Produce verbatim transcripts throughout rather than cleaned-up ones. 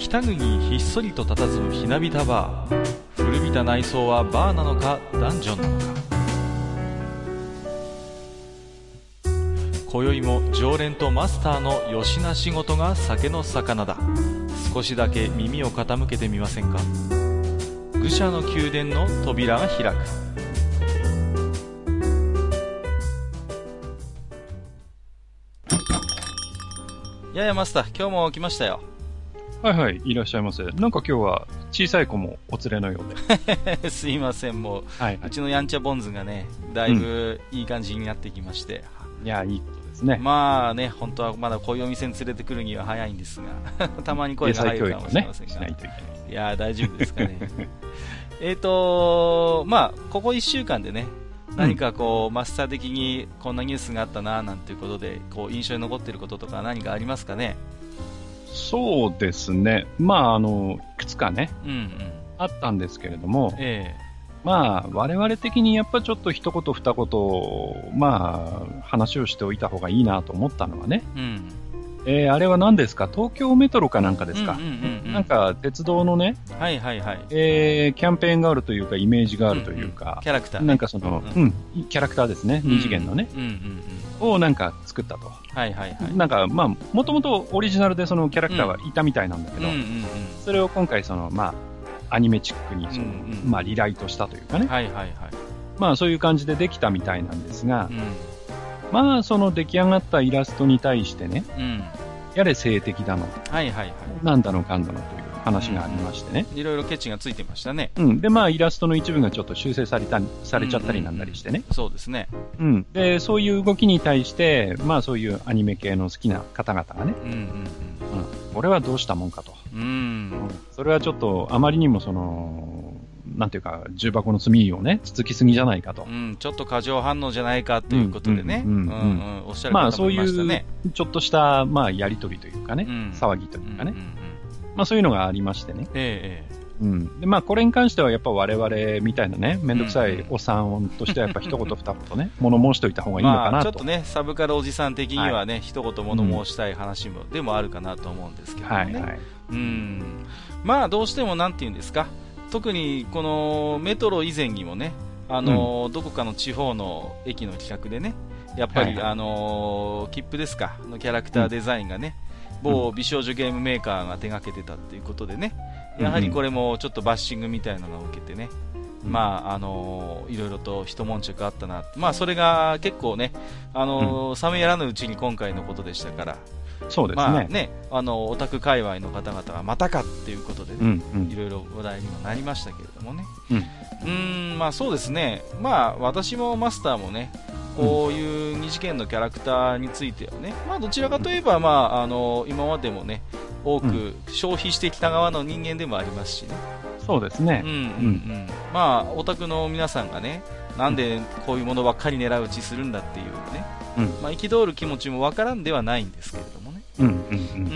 北国にひっそりと佇むひなびたバー。古びた内装はバーなのかダンジョンなのか。今宵も常連とマスターのよしな仕事が酒の魚だ。少しだけ耳を傾けてみませんか。愚者の宮殿の扉が開く。ややマスター、今日も来ましたよ。 はいはい、いらっしゃいませ。なんか今日は小さい子もお連れのようで。 すいません、もう、はいはい、うちのやんちゃボンズがね、だいぶいい感じになってきまして。 うん、いや、いいことですね。 まあね、本当はまだこういうお店に連れてくるには早いんですが、たまに声が入るかもしれませんが。ね、しないといけない。いや、大丈夫ですかね。えっと、まあ、ここいっしゅうかんでね、何かこう、マスター的にこんなニュースがあったな、なんていうことで、こう、印象に残っていることとか何かありますかね。 そうですね。まあ、あの、いくつかね、うんうん、あったんですけれども、ええ、まあ、我々的にやっぱちょっと一言二言、まあ、話をしておいた方がいいなと思ったのはね、うん、えー、あれは何ですか、東京メトロかなんかですか、うんうんうんうん、なんか鉄道のね、はいはいはい、えー、キャンペーンがあるというか、イメージがあるというか、うんうん、 キャラクター、ね、 なんかその、うん、うん、キャラクターですね、二次元のね、うんうんうんうん、をなんか作ったと。はいはいはい。なんか、まあ、もともとオリジナルでそのキャラクターはいたみたいなんだけど、うんうんうんうん、それを今回その、まあ、アニメチックにその、うんうん、まあ、リライトしたというかね。はいはいはい。まあ、そういう感じでできたみたいなんですが、うん、まあ、その出来上がったイラストに対してね、うん、やれ性的だの、はいはいはい。なんだのかんだのという話がありましてね。 いろいろケチがついてましたね。 うん。で、まあ、イラストの一部がちょっと修正された、されちゃったりなんだりしてね。うんうんうん、 そうですね。 うん。で、そういう動きに対して、まあ、そういうアニメ系の好きな方々がね、うんうんうん。うん。これはどうしたもんかと。うん。うん、それはちょっと、あまりにもその、なんていうか、重箱の隅をね、つつきすぎじゃないかと。 うん、ちょっと過剰反応じゃないかということでね。うん、うん、うん。おっしゃる方もいましたね。まあ、 そういう、ちょっとした、まあ、やりとりというかね、うん、騒ぎというかね。うんうんうん、まあ、そういうのがありましてね。ええ。うん。で、まあ、これに関しては、やっぱ我々みたいなね、めんどくさいおっさんとしては、やっぱ一言二言ね、物申しておいた方がいいのかなと。まあ、 ちょっとね、サブカルおじさん的にはね、はい、一言物申したい話も、うん、でもあるかなと思うんですけどね。はいはい。うん。まあ、どうしてもなんて言うんですか。特に、この、メトロ以前にもね、あの、うん、どこかの地方の駅の企画でね、やっぱり、はい、あの、切符ですか、のキャラクターデザインがね、うん、某美少女ゲームメーカーが手掛けてたっていうことでね、やはりこれもちょっとバッシングみたいなのを受けてね、うん、まあ、あのー、いろいろと一悶着あったな。まあ、それが結構ね、あのー、冷めやらぬうちに今回のことでしたから、 そうですね。 まあね、あの、オタク界隈の方々がまたかっていうことでね、いろいろ話題にもなりましたけれどもね。うん。うーん、まあそうですね。まあ、私もマスターもね、こういう二次元のキャラクターについてはね、まあどちらかといえば、まあ、あの、今までもね、多く消費してきた側の人間でもありますしね。 そうですね。 うんうんうん。まあ、オタクの皆さんがね、なんでこういうものばっかり狙い撃ちするんだっていうね、うん、まあ憤る気持ちもわからんではないんですけれどもね。うんうんうんうん、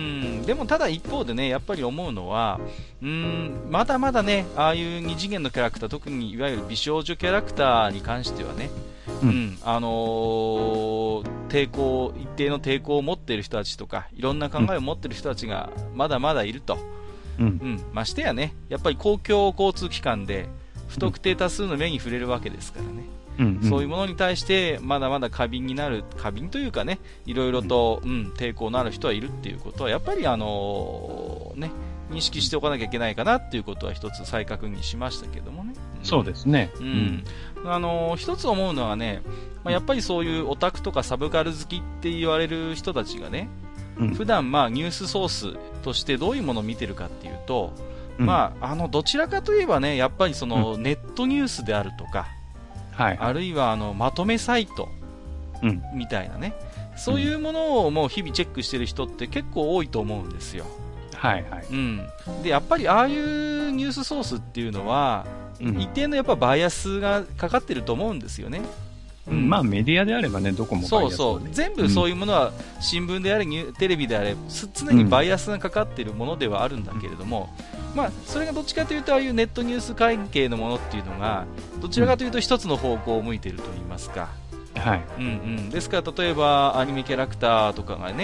でもただ一方でね、やっぱり思うのは、うーん、まだまだね、ああいう二次元のキャラクター、特にいわゆる美少女キャラクターに関してはね、うん、うん、あのー、抵抗、一定の抵抗を持っている人たちとか、いろんな考えを持っている人たちがまだまだいると。うん、うん、ましてやね、やっぱり公共交通機関で不特定多数の目に触れるわけですからね。うんうん、そういうものに対してまだまだ過敏になる、過敏というかね、いろいろと、うん、抵抗のある人はいるっていうことはやっぱりあのー、ね、認識しておかなきゃいけないかなっていうことは一つ再確認しましたけどもね。 うん、そうですね。 うん。うん、あのー、一つ思うのはね、まあ、やっぱりそういうオタクとかサブカル好きって言われる人たちがね、うん、普段まあニュースソースとしてどういうものを見てるかっていうと、うん、まああのどちらかといえばね、やっぱりそのネットニュースであるとか、はい、あるいはあのまとめサイトみたいなね、うん、そういうものをもう日々チェックしてる人って結構多いと思うんですよ。はいはい。うん。でやっぱりああいうニュースソースっていうのは、うん、一定のやっぱバイアスがかかってると思うんですよね。 うん、まあメディアであればね、どこもバイアス、ね、 そうそう、全部そういうものは新聞であれ、テレビであれ、常にバイアスがかかっているものではあるんだけれども、うん、まあそれがどっちかというと、ああいうネットニュース関係のものっていうのがどちらかというと一つの方向を向いていると言いますか、はい、うんうん、ですから例えばアニメキャラクターとかがね、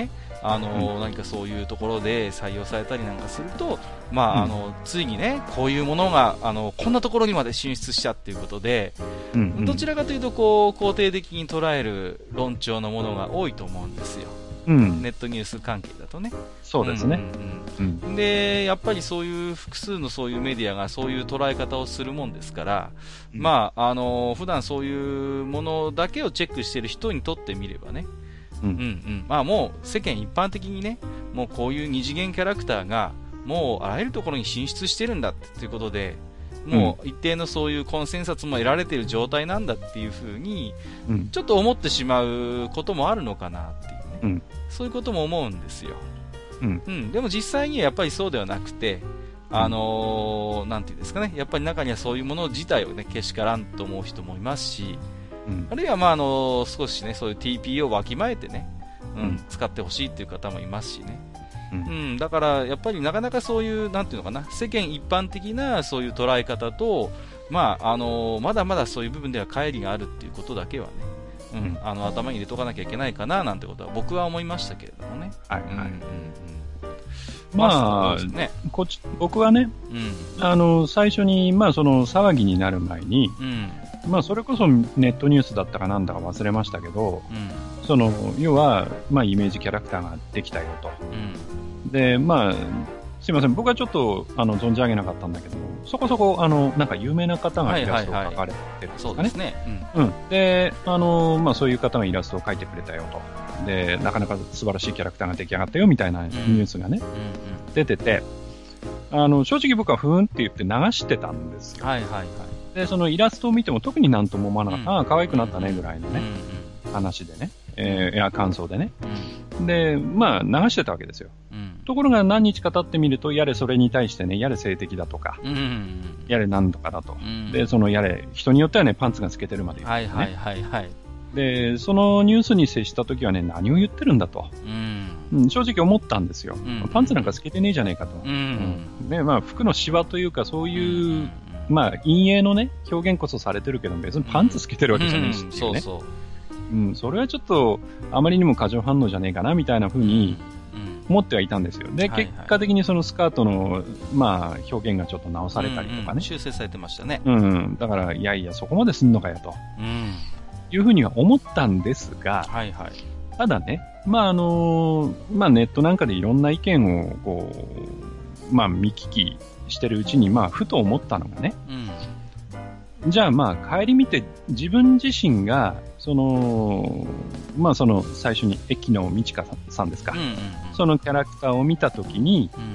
あの、うん、何かそういうところで採用されたりなんかすると、まあ、うん、あのついにねこういうものがあのこんなところにまで進出したっていうことで、うんうん、どちらかというとこう肯定的に捉える論調のものが多いと思うんですよ。うん、ネットニュース関係だとね。 そうですね。 うんうんうん、でやっぱりそういう複数のそういうメディアがそういう捉え方をするもんですから、うん、まああの普段そういうものだけをチェックしている人にとってみればね、うんうんうん、まあもう世間一般的にね、もうこういう二次元キャラクターがもうあらゆるところに進出してるんだっていうことで、もう一定のそういうコンセンサスも得られている状態なんだっていうふうに、うん、ちょっと思ってしまうこともあるのかなっていうね、うん、そういうことも思うんですよ。うんうん、でも実際にはやっぱりそうではなくて、あのー、なんていうんですかね、やっぱり中にはそういうもの自体をねけしからんと思う人もいますし、うん、あるいはまああのー、少しねそういう ティーピー をわきまえてね、うんうん、使ってほしいっていう方もいますしね、うんうん、だからやっぱりなかなかそういうなんていうのかな、世間一般的なそういう捉え方と、まああのー、まだまだそういう部分では乖離があるっていうことだけはね、うん、あの頭に入れとかなきゃいけないかななんてことは僕は思いましたけれどもね。はいはい。うんうんうん、 まあ、ね、こっち僕はね、うん、あの最初にまあその騒ぎになる前に、うん、まあそれこそネットニュースだったかなんだか忘れましたけど、うん、その要はまあイメージキャラクターができたよと。うん、でまあすいません、僕はちょっとあの存じ上げなかったんだけども、そこそこあのなんか有名な方がイラストを描かれてるんですかね。そうですね。うん。うん、で、あのまあそういう方がイラストを描いてくれたよと。で、なかなか素晴らしいキャラクターが出来上がったよみたいなニュースがね、うんうんうん、出てて、あの正直僕はふーんって言って流してたんですよ。はいはいはい。で、そのイラストを見ても特になんとも思わなかった。うん、ああ、可愛くなったねぐらいのね、うんうん、話でね、えー、いや感想でね。うん、で、まあ流してたわけですよ。うん、ところが何日か経ってみると、やれそれに対してね、やれ性的だとか、うんうんうん、やれ何とかだと、うん、で、そのやれ、人によってはね、パンツが透けてるまで言ってね。はいはいはいはい。で、そのニュースに接した時はね、何を言ってるんだと、うん、正直思ったんですよ、うん。パンツなんか透けてねえじゃねえかと。うんうん、で、まあ、服のシワというか、そういう、うん、まあ、陰影のね、表現こそされてるけど、別にパンツ透けてるわけじゃねえしっていうね。そうそう。うん、それはちょっと、あまりにも過剰反応じゃねえかな、みたいな風に、思ってはいたんですよ。で、はいはい、結果的にそのスカートの、まあ、表現がちょっと直されたりとかね。うんうん、 修正されてましたね。 うん。だから、いやいや、そこまですんのかよと。うん。いうふうには思ったんですが、はいはい。ただね、まあ、あのー、まあ、ネットなんかでいろんな意見を、こう、まあ、見聞きしてるうちに、まあ、ふと思ったのがね、うん、じゃあ、まあ、帰り見て、自分自身が、その、まあその最初に駅野美智香さんですか、うんうんうん、そのキャラクターを見たときに、うん、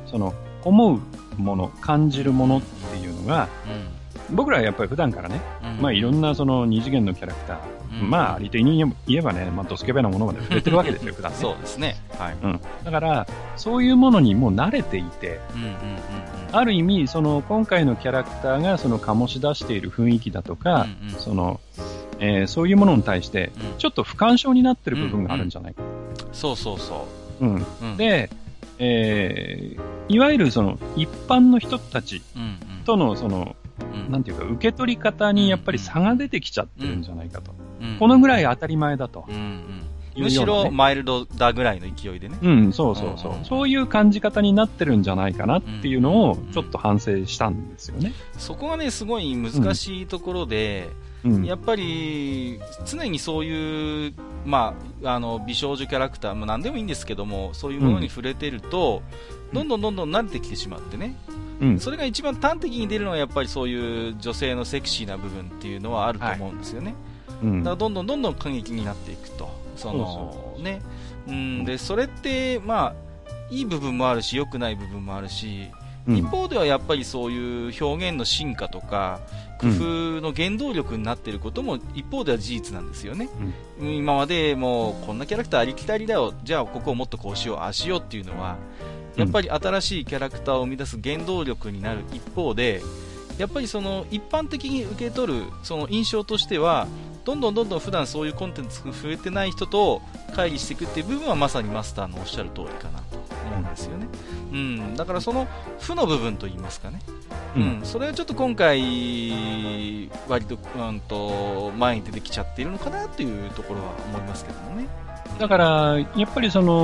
その思うもの、感じるものっていうのが、うん、僕らはやっぱり普段からね、うん、まあいろんなその二次元のキャラクター、うん、まあありていに言えばね、まあドスケベなものまで触れてるわけですよ、普段ね。そうですね。はい。うん。だから、そういうものにもう慣れていて、うんうんうんうん、ある意味、その今回のキャラクターがその醸し出している雰囲気だとか、うんうん、その、えー、そういうものに対して、ちょっと不干渉になってる部分があるんじゃないか。うんうん、そうそうそう。うん。うん、で、えー、いわゆるその一般の人たちとのその、うん、なんていうか、受け取り方にやっぱり差が出てきちゃってるんじゃないかと。うんうん、このぐらい当たり前だと。うんうん、むしろマイルドだぐらいの勢いでね。うん、そうそうそう。うんうん、そういう感じ方になってるんじゃないかなっていうのをちょっと反省したんですよね。そこがね、すごい難しいところで、うん、やっぱり常にそういう、まあ、あの美少女キャラクターも何でもいいんですけども、そういうものに触れてると、うん、どんどんどんどん慣れてきてしまってね、うん、それが一番端的に出るのはやっぱりそういう女性のセクシーな部分っていうのはあると思うんですよね。はい、うん、だからどんどんどんどん過激になっていくと、そのね、うん、でそれってまあいい部分もあるし良くない部分もあるし、うん、一方ではやっぱりそういう表現の進化とか工夫の原動力になっていることも一方では事実なんですよね。うん、今までもうこんなキャラクターありきたりだよ、じゃあここをもっとこうしようああしようっていうのはやっぱり新しいキャラクターを生み出す原動力になる一方で、やっぱりその一般的に受け取るその印象としてはどんどんどんどん普段そういうコンテンツが増えてない人と乖離していくっていう部分はまさにマスターのおっしゃる通りかなと思うんですよね。うん、だからその負の部分といいますかね、うんうん、それはちょっと今回割と、うん、と前に出てきちゃっているのかなというところは思いますけどもね。だからやっぱりその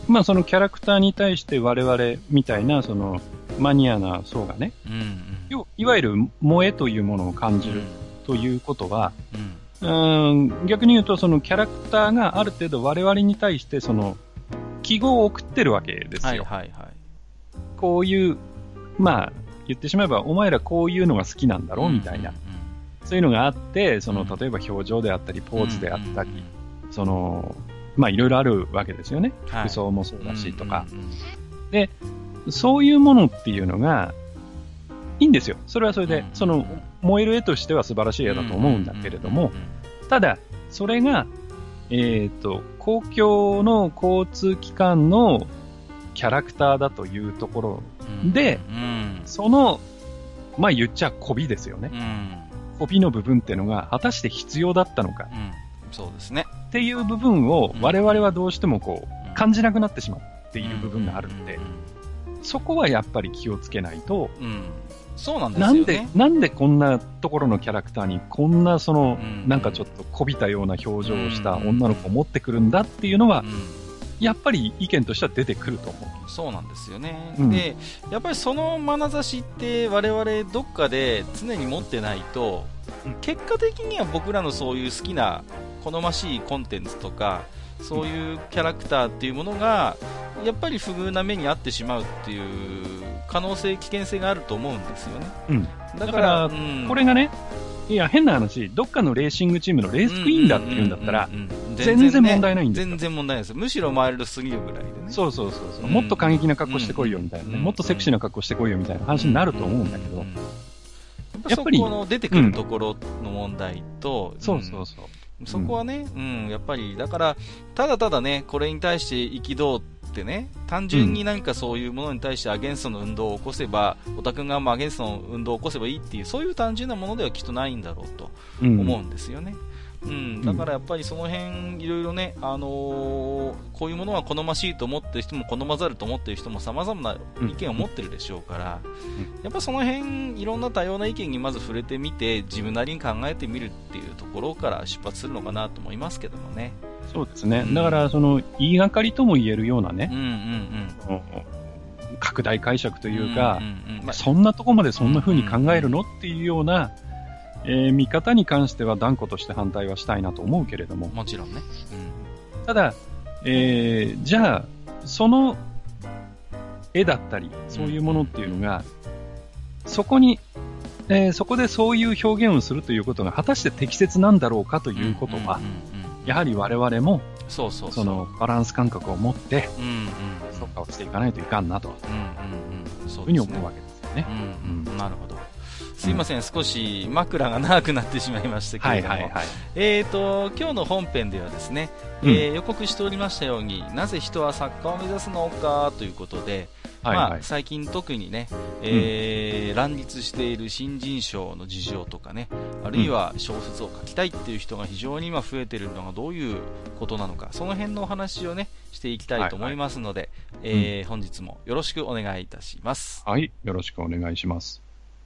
まあそのキャラクターに対して我々みたいなそのマニアな層がね、うんうん、いわゆる萌えというものを感じるということは、うん、うん逆に言うとそのキャラクターがある程度我々に対してその記号を送ってるわけですよ。はいはいはい、こういう、まあ言ってしまえばお前らこういうのが好きなんだろうみたいな、うんうんうん、そういうのがあって、その例えば表情であったりポーズであったり、うんうんうん、そのまあいろいろあるわけですよね。はい、服装もそうだしとか、うんうんうん。で、そういうものっていうのが、いいんですよ。それはそれで、うんうん、その、燃える絵としては素晴らしい絵だと思うんだけれども、ただ、それが、えっと、公共の交通機関のキャラクターだというところで、うんうん、その、まあ言っちゃ媚びですよね。うん、媚びの部分っていうのが、果たして必要だったのか。うんそうですね。 っていう部分を我々はどうしてもこう感じなくなってしまっている部分があるので、そこはやっぱり気をつけないと、うん、 そうなんですよね。 なんで、なんでこんなところのキャラクターにこんなその、なんかちょっとこびたような表情をした女の子を持ってくるんだっていうのは、やっぱり意見としては出てくると思う。 そうなんですよね。うん、で、やっぱりその眼差しって我々どっかで常に持ってないと、結果的には僕らのそういう好きな好ましいコンテンツとかそういうキャラクターっていうものがやっぱり不遇な目に遭ってしまうっていう可能性危険性があると思うんですよね。 うん、だから、うん、これがねいや変な話どっかのレーシングチームのレースクイーンだっていうんだったら全然問題ないんですよ。 全然問題ないです。むしろマイルドすぎるぐらいでね。 そうそうそうそう、うん、もっと過激な格好してこいよみたいなね、うん、もっとセクシーな格好してこいよみたいな話になると思うんだけど、 やっぱりそこの出てくるところの問題と、うん、 そうそうそう、 そこはね、うん、やっぱりだからただただねこれに対して憤ってね単純に何かそういうものに対してアゲンストの運動を起こせば、オタクがアゲンストの運動を起こせばいいっていうそういう単純なものではきっとないんだろうと思うんですよね。うんうん、だからやっぱりその辺いろいろね、あのー、こういうものは好ましいと思ってる人も好まざると思ってる人も様々な意見を持ってるでしょうから、うん、やっぱその辺いろんな多様な意見にまず触れてみて自分なりに考えてみるっていうところから出発するのかなと思いますけどもね。 そうですね、うん、だからその言いがかりとも言えるようなね、うんうんうん、拡大解釈というか、うんうんうんまあ、そんなとこまでそんな風に考えるのっていうようなえー、見方に関しては断固として反対はしたいなと思うけれども。 もちろんね。 うん、ただ、えー、じゃあ、その絵だったり、そういうものっていうのが、うん、そこに、えー、そこでそういう表現をするということが果たして適切なんだろうかということは、やはり我々も、 そうそうそうそのバランス感覚を持って、うんうん、評価をしていかないといかんなと、うんうんうん、そういうふうに思うわけですよね。 うんうん、なるほど。すいません、少し枕が長くなってしまいましたけれども、はいはいはい、えーと、今日の本編ではですね、うん、えー、予告しておりましたようになぜ人は作家を目指すのかということで、はいはい、まあ、最近特にね、えーうん、乱立している新人賞の事情とかね、あるいは小説を書きたいっていう人が非常に今増えているのがどういうことなのか、その辺のお話をねしていきたいと思いますので、はいはい、えーうん、本日もよろしくお願いいたします。 はい、よろしくお願いします。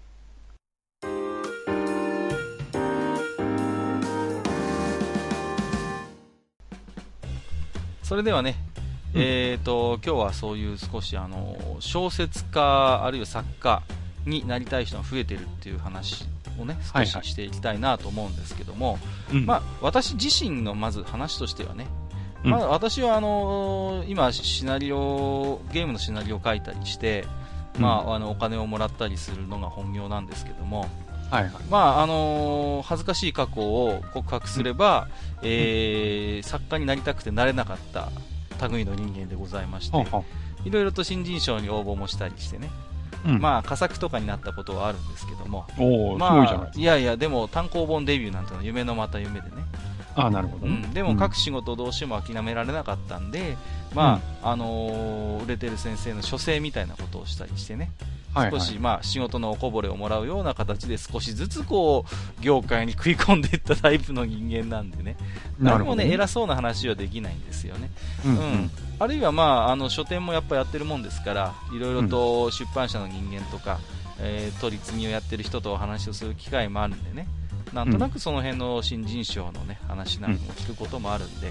それではね、うん、えーと今日はそういう少しあの小説家あるいは作家になりたい人が増えてるっていう話をね少ししていきたいなと思うんですけども、はいはい、まあ、私自身のまず話としてはね、うん、まあ、私はあの今シナリオゲームのシナリオを書いたりして、うん、まあ、あのお金をもらったりするのが本業なんですけども、はいはい、まああのー、恥ずかしい過去を告白すれば、うん、えー、作家になりたくてなれなかった類の人間でございまして、いろいろと新人賞に応募もしたりしてね、うん、まあ佳作とかになったことはあるんですけども、 お、 まあ、 すごいじゃないですか。 いやいやでも単行本デビューなんてのは夢のまた夢でね。 あ、なるほど、ね、 うん、でも書く仕事をどうしても諦められなかったんで、うん、まああのー、売れてる先生の書生みたいなことをしたりしてね、はいはい、少し、まあ、仕事のおこぼれをもらうような形で少しずつこう業界に食い込んでいったタイプの人間なんでね、何もね偉そうな話はできないんですよね、うんうん、あるいは、まあ、あの書店もやっぱやってるもんですからいろいろと出版社の人間とか、うん、えー、取り次ぎをやってる人とお話をする機会もあるんでね、なんとなくその辺の新人賞の、ね、話なんかも聞くこともあるんで、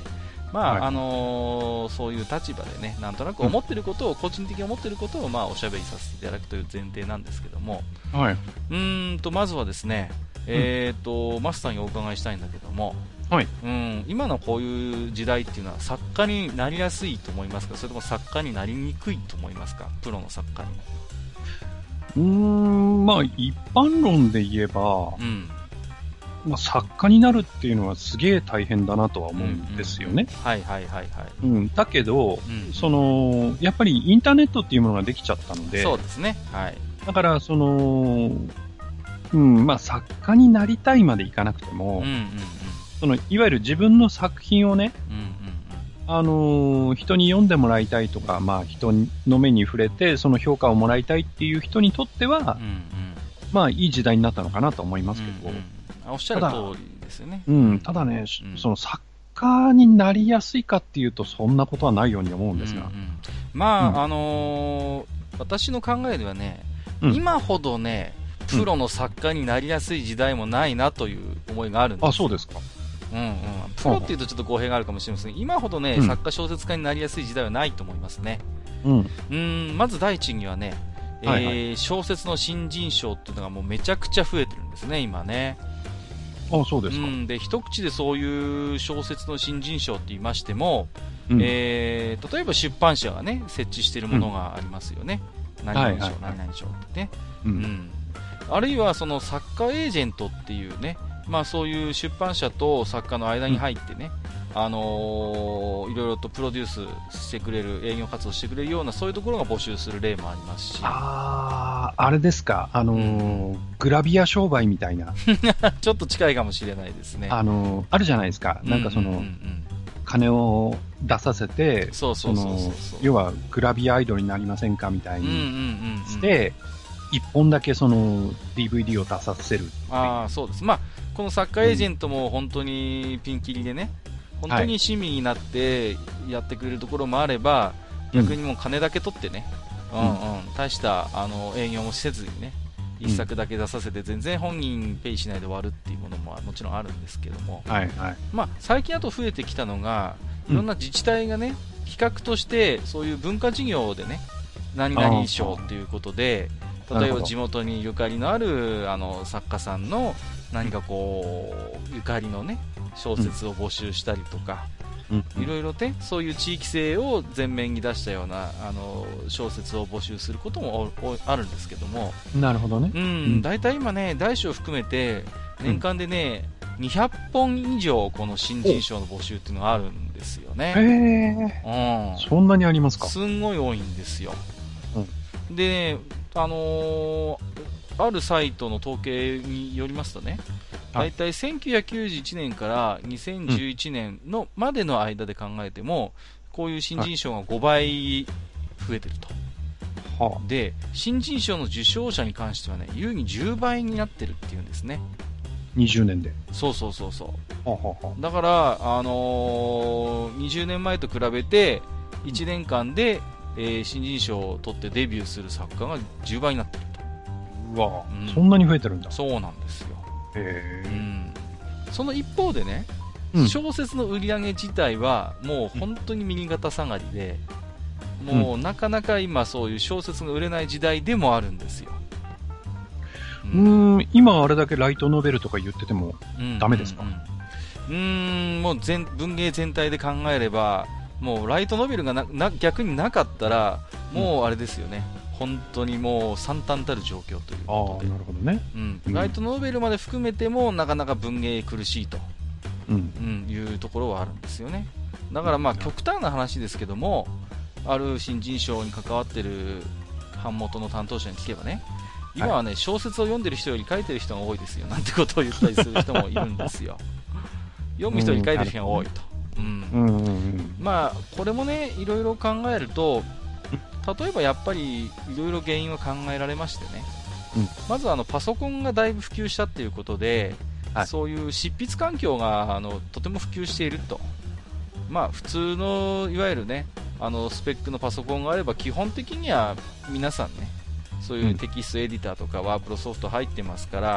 まあ、はい、あのー、そういう立場でね、なんとなく思ってることを、うん、個人的に思ってることを、まあ、おしゃべりさせていただくという前提なんですけども、 はい、うーんと、まずはですね、えーと、うん、マスターにお伺いしたいんだけども、はい、うん、今のこういう時代っていうのは作家になりやすいと思いますか、それとも作家になりにくいと思いますか、プロの作家に。 うーん、まあ、一般論で言えば、うんまあ、作家になるっていうのはすげえ大変だなとは思うんですよね。 うんうん、はいはいはいはい。 うん、だけど、うん、その、やっぱりインターネットっていうものができちゃったので、 そうですね。はい。だから、その、うん、まあ、作家になりたいまでいかなくても、うんうんうん、その、いわゆる自分の作品をね、うんうんうん、あのー、人に読んでもらいたいとか、まあ、人の目に触れて、その評価をもらいたいっていう人にとっては、うんうん、まあ、いい時代になったのかなと思いますけど、うんうんおっしゃる通りですよね。 うん、ただね、うん、その作家になりやすいかっていうと、そんなことはないように思うんですが。うんうん、 まあ、うん、あのー、私の考えではね、うん、今ほどね、プロの作家になりやすい時代もないなという思いがあるんですよ。 あ、そうですか。 うんうん。プロっていうとちょっと語弊があるかもしれませんが、今ほどね、うん、作家小説家になりやすい時代はないと思いますね。うん。うんまず第一にはね、はいはい、えー、小説の新人賞っていうのがもうめちゃくちゃ増えてるんですね、今ね。 あそうですか、 うん、で一口でそういう小説の新人賞って言いましても、うん、えー、例えば出版社がね設置しているものがありますよね、うん、何々賞、何々賞ってね、うんうん、あるいはその作家エージェントっていうね、まあ、そういう出版社と作家の間に入ってね、うん、あのー、いろいろとプロデュースしてくれる営業活動してくれるようなそういうところが募集する例もありますし、 あああれですか、あのーうん、グラビア商売みたいなちょっと近いかもしれないですね。 あのー、あるじゃないですか、なんかその、うんうんうん、金を出させて、そうそうそうそうそう、要はグラビアアイドルになりませんかみたいにして、うんうんうんうん一本だけその ディーブイディー を出させる。 ああ、そうです。まあ、この作家エージェントも本当にピンキリでね、うん、本当に親身になってやってくれるところもあれば、はい、逆にもう金だけ取ってね、うんうん、大したあの営業もせずにね、一作だけ出させて全然本人ペイしないで終わるっていうものももちろんあるんですけども、はいはい、まあ、最近あと増えてきたのが、いろんな自治体がね、企画としてそういう文化事業でね、何々賞っていうことで、例えば地元にゆかりのあるあの作家さんの何かこうゆかりのね小説を募集したりとか、いろいろねそういう地域性を前面に出したようなあの小説を募集することもあるんですけども、 なるほどね。 うん、だいたい今ね大小含めて年間でね、うん、にひゃっぽん以上この新人賞の募集っていうのがあるんですよね。 へー、うん、そんなにありますか。 すんごい多いんですよ。うん、で、ねあのー、あるサイトの統計によりますとね、だいたいせんきゅうひゃくきゅうじゅういちねんからにせんじゅういちねんのまでの間で考えても、こういう新人賞がごばい増えてると、はあ、で新人賞の受賞者に関してはね優にじゅうばいになってるっていうんですね。 にじゅうねんで。 そうそうそうそう、はあはあ、だから、あのー、にじゅうねんまえと比べていちねんかんでえー、新人賞を取ってデビューする作家がじゅうばいになってると。 うわ、うん、そんなに増えてるんだ。 そうなんですよ。へー、うん、その一方でね、うん、小説の売り上げ自体はもう本当に右肩下がりで、うん、もうなかなか今そういう小説が売れない時代でもあるんですよ。 うーん、うーん今あれだけライトノベルとか言っててもダメですか。 うん、うんうん、うーんもう全文芸全体で考えればもうライトノベルがなな逆になかったらもうあれですよね、うん、本当にもう惨憺たる状況ということで。 あ、なるほどね、 うん、ライトノベルまで含めてもなかなか文芸苦しいと、うんうん、いうところはあるんですよね。だからまあ極端な話ですけども、ある新人賞に関わっている版元の担当者に聞けばね、今はね、はい、小説を読んでる人より書いてる人が多いですよなんてことを言ったりする人もいるんですよ読む人より書いてる人が多いと、うんうんうんうん、まあこれもねいろいろ考えると、例えばやっぱりいろいろ原因は考えられましてね、うん、まずあのパソコンがだいぶ普及したということで、はい、そういう執筆環境があのとても普及していると。まあ普通のいわゆるねあのスペックのパソコンがあれば基本的には皆さんねそういうテキストエディターとかワープロソフト入ってますから、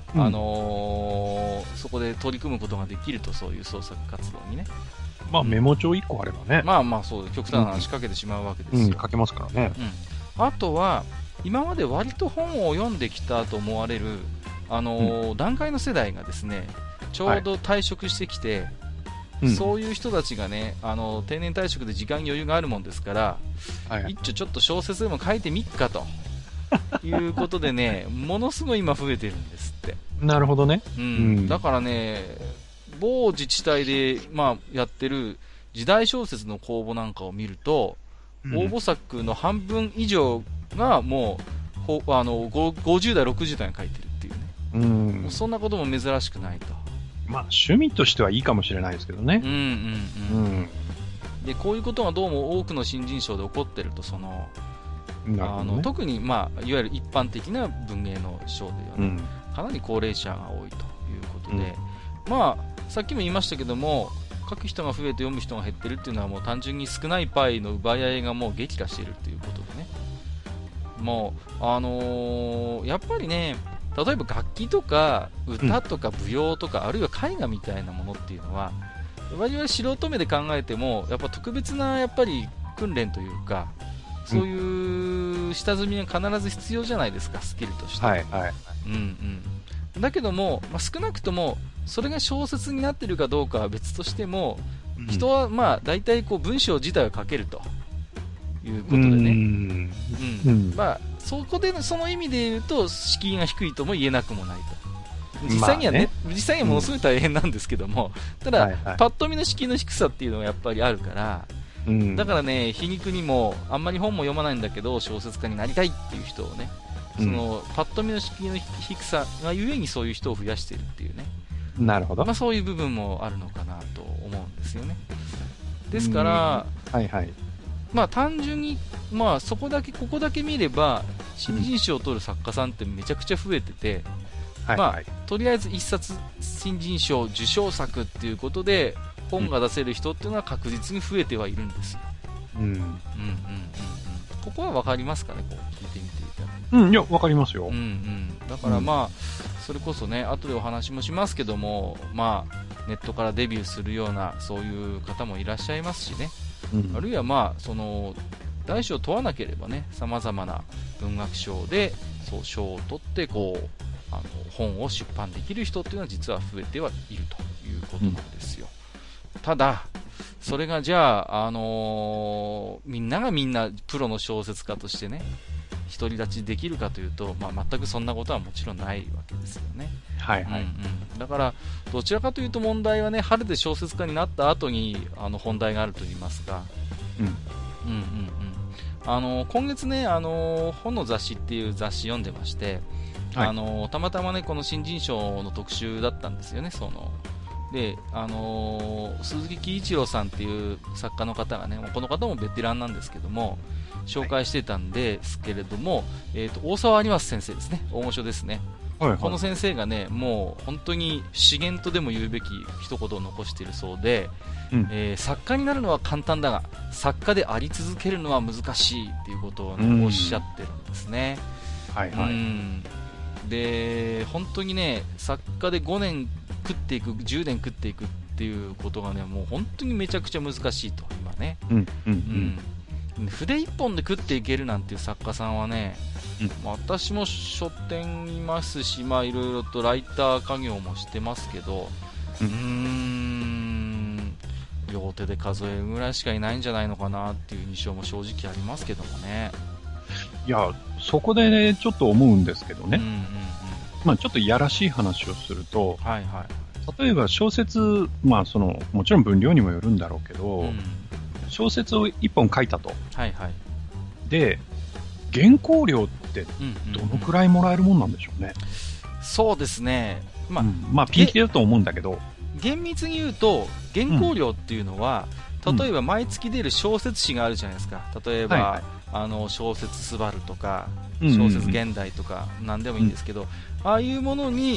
うん、あのー、そこで取り組むことができると、そういう創作活動にね。 まあメモ帳いっこあればね。 まあまあそう、極端な話かけてしまうわけですよ。 うん、かけますからね。 うん。あとは、今まで割と本を読んできたと思われる、あのーうん、段階の世代がですね、ちょうど退職してきて、はい、そういう人たちがね、あの定年退職で時間余裕があるもんですから、はいはい、一丁ちょっと小説でも書いてみっかということでね、ものすごい今増えてるんですって。 なるほどね。 うん。うん、だからね、某自治体で、まあ、やってる時代小説の公募なんかを見ると、うん、応募作の半分以上がもう、ほあのごじゅう代、ろくじゅう代が書いてるっていうね。うん、もうそんなことも珍しくないと。まあ、趣味としてはいいかもしれないですけどね。うんうんうん。うん、 で、こういうことがどうも多くの新人賞で起こってると、その、ね、あの特に、まあ、いわゆる一般的な文芸の賞では、ね、うん、かなり高齢者が多いということで、うん、まあ、さっきも言いましたけども、書く人が増えて読む人が減ってるっていうのはもう単純に少ないパイの奪い合いがもう激化しているということでね、もう、あのー、やっぱりね、例えば楽器とか歌とか舞踊とか、うん、あるいは絵画みたいなものっていうのは我々素人目で考えてもやっぱ特別なやっぱり訓練というか、そういう下積みが必ず必要じゃないですか、スキルとして。はいはいうんうん、だけども、まあ、少なくともそれが小説になっているかどうかは別としても、うん、人はまあ大体こう文章自体を書けるということでね、うんうん、まあ、そこでその意味で言うと敷居が低いとも言えなくもないと。実際にはね、まあ、ね実際にはものすごい大変なんですけども、うん、ただ、はいはい、パッと見の敷居の低さっていうのがやっぱりあるから、うん、だからね、皮肉にもあんまり本も読まないんだけど小説家になりたいっていう人をね、その、うん、パッと見の敷居の低さがゆえにそういう人を増やしているっていうね、 なるほど、 まあ、そういう部分もあるのかなと思うんですよね。ですから、はいはい、まあ、単純に、まあ、そこだけここだけ見れば新人賞を取る作家さんってめちゃくちゃ増えてて、うんまあはいはい、とりあえず一冊新人賞受賞作っていうことで本が出せる人っていうのは確実に増えてはいるんですよ。うんうんうんうんうん、ここは分かりますかね、こう聞いてみていたら。 うん、いや分かりますよ。うんうん、 だからまあ、うん、それこそね、後でお話もしますけども、まあ、ネットからデビューするようなそういう方もいらっしゃいますしね、うん、あるいはまあその大小問わなければね、さまざまな文学賞でそう賞を取ってこうあの本を出版できる人っていうのは実は増えてはいるということなんですよ。うん、ただそれがじゃあ、あのー、みんながみんなプロの小説家としてね独り立ちできるかというと、まあ、全くそんなことはもちろんないわけですよね。はいはい、うんうん、だからどちらかというと問題はね、春で小説家になった後にあの本題があると言いますか、うんうんうんうん、あの今月ね、あの本の雑誌っていう雑誌読んでまして、はい、あのたまたまねこの新人賞の特集だったんですよね。そので、あのー、鈴木喜一郎さんっていう作家の方がね、この方もベテランなんですけども紹介してたんですけれども、はい、えーと、大沢有松先生ですね、大御所ですね、はいはい、この先生がねもう本当に資源とでも言うべき一言を残しているそうで、うんえー、作家になるのは簡単だが作家であり続けるのは難しいっていうことを、ね、おっしゃってるんですね。はいはい、うんで本当にね作家でごねん食っていくじゅうねん食っていくっていうことがねもう本当にめちゃくちゃ難しいと今ね、うんうんうん、筆一本で食っていけるなんていう作家さんはね、うん、私も書店いますし、まあいろいろとライター家業もしてますけど、うん、うーん両手で数えるぐらいしかいないんじゃないのかなっていう印象も正直ありますけどもね。 いやそこでねちょっと思うんですけどね、うんうんうんまあ、ちょっといやらしい話をすると、はいはい、例えば小説、まあ、そのもちろん分量にもよるんだろうけど、うん、小説を一本書いたと、はいはい、で原稿料ってどのくらいもらえるもんなんでしょうね。うんうんうん、 そうですね、まあ、うん、 まあピンキリだと思うんだけど厳密に言うと原稿料っていうのは、うん、例えば毎月出る小説誌があるじゃないですか。例えば、はいはい、あの小説スバルとか小説現代とか何でもいいんですけど、うんうんうん、ああいうものに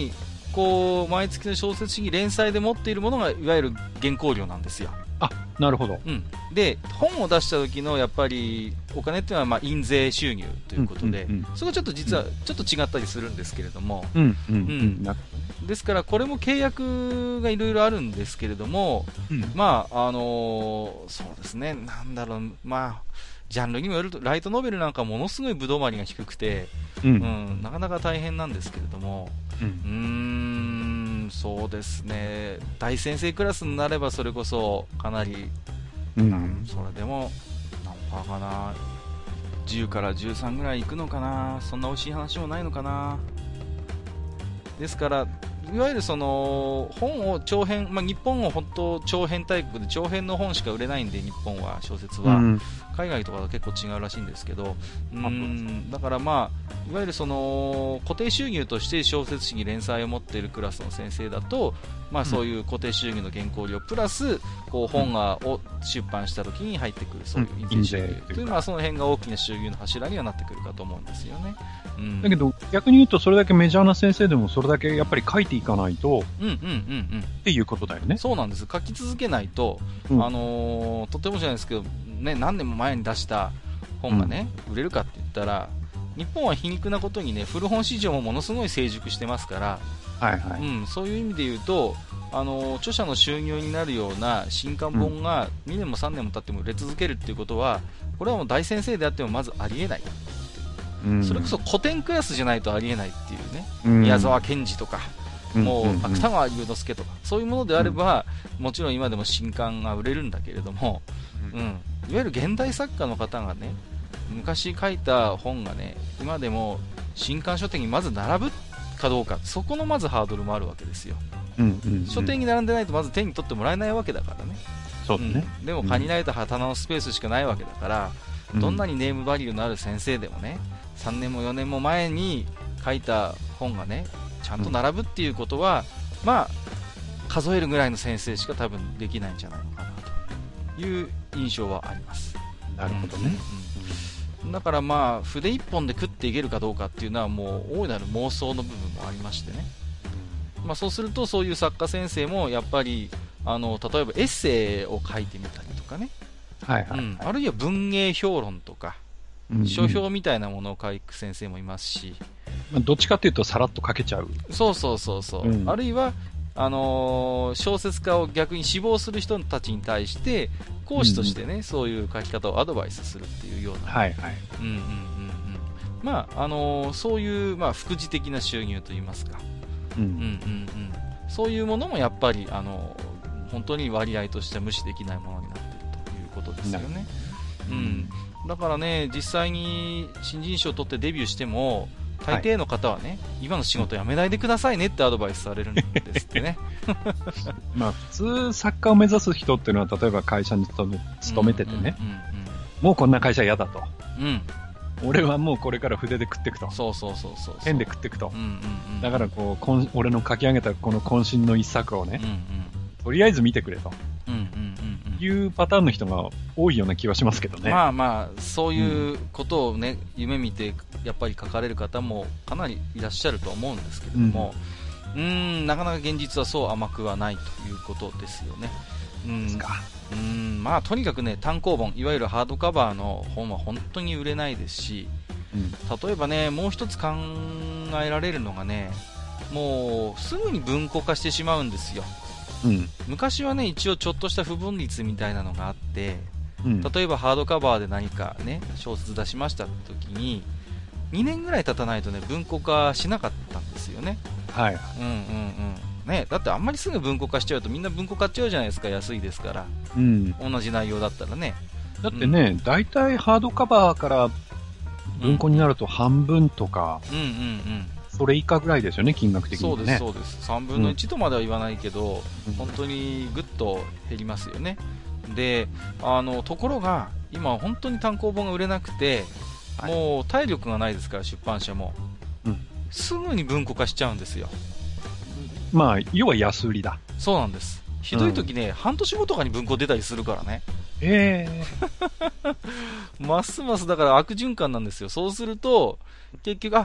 こう毎月の小説主義連載で持っているものがいわゆる原稿料なんですよ。 あ、なるほど。 うん、で本を出した時のやっぱりお金っていうのはまあ印税収入ということで、うんうんうん、それがちょっと実はちょっと違ったりするんですけれども、うんうんうんうん、ですからこれも契約がいろいろあるんですけれども、うん、まああのー、そうですね、なんだろう、まあジャンルにもよるとライトノベルなんかものすごいぶどまりが低くて、うんうん、なかなか大変なんですけれども、うん、うーんそうですね、大先生クラスになればそれこそかなり、うん、それでも何パーかな、じゅうからじゅうさんぐらいいくのかな、そんな美味しい話もないのかな。ですからいわゆるその本を長編、まあ、日本は本当長編大国で長編の本しか売れないんで、日本は小説は、うん、海外とかは結構違うらしいんですけど、うーんだからまあいわゆるその固定収入として小説主義連載を持っているクラスの先生だと、まあ、そういう固定収入の原稿料プラスこう本がを出版した時に入ってくるそういう印税収入という、まあ、その辺が大きな収入の柱にはなってくるかと思うんですよね。うん、 だけど逆に言うとそれだけメジャーな先生でもそれだけやっぱり書いていかないと、うんうんうんうん、っていうことだよね。 そうなんです。書き続けないと、うん、あのー、とてもじゃないですけど、ね、何年も前に出した本がね、うん、売れるかって言ったら、日本は皮肉なことにね、古本市場もものすごい成熟してますから、はいはいうん、そういう意味で言うと、あのー、著者の収入になるような新刊本がにねんもさんねんも経っても売れ続けるっていうことは、これはもう大先生であってもまずありえない。うん、それこそ古典クラスじゃないとありえないっていうね、うん、宮沢賢治とか、もう芥川龍之介とかそういうものであれば、うん、もちろん今でも新刊が売れるんだけれども、うんうん、いわゆる現代作家の方がね昔書いた本がね今でも新刊書店にまず並ぶかどうか、そこのまずハードルもあるわけですよ、うんうんうん、書店に並んでないとまず手に取ってもらえないわけだからね。そうだね、うん、でも限られた棚のスペースしかないわけだから、うん、どんなにネームバリューのある先生でもねさんねんもよねんも前に書いた本がねちゃんと並ぶっていうことは、うん、まあ数えるぐらいの先生しか多分できないんじゃないのかなという印象はあります。 なるほどね、 うんうん、だからまあ筆一本で食っていけるかどうかっていうのはもう大いなる妄想の部分もありましてね、まあ、そうするとそういう作家先生もやっぱりあの例えばエッセイを書いてみたりとかね、はいはいはいうん、あるいは文芸評論とか書評みたいなものを書く先生もいますし、 まあ、どっちかというとさらっと書けちゃう。 そうそうそうそう、うん、あるいはあのー、小説家を逆に志望する人たちに対して講師としてね、うん、そういう書き方をアドバイスするっていうような、はいはいうんうんうんうん、まああのー、そういう、まあ、副次的な収入といいますか、うんうんうんうん、そういうものもやっぱり、あのー、本当に割合としては無視できないものになっているということですよね。うんだからね、実際に新人賞を取ってデビューしても大抵の方はね、はい、今の仕事辞めないでくださいねってアドバイスされるんですってねまあ普通作家を目指す人っていうのは例えば会社に勤め、勤めててね、うんうんうんうん、もうこんな会社嫌だと、うん、俺はもうこれから筆で食っていくと、そうそうそうそうペンで食っていくと、うんうんうん、だからこうこん俺の書き上げたこの渾身の一作をね、うんうん、とりあえず見てくれと、うんうんうんうん、いうパターンの人が多いような気はしますけどね。 まあまあそういうことをね、うん、夢見てやっぱり書かれる方もかなりいらっしゃると思うんですけれども、うん、うーんなかなか現実はそう甘くはないということですよね。うんですか。うーんまあとにかくね単行本いわゆるハードカバーの本は本当に売れないですし、うん、例えばねもう一つ考えられるのがねもうすぐに文庫化してしまうんですよ。うん、昔はね一応ちょっとした不分率みたいなのがあって、うん、例えばハードカバーで何かね小説出しましたって時ににねんぐらい経たないとね文庫化しなかったんですよね。はい。うんうんうんね、だってあんまりすぐ文庫化しちゃうとみんな文庫買っちゃうじゃないですか。安いですから、うん、同じ内容だったらね。 だってね、だいたいハードカバーから文庫になると半分とか、うんうんうんうんそれ以下ぐらいですよね、金額的にね。 そうです、そうです。さんぶんのいちとまでは言わないけど、うん、本当にぐっと減りますよね。で、あの、ところが、今本当に単行本が売れなくて、はい、もう体力がないですから、出版社も。うん、すぐに文庫化しちゃうんですよ。 まあ、要は安売りだ。 そうなんです。ひどい時ね、うん、半年後とかに文庫出たりするからね。 ええー。 ますますだから悪循環なんですよ。そうすると、結局、あ、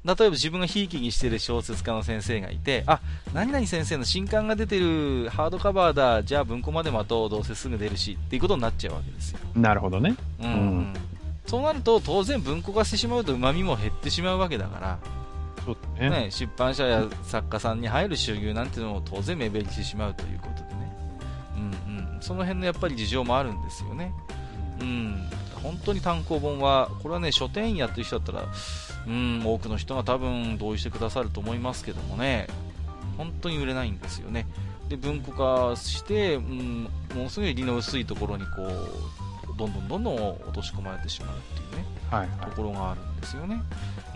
例えば自分がひいきにしている小説家の先生がいて、あ、何々先生の新刊が出てるハードカバーだ、じゃあ文庫まで待とう、どうせすぐ出るしっていうことになっちゃうわけですよ。 なるほどね。 うん、うん、そうなると当然文庫化してしまうと旨味も減ってしまうわけだから、 そうだね。 ね、出版社や作家さんに入る収入なんていうのも当然目減りしてしまうということでね、うんうん、その辺のやっぱり事情もあるんですよね。うん、本当に単行本はこれはね、書店員やってる人だったら、うん、多くの人が多分同意してくださると思いますけどもね、本当に売れないんですよね。で文庫化して、うん、ものすごい利の薄いところにこうどんどんどんどん落とし込まれてしまうっていうね、はいはい、ところがあるんですよね。うん、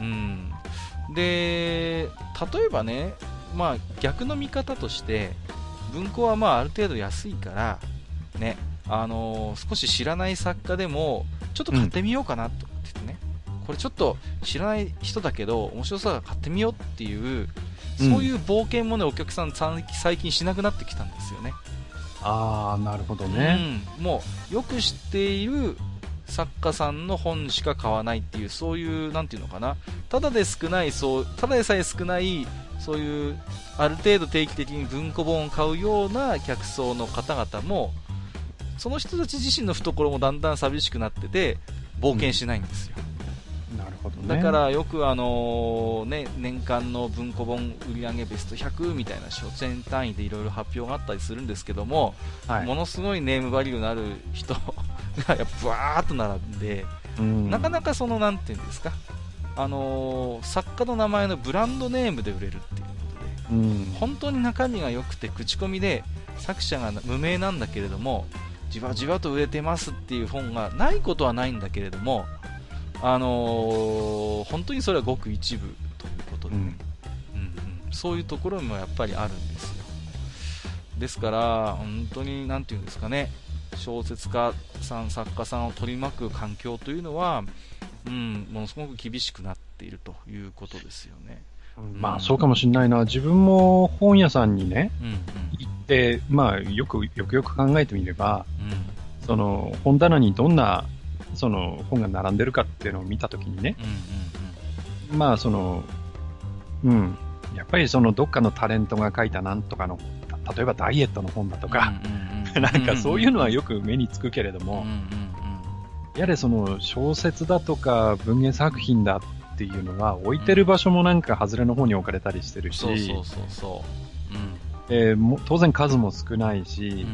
で例えばね、まあ、逆の見方として文庫はまあある程度安いからね、あのー、少し知らない作家でもちょっと買ってみようかなと思ってね、うん、これちょっと知らない人だけど面白さが買ってみようっていう、そういう冒険もね、お客さん最近しなくなってきたんですよね。 ああ、なるほどね、 うん、もうよく知っている作家さんの本しか買わないっていう、そういうなんていうのかな、ただで少ない、そうただでさえ少ないそういうある程度定期的に文庫本を買うような客層の方々も、その人たち自身の懐もだんだん寂しくなってて冒険しないんですよ、 うん、なるほどね。 だからよく、あのーね、年間の文庫本売上ベストひゃくみたいな書店単位でいろいろ発表があったりするんですけども、はい、ものすごいネームバリューのある人がやっぱブワーッと並んで、うん、なかなかそのなんていうんですか、あのー、作家の名前のブランドネームで売れるっていうことで、うん、本当に中身が良くて口コミで作者が無名なんだけれどもじわじわと売れてますっていう本がないことはないんだけれども、あのー、本当にそれはごく一部ということで、ね、うんうんうん、そういうところもやっぱりあるんですよ。ですから本当になんていうんですかね、小説家さん作家さんを取り巻く環境というのは、うん、ものすごく厳しくなっているということですよね。 うん、まあそうかもしれないな。自分も本屋さんにね、うんうん、行って、まあよくよくよく考えてみれば、うん、その本棚にどんなその本が並んでるかっていうのを見たときにね、うんうんうん、まあその、うん、やっぱりそのどっかのタレントが書いたなんとかの、例えばダイエットの本だとか、うんうんうん、なんかそういうのはよく目につくけれども、うんうんうん、やはりその小説だとか文芸作品だっていうのは置いてる場所もなんか外れの方に置かれたりしてるし、そうそうそうそう、うん、えー、も当然数も少ないし、うんうんうん、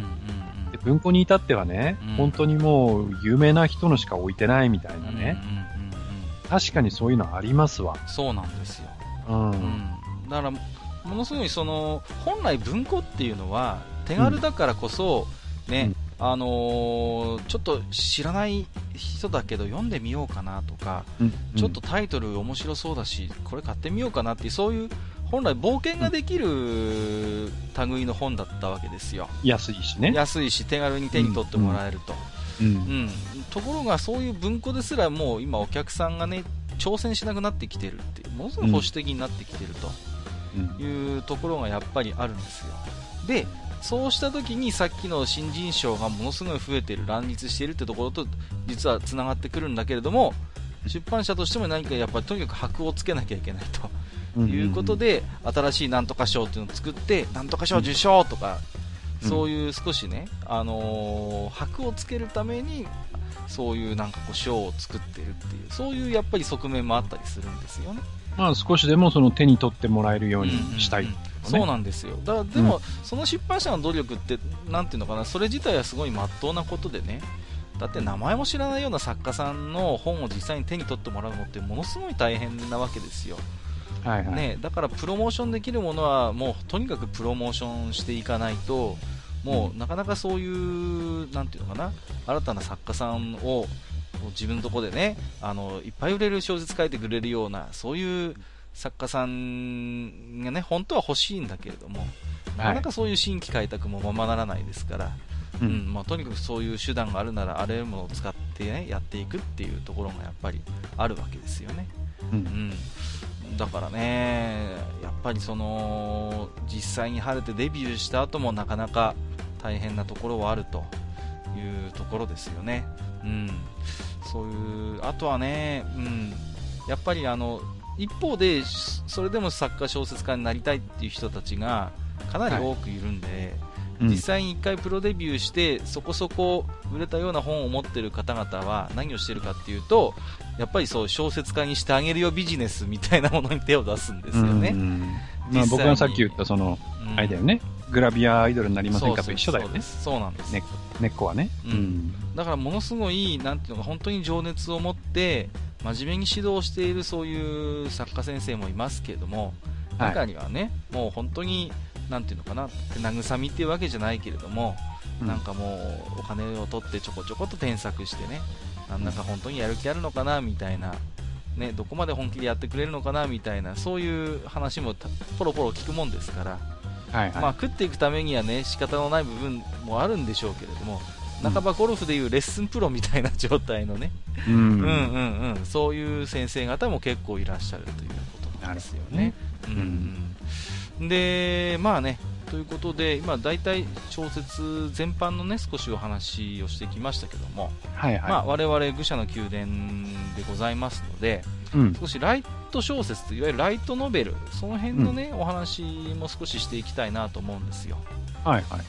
で文庫に至ってはね、うん、本当にもう有名な人のしか置いてないみたいなね、うんうんうんうん、確かにそういうのありますわ。 そうなんですよ、うんうん、だからものすごいその本来文庫っていうのは手軽だからこそ、うん、ね、うん、あのー、ちょっと知らない人だけど読んでみようかなとか、うんうん、ちょっとタイトル面白そうだしこれ買ってみようかなっていう、そういう本来冒険ができる類の本だったわけですよ。 安いしね、 安いし手軽に手に取ってもらえると、うんうんうん、ところがそういう文庫ですらもう今お客さんがね挑戦しなくなってきてるっていう、ものすごい保守的になってきてるというところがやっぱりあるんですよ。でそうした時にさっきの新人賞がものすごい増えている、乱立しているってところと実はつながってくるんだけれども、出版社としても何かやっぱりとにかく箔をつけなきゃいけないということで、うんうん、新しいなんとか賞っていうのを作ってなんとか賞受賞とか、うん、そういう少しね、あのー、箔をつけるためにそういうなんかこう賞を作っているっていう、そういうやっぱり側面もあったりするんですよね。 まあ少しでもその手に取ってもらえるようにしたい、うんうんうん、 そうなんですよ。だからでも、うん、その出版社の努力ってなんていうのかな、それ自体はすごい真っ当なことでね、だって名前も知らないような作家さんの本を実際に手に取ってもらうのってものすごい大変なわけですよ、はいはいね、だからプロモーションできるものはもうとにかくプロモーションしていかないと、もうなかなかそういうなんていうのかな、新たな作家さんを自分のところでね、あのいっぱい売れる小説書いてくれるようなそういう作家さんがね本当は欲しいんだけれども、なかなかそういう新規開拓もままならないですから、うんうんまあ、とにかくそういう手段があるならあらゆるものを使って、ね、やっていくっていうところがやっぱりあるわけですよね、うんうん、だからねやっぱりその実際に晴れてデビューした後もなかなか大変なところはあるというところですよね、うん、そういうあとはね、うん、やっぱりあの一方でそれでも作家小説家になりたいっていう人たちがかなり多くいるんで、はい、実際に一回プロデビューしてそこそこ売れたような本を持っている方々は何をしているかっていうと、やっぱりそう小説家にしてあげるよビジネスみたいなものに手を出すんですよね。 まあ、僕がさっき言ったその、うん、あれだよね、グラビアアイドルになりませんかと一緒だよね。 そうなんです。 ね、根っこはね、 うんうん、だからものすごいなんていうのか本当に情熱を持って真面目に指導しているそういう作家先生もいますけれども、中にはね、はい、もう本当になんていうのかな、手慰みっていうわけじゃないけれども、うん、なんかもうお金を取ってちょこちょこと添削してね、なんだか本当にやる気あるのかなみたいな、ね、どこまで本気でやってくれるのかなみたいな、そういう話もポロポロ聞くもんですから、はいはい、まあ、食っていくためにはね仕方のない部分もあるんでしょうけれども、うん、半ばゴルフでいうレッスンプロみたいな状態のね、うん、うんうんうん、そういう先生方も結構いらっしゃるということなんですよね。うんうん、でまあねということで今だいたい小説全般のね少しお話をしてきましたけども、はいはい、まあ、我々愚者の宮殿でございますので、うん、少しライト小説といわゆるライトノベル、その辺のね、うん、お話も少ししていきたいなと思うんですよ。はいはい、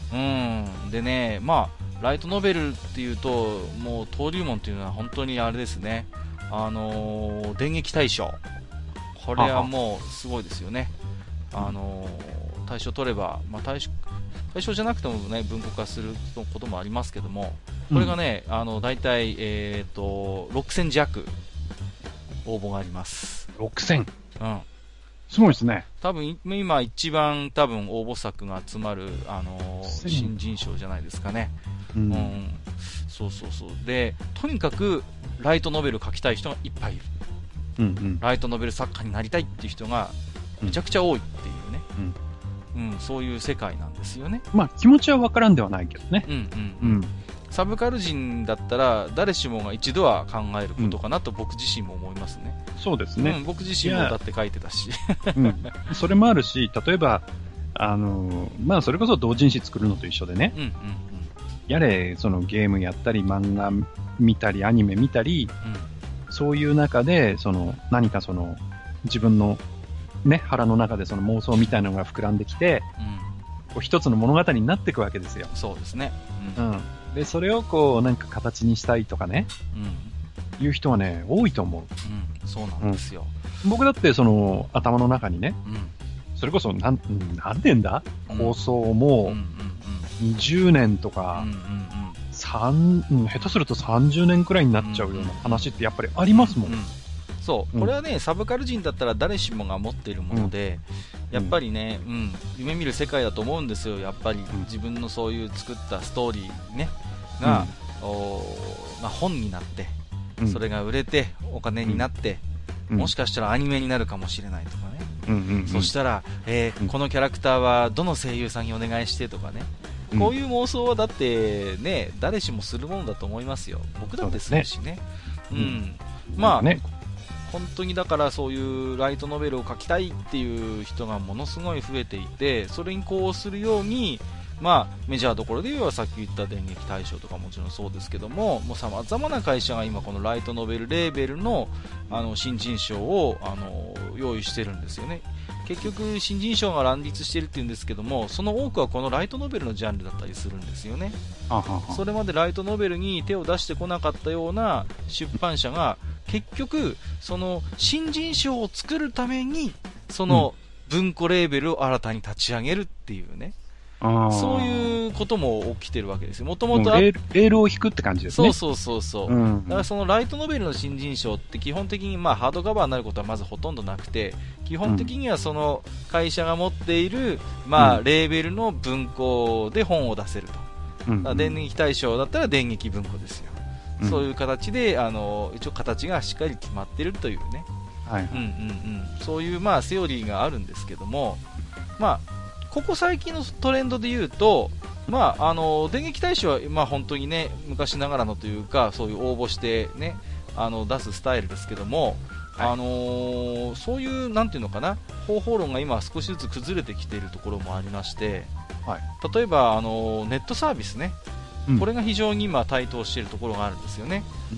うんでね、まあライトノベルっていうともう登竜門っていうのは本当にあれですね、あのー、電撃大賞、これはもうすごいですよね。あのー、大賞取れば、まあ、大賞、大賞じゃなくても、ね、文庫化することもありますけども、これがね、うん、あの大体、えー、とろくせん弱応募があります。 ろくせん、 うん、 すごいですね。 多分今一番多分応募作が集まる、あのー、新人賞じゃないですかね。うんうん、そうそうそう。でとにかくライトノベル書きたい人がいっぱいいる、うんうん、ライトノベル作家になりたいっていう人がめちゃくちゃ多いっていうね、うんうん、そういう世界なんですよね。 まあ気持ちは分からんではないけどね、うんうんうん、サブカル人だったら誰しもが一度は考えることかなと僕自身も思いますね。 うん、そうですね、 うん、僕自身もだって書いてたし、 うん、それもあるし、例えばあの、まあ、それこそ同人誌作るのと一緒でね、うんうんうん、やれそのゲームやったり漫画見たりアニメ見たり、うん、そういう中でその何かその自分のね、腹の中でその妄想みたいなのが膨らんできて、うん、こう一つの物語になっていくわけですよ。 そうですね、 うんうん、でそれをこうなんか形にしたいとかね、うん、いう人はね多いと思う、 うん、そうなんですよ、 うん、僕だってその頭の中にね、うん、それこそなん何年だ、うん、構想もにじゅうねんとか、うんうんうん、下手するとさんじゅうねんくらいになっちゃうような話ってやっぱりありますもん、うんうんうん、 そう、これはね、サブカル人だったら誰しもが持っているもので、うん、やっぱりね、うん、夢見る世界だと思うんですよ。やっぱり自分のそういう作ったストーリー、ね、が、うん、おまあ、本になって、うん、それが売れてお金になって、うん、もしかしたらアニメになるかもしれないとかね、うんうんうん、そしたら、えー、このキャラクターはどの声優さんにお願いしてとかね、うん、こういう妄想はだってね誰しもするものだと思いますよ。僕だってするしね。うん、まあね、本当にだからそういうライトノベルを書きたいっていう人がものすごい増えていて、それにこうするように、まあ、メジャーどころで言えばさっき言った電撃大賞とかもちろんそうですけども、もう様々な会社が今このライトノベルレーベルの、あの新人賞をあの用意してるんですよね。結局新人賞が乱立しているっていうんですけども、その多くはこのライトノベルのジャンルだったりするんですよね。あはは、それまでライトノベルに手を出してこなかったような出版社が結局その新人賞を作るためにその文庫レーベルを新たに立ち上げるっていうね、あ、そういうことも起きてるわけですよ。もともとレールを引くって感じですね。 そうそうそうそう、うん、だからそのライトノベルの新人賞って基本的にまあハードカバーになることはまずほとんどなくて、基本的にはその会社が持っているまあレーベルの文庫で本を出せると、うん、だから電撃大賞だったら電撃文庫ですよ、うん、そういう形であの一応形がしっかり決まっているというね、はいはい、うんうんうん、そういうまあセオリーがあるんですけども、まあここ最近のトレンドで言うと、まあ、あの電撃大賞は、まあ、本当にね昔ながらのというかそういう応募して、ね、あの出すスタイルですけども、はい、あのー、そういうなんていうのかな、方法論が今少しずつ崩れてきているところもありまして、はい、例えば、あのネットサービスね、 うん、これが非常に今台頭しているところがあるんですよね、うん、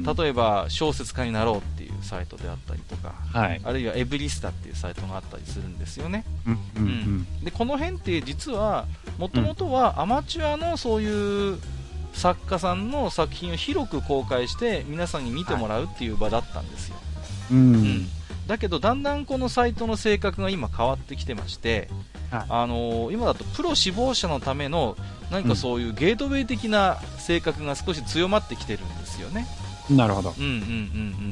例えば小説家になろうっていうサイトであったりとか、はい、あるいはエブリスタっていうサイトがあったりするんですよね、うんうんうん、でこの辺って実はもともとはアマチュアのそういう作家さんの作品を広く公開して皆さんに見てもらうっていう場だったんですよ、はい、うんうん、だけどだんだんこのサイトの性格が今変わってきてまして、はい、あのー、今だとプロ志望者のための何かそういうゲートウェイ的な性格が少し強まってきてるんですよね。 なるほど。 うんうんうんうん。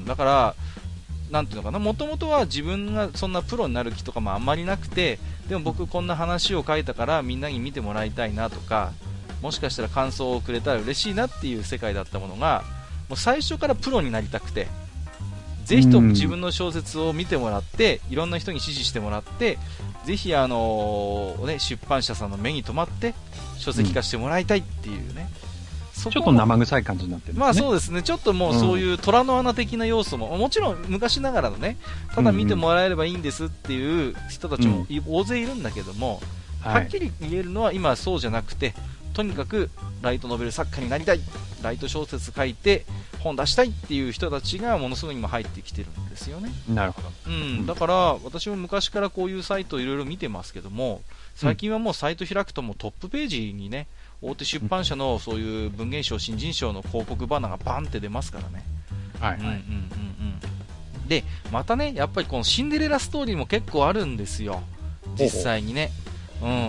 だからなんていうのかな、もともとは自分がそんなプロになる気とかもあんまりなくて、でも僕こんな話を書いたからみんなに見てもらいたいなとか、もしかしたら感想をくれたら嬉しいなっていう世界だったものが、もう最初からプロになりたくて、ぜひとも自分の小説を見てもらって、いろんな人に支持してもらって、ぜひあのーね、出版社さんの目に留まって書籍化してもらいたいっていうね、 うん、そこちょっと生臭い感じになってるんですね。 まあそうですね、ちょっともうそういう虎の穴的な要素も、もちろん昔ながらのね、ただ見てもらえればいいんですっていう人たちも大勢いるんだけども、うん、はっきり言えるのは今そうじゃなくて、とにかくライトノベル作家になりたい、ライト小説書いて本出したいっていう人たちがものすごい今入ってきてるんですよね。 なるほど、 うん、だから私も昔からこういうサイトをいろいろ見てますけども、最近はもうサイト開くともうトップページにね、大手出版社のそういう文芸賞新人賞の広告バナーがバンって出ますからね。はいはい、うんうんうんうん、でまたね、やっぱりこのシンデレラストーリーも結構あるんですよ、実際にね。うんうんうん、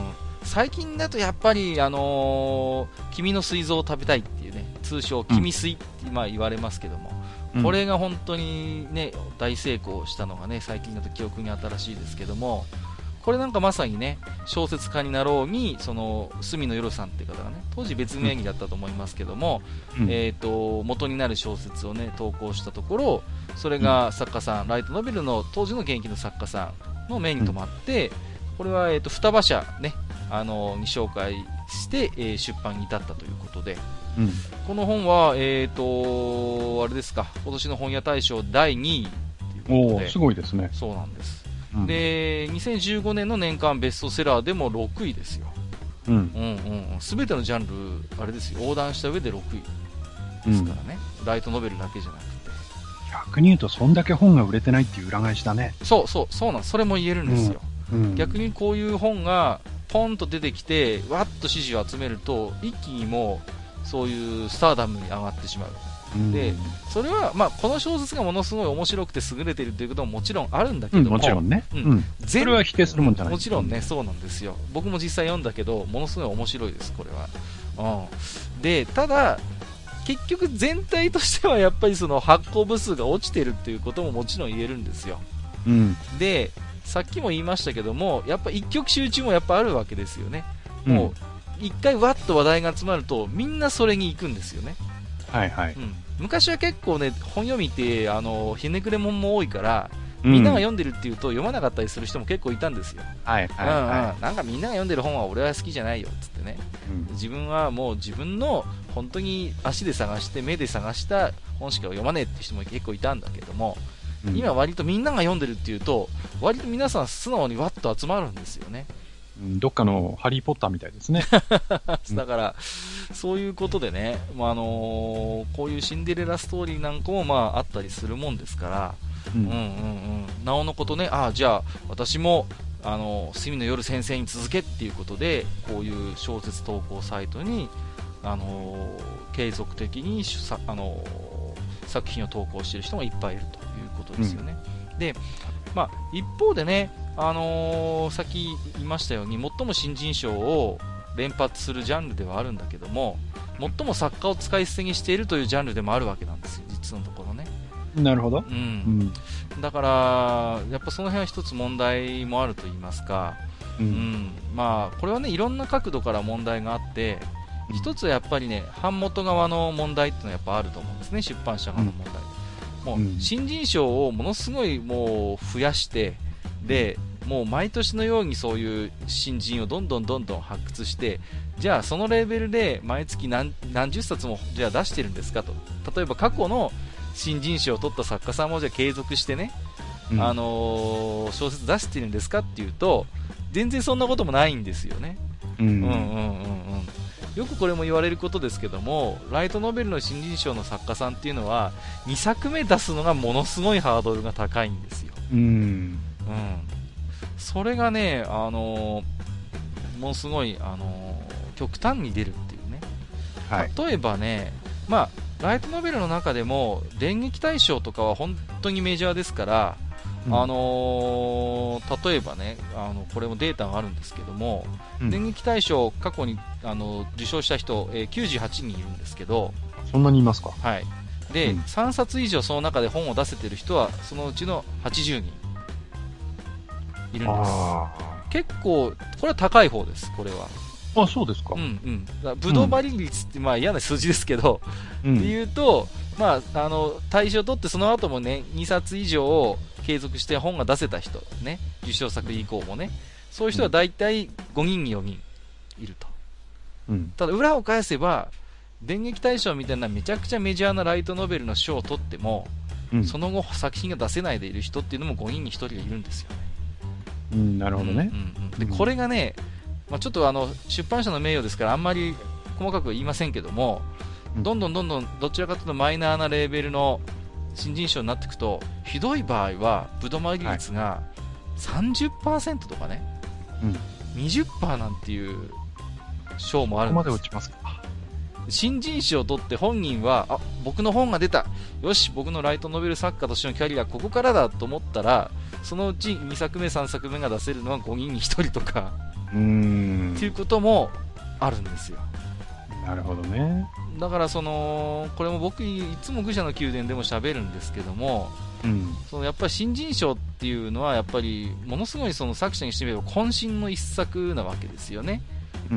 最近だとやっぱり、あのー、君の膵臓を食べたいっていうね、通称君膵って今言われますけども、うん、これが本当にね大成功したのがね、最近だと記憶に新しいですけども、これなんかまさにね、小説家になろうに、その隅野夜さんっていう方がね、当時別名義だったと思いますけども、うん、えーと元になる小説をね投稿したところ、それが作家さん、ライトノベルの当時の現役の作家さんの目に留まって、これはえーと双葉社ね、あのに紹介して、えー、出版に至ったということで、うん、この本は、えーとあれですか、今年の本屋大賞だいにいということで、 おすごいですね。 そうなんです、うん、でにせんじゅうごねんの年間ベストセラーでもろくいですよ、うんうんうん、全てのジャンルあれですよ、横断した上でろくいですからね、うん、ライトノベルだけじゃなくて、 逆に言うとそんだけ本が売れてないっていう裏返しだね。 そうそうそうなん、それも言えるんですよ、うんうん、逆にこういう本がポンと出てきてわっと支持を集めると一気にもうそういうスターダムに上がってしまう、うん、でそれは、まあ、この小説がものすごい面白くて優れているということももちろんあるんだけども、うん、 もちろんね、うん、それは否定するもんじゃない、 もちろんね、そうなんですよ。僕も実際読んだけどものすごい面白いです、これは、うん、でただ結局全体としてはやっぱりその発行部数が落ちてるっていうことももちろん言えるんですよ、うん、でさっきも言いましたけども、やっぱ一極集中もやっぱあるわけですよね。もう一回わっと話題が集まるとみんなそれに行くんですよね。はいはい、うん、昔は結構ね、本読みってあのひねくれもんも多いから、みんなが読んでるっていうと読まなかったりする人も結構いたんですよ。はいはいはい、うんうん、なんかみんなが読んでる本は俺は好きじゃないよっつってね、うん、自分はもう自分の本当に足で探して目で探した本しか読まねえって人も結構いたんだけども、うん、今割とみんなが読んでるっていうと割と皆さん素直にわっと集まるんですよね。 どっかのハリーポッターみたいですねだからそういうことでね、まああのー、こういうシンデレラストーリーなんかもまああったりするもんですから、うん、うんうんうんなおのことね、ああじゃあ私もあの隅野夜先生に続けっていうことでこういう小説投稿サイトに、あのー、継続的にさ、あのー、作品を投稿している人がいっぱいいるということですよね、うん、で、まあ、一方でね、あのー、さっき言いましたように最も新人賞を連発するジャンルではあるんだけども、最も作家を使い捨てにしているというジャンルでもあるわけなんですよ、実のところね。 なるほど、うんうん、だからやっぱその辺は一つ問題もあると言いますか、うんうん、まあこれはねいろんな角度から問題があって、うん、一つはやっぱりね版元側の問題っていうのはやっぱあると思うんですね、出版社側の問題、うん、もう新人賞をものすごいもう増やしてでもう毎年のようにそういう新人をどんどんどんどん発掘して、じゃあそのレベルで毎月 何, 何十冊もじゃあ出してるんですかと、例えば過去の新人賞を取った作家さんもじゃあ継続してね、うん、あのー、小説出してるんですかっていうと全然そんなこともないんですよね、うんうんうんうん、 よくこれも言われることですけども、ライトノベルの新人賞の作家さんっていうのはにさくめ出すのがものすごいハードルが高いんですよ。 うん、うん、 それがね、あのー、ものすごい、あのー、極端に出るっていうね、はい、例えばね、まあ、ライトノベルの中でも電撃大賞とかは本当にメジャーですから、うん、あのー、例えばね、あのこれもデータがあるんですけども、うん、電撃大賞過去にあの受賞した人、えー、きゅうじゅうはちにんいるんですけど、 そんなにいますか。 はい。で、うん、さんさつ以上その中で本を出せてる人はそのうちのはちじゅうにんいるんです。結構これは高い方です。これは。 あ、そうですか。 うんうん。だブドウバリ率って、まあ嫌な数字ですけど、うん、っていうと、まあ、あの大賞取ってその後もねにさつ以上継続して本が出せた人ね、受賞作以降もね、そういう人はだいたいごにんによにんいると、うん、ただ裏を返せば電撃大賞みたいなめちゃくちゃメジャーなライトノベルの賞を取っても、うん、その後作品が出せないでいる人っていうのもごにんにひとりがいるんですよね。 うん、なるほどね。 うんうんうん、でこれがね、まあ、ちょっとあの出版社の名誉ですからあんまり細かくは言いませんけども、どんどんどんどんどちらかというとマイナーなレーベルの新人賞になっていくと、ひどい場合はブドマリ率が さんじゅっパーセント とかね、うん、にじゅっパーセント なんていう賞もあるんです。 ここまで落ちますか。 新人賞を取って本人は、あ、僕の本が出た、よし僕のライトノベル作家としてのキャリアここからだと思ったら、そのうちにさくめさんさくめが出せるのはごにんにひとりとかうーんっていうこともあるんですよ。 なるほどね。 だからそのこれも僕いつも愚者の宮殿でも喋るんですけども、うん、そのやっぱり新人賞っていうのはやっぱりものすごいその作者にしてみれば渾身の一作なわけですよね。うんうん、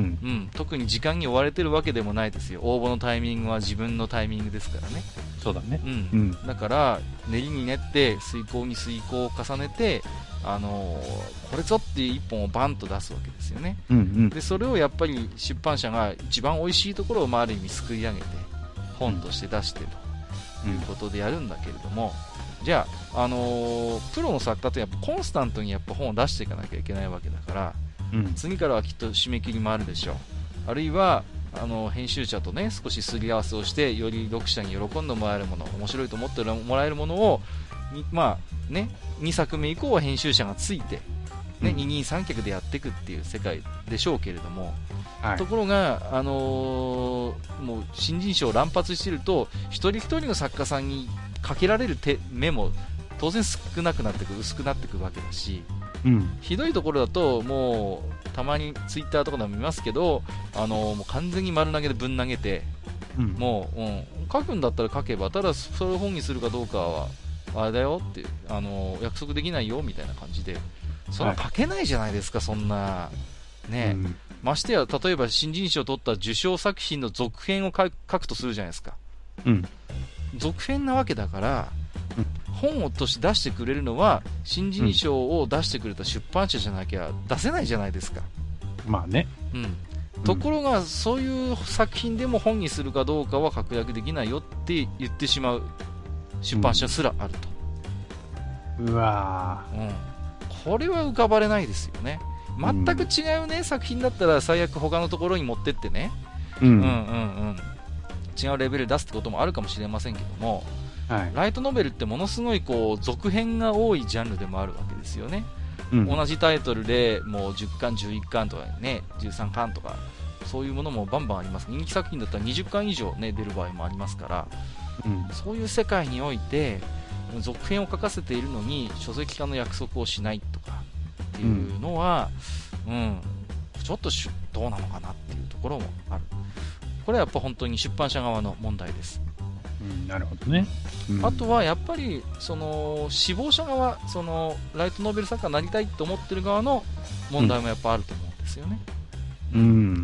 特に時間に追われてるわけでもないですよ。応募のタイミングは自分のタイミングですからね。 そうだね、 うんうん、だから練りに練って遂行に遂行を重ねて、あのー、これぞっていう一本をバンと出すわけですよね、うんうん、でそれをやっぱり出版社が一番おいしいところを、まあ、ある意味すくい上げて本として出してということでやるんだけれども、うん、じゃあ、あのー、プロの作家ってやっぱコンスタントにやっぱ本を出していかなきゃいけないわけだから、うん、次からはきっと締め切りもあるでしょう。あるいはあの編集者とね少しすり合わせをしてより読者に喜んでもらえるもの、面白いと思ってもらえるものをまあね、にさくめ以降は編集者がついて、ね、うん、二人三脚でやっていくっていう世界でしょうけれども、はい、ところが、あのー、もう新人賞を乱発していると一人一人の作家さんにかけられる手目も当然少なくなっていく、薄くなっていくわけだし、うん、ひどいところだともうたまにツイッターとかでも見ますけど、あのー、もう完全に丸投げでぶん投げて、うん、もう、うん、書くんだったら書けば、ただそれを本にするかどうかはあれだよって、あのー、約束できないよみたいな感じで、そんな書けないじゃないですか、はい、そんなね、うん、ましてや例えば新人賞を取った受賞作品の続編を書くとするじゃないですか、うん、続編なわけだから、うん、本をとして出してくれるのは新人賞を出してくれた出版社じゃなきゃ出せないじゃないですか。 まあね、 うん、ところが、うん、そういう作品でも本にするかどうかは確約できないよって言ってしまう出版社すらあると、 うん、うわー、 うん、これは浮かばれないですよね。全く違うね、うん、作品だったら最悪他のところに持ってってね、うんうんうんうん、違うレベルで出すってこともあるかもしれませんけども、はい、ライトノベルってものすごいこう続編が多いジャンルでもあるわけですよね、うん、同じタイトルでもうじゅっかんじゅういっかんとかねじゅうさんかんとかそういうものもバンバンあります。人気作品だったらにじゅっかん以上、ね、出る場合もありますから、うん、そういう世界において続編を書かせているのに書籍化の約束をしないとかっていうのは、うんうん、ちょっとどうなのかなっていうところもある。これはやっぱ本当に出版社側の問題です、 うん、なるほどね、うん、 あとはやっぱりその志望者側、そのライトノベル作家になりたいと思ってる側の問題もやっぱあると思うんですよね、うん、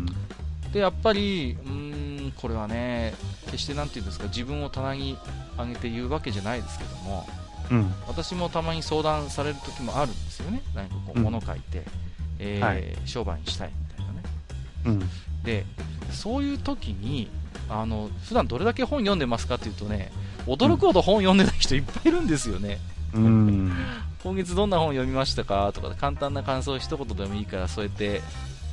でやっぱりうーんこれはね決してなんていうんですか、自分を棚に上げて言うわけじゃないですけども、うん、私もたまに相談される時もあるんですよね。何かこう物書いて、うん、えーはい、商売にしたいみたいなね、うん、でそういう時にあの普段どれだけ本読んでますかっていうとね、驚くほど本読んでない人いっぱいいるんですよね、うん、今月どんな本読みましたかとか簡単な感想を一言でもいいから添えて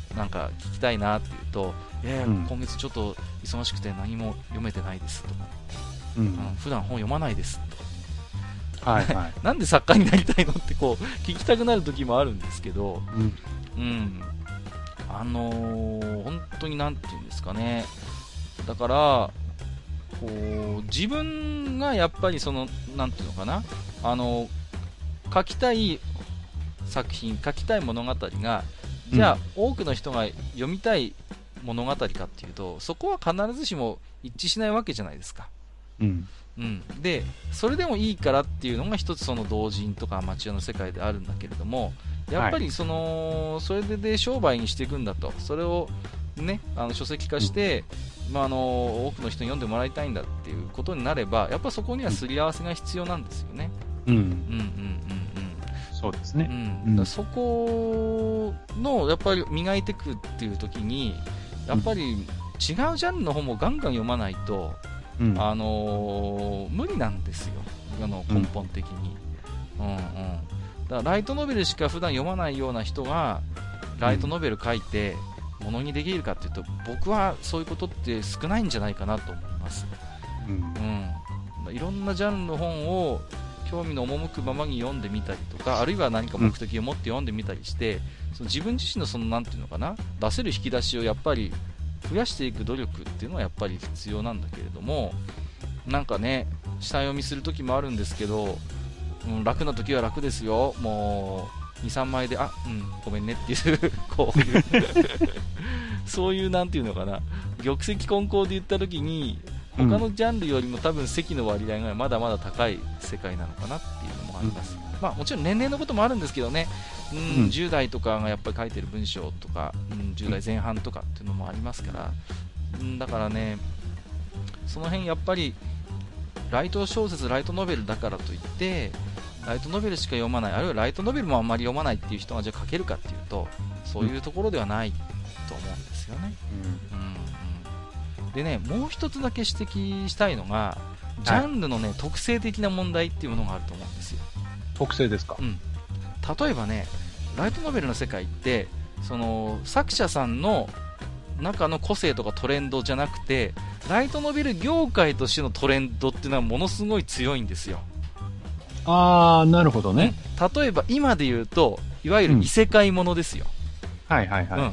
なんか聞きたいなって言うと、いやいや、 うん、 今月ちょっと忙しくて何も読めてないですとか、 うん、 うん、普段本読まないですと、はいはい、 なんで作家になりたいのってこう聞きたくなる時もあるんですけど、うん、うん、あのー、本当になんていうんですかね、だからこう自分がやっぱりそのなんていうのかな、あの書きたい作品、書きたい物語がじゃあ、うん、多くの人が読みたい物語かっていうと、そこは必ずしも一致しないわけじゃないですか、 うんうん、でそれでもいいからっていうのが一つその同人とかアマチュアの世界であるんだけれども、やっぱりその、はい、それで、で商売にしていくんだと、それを、ね、あの書籍化して、うん、まあ、あの多くの人に読んでもらいたいんだっていうことになれば、やっぱそこにはすり合わせが必要なんですよね。 うんうんうんうんそうですね、 うん、だそこのやっぱり磨いていくっていう時にやっぱり違うジャンルの本もガンガン読まないと、うん、あのー、無理なんですよ、あの根本的に、うんうんうん、だからライトノベルしか普段読まないような人がライトノベル書いてものにできるかっていうと、僕はそういうことって少ないんじゃないかなと思います、うんうん、いろんなジャンルの本を興味の赴くままに読んでみたりとか、あるいは何か目的を持って読んでみたりして、うん、その自分自身のそのなんていうのかな、出せる引き出しをやっぱり増やしていく努力っていうのはやっぱり必要なんだけれども、なんかね下読みする時もあるんですけど、うん、楽な時は楽ですよ、もう にさんまいであうんごめんねっていうこういうそういうなんていうのかな、玉石混交で言った時に他のジャンルよりも多分席の割合がまだまだ高い世界なのかなっていうのもあります、うん、まあ、もちろん年齢のこともあるんですけどね、うん、うん、じゅう代とかがやっぱり書いてる文章とか、うん、じゅう代前半とかっていうのもありますから、うん、だからねその辺やっぱりライト小説、ライトノベルだからといってライトノベルしか読まない、あるいはライトノベルもあんまり読まないっていう人がじゃあ書けるかっていうとそういうところではないと思うんですよね、うんうんでね、もう一つだけ指摘したいのがジャンルの、ね、はい、特性的な問題っていうものがあると思うんですよ。 特性ですか、 うん、例えばねライトノベルの世界ってその作者さんの中の個性とかトレンドじゃなくてライトノベル業界としてのトレンドっていうのはものすごい強いんですよ。 あーなるほどね、 うん、例えば今で言うといわゆる異世界ものですよ、 うん、はいはいはい、うん、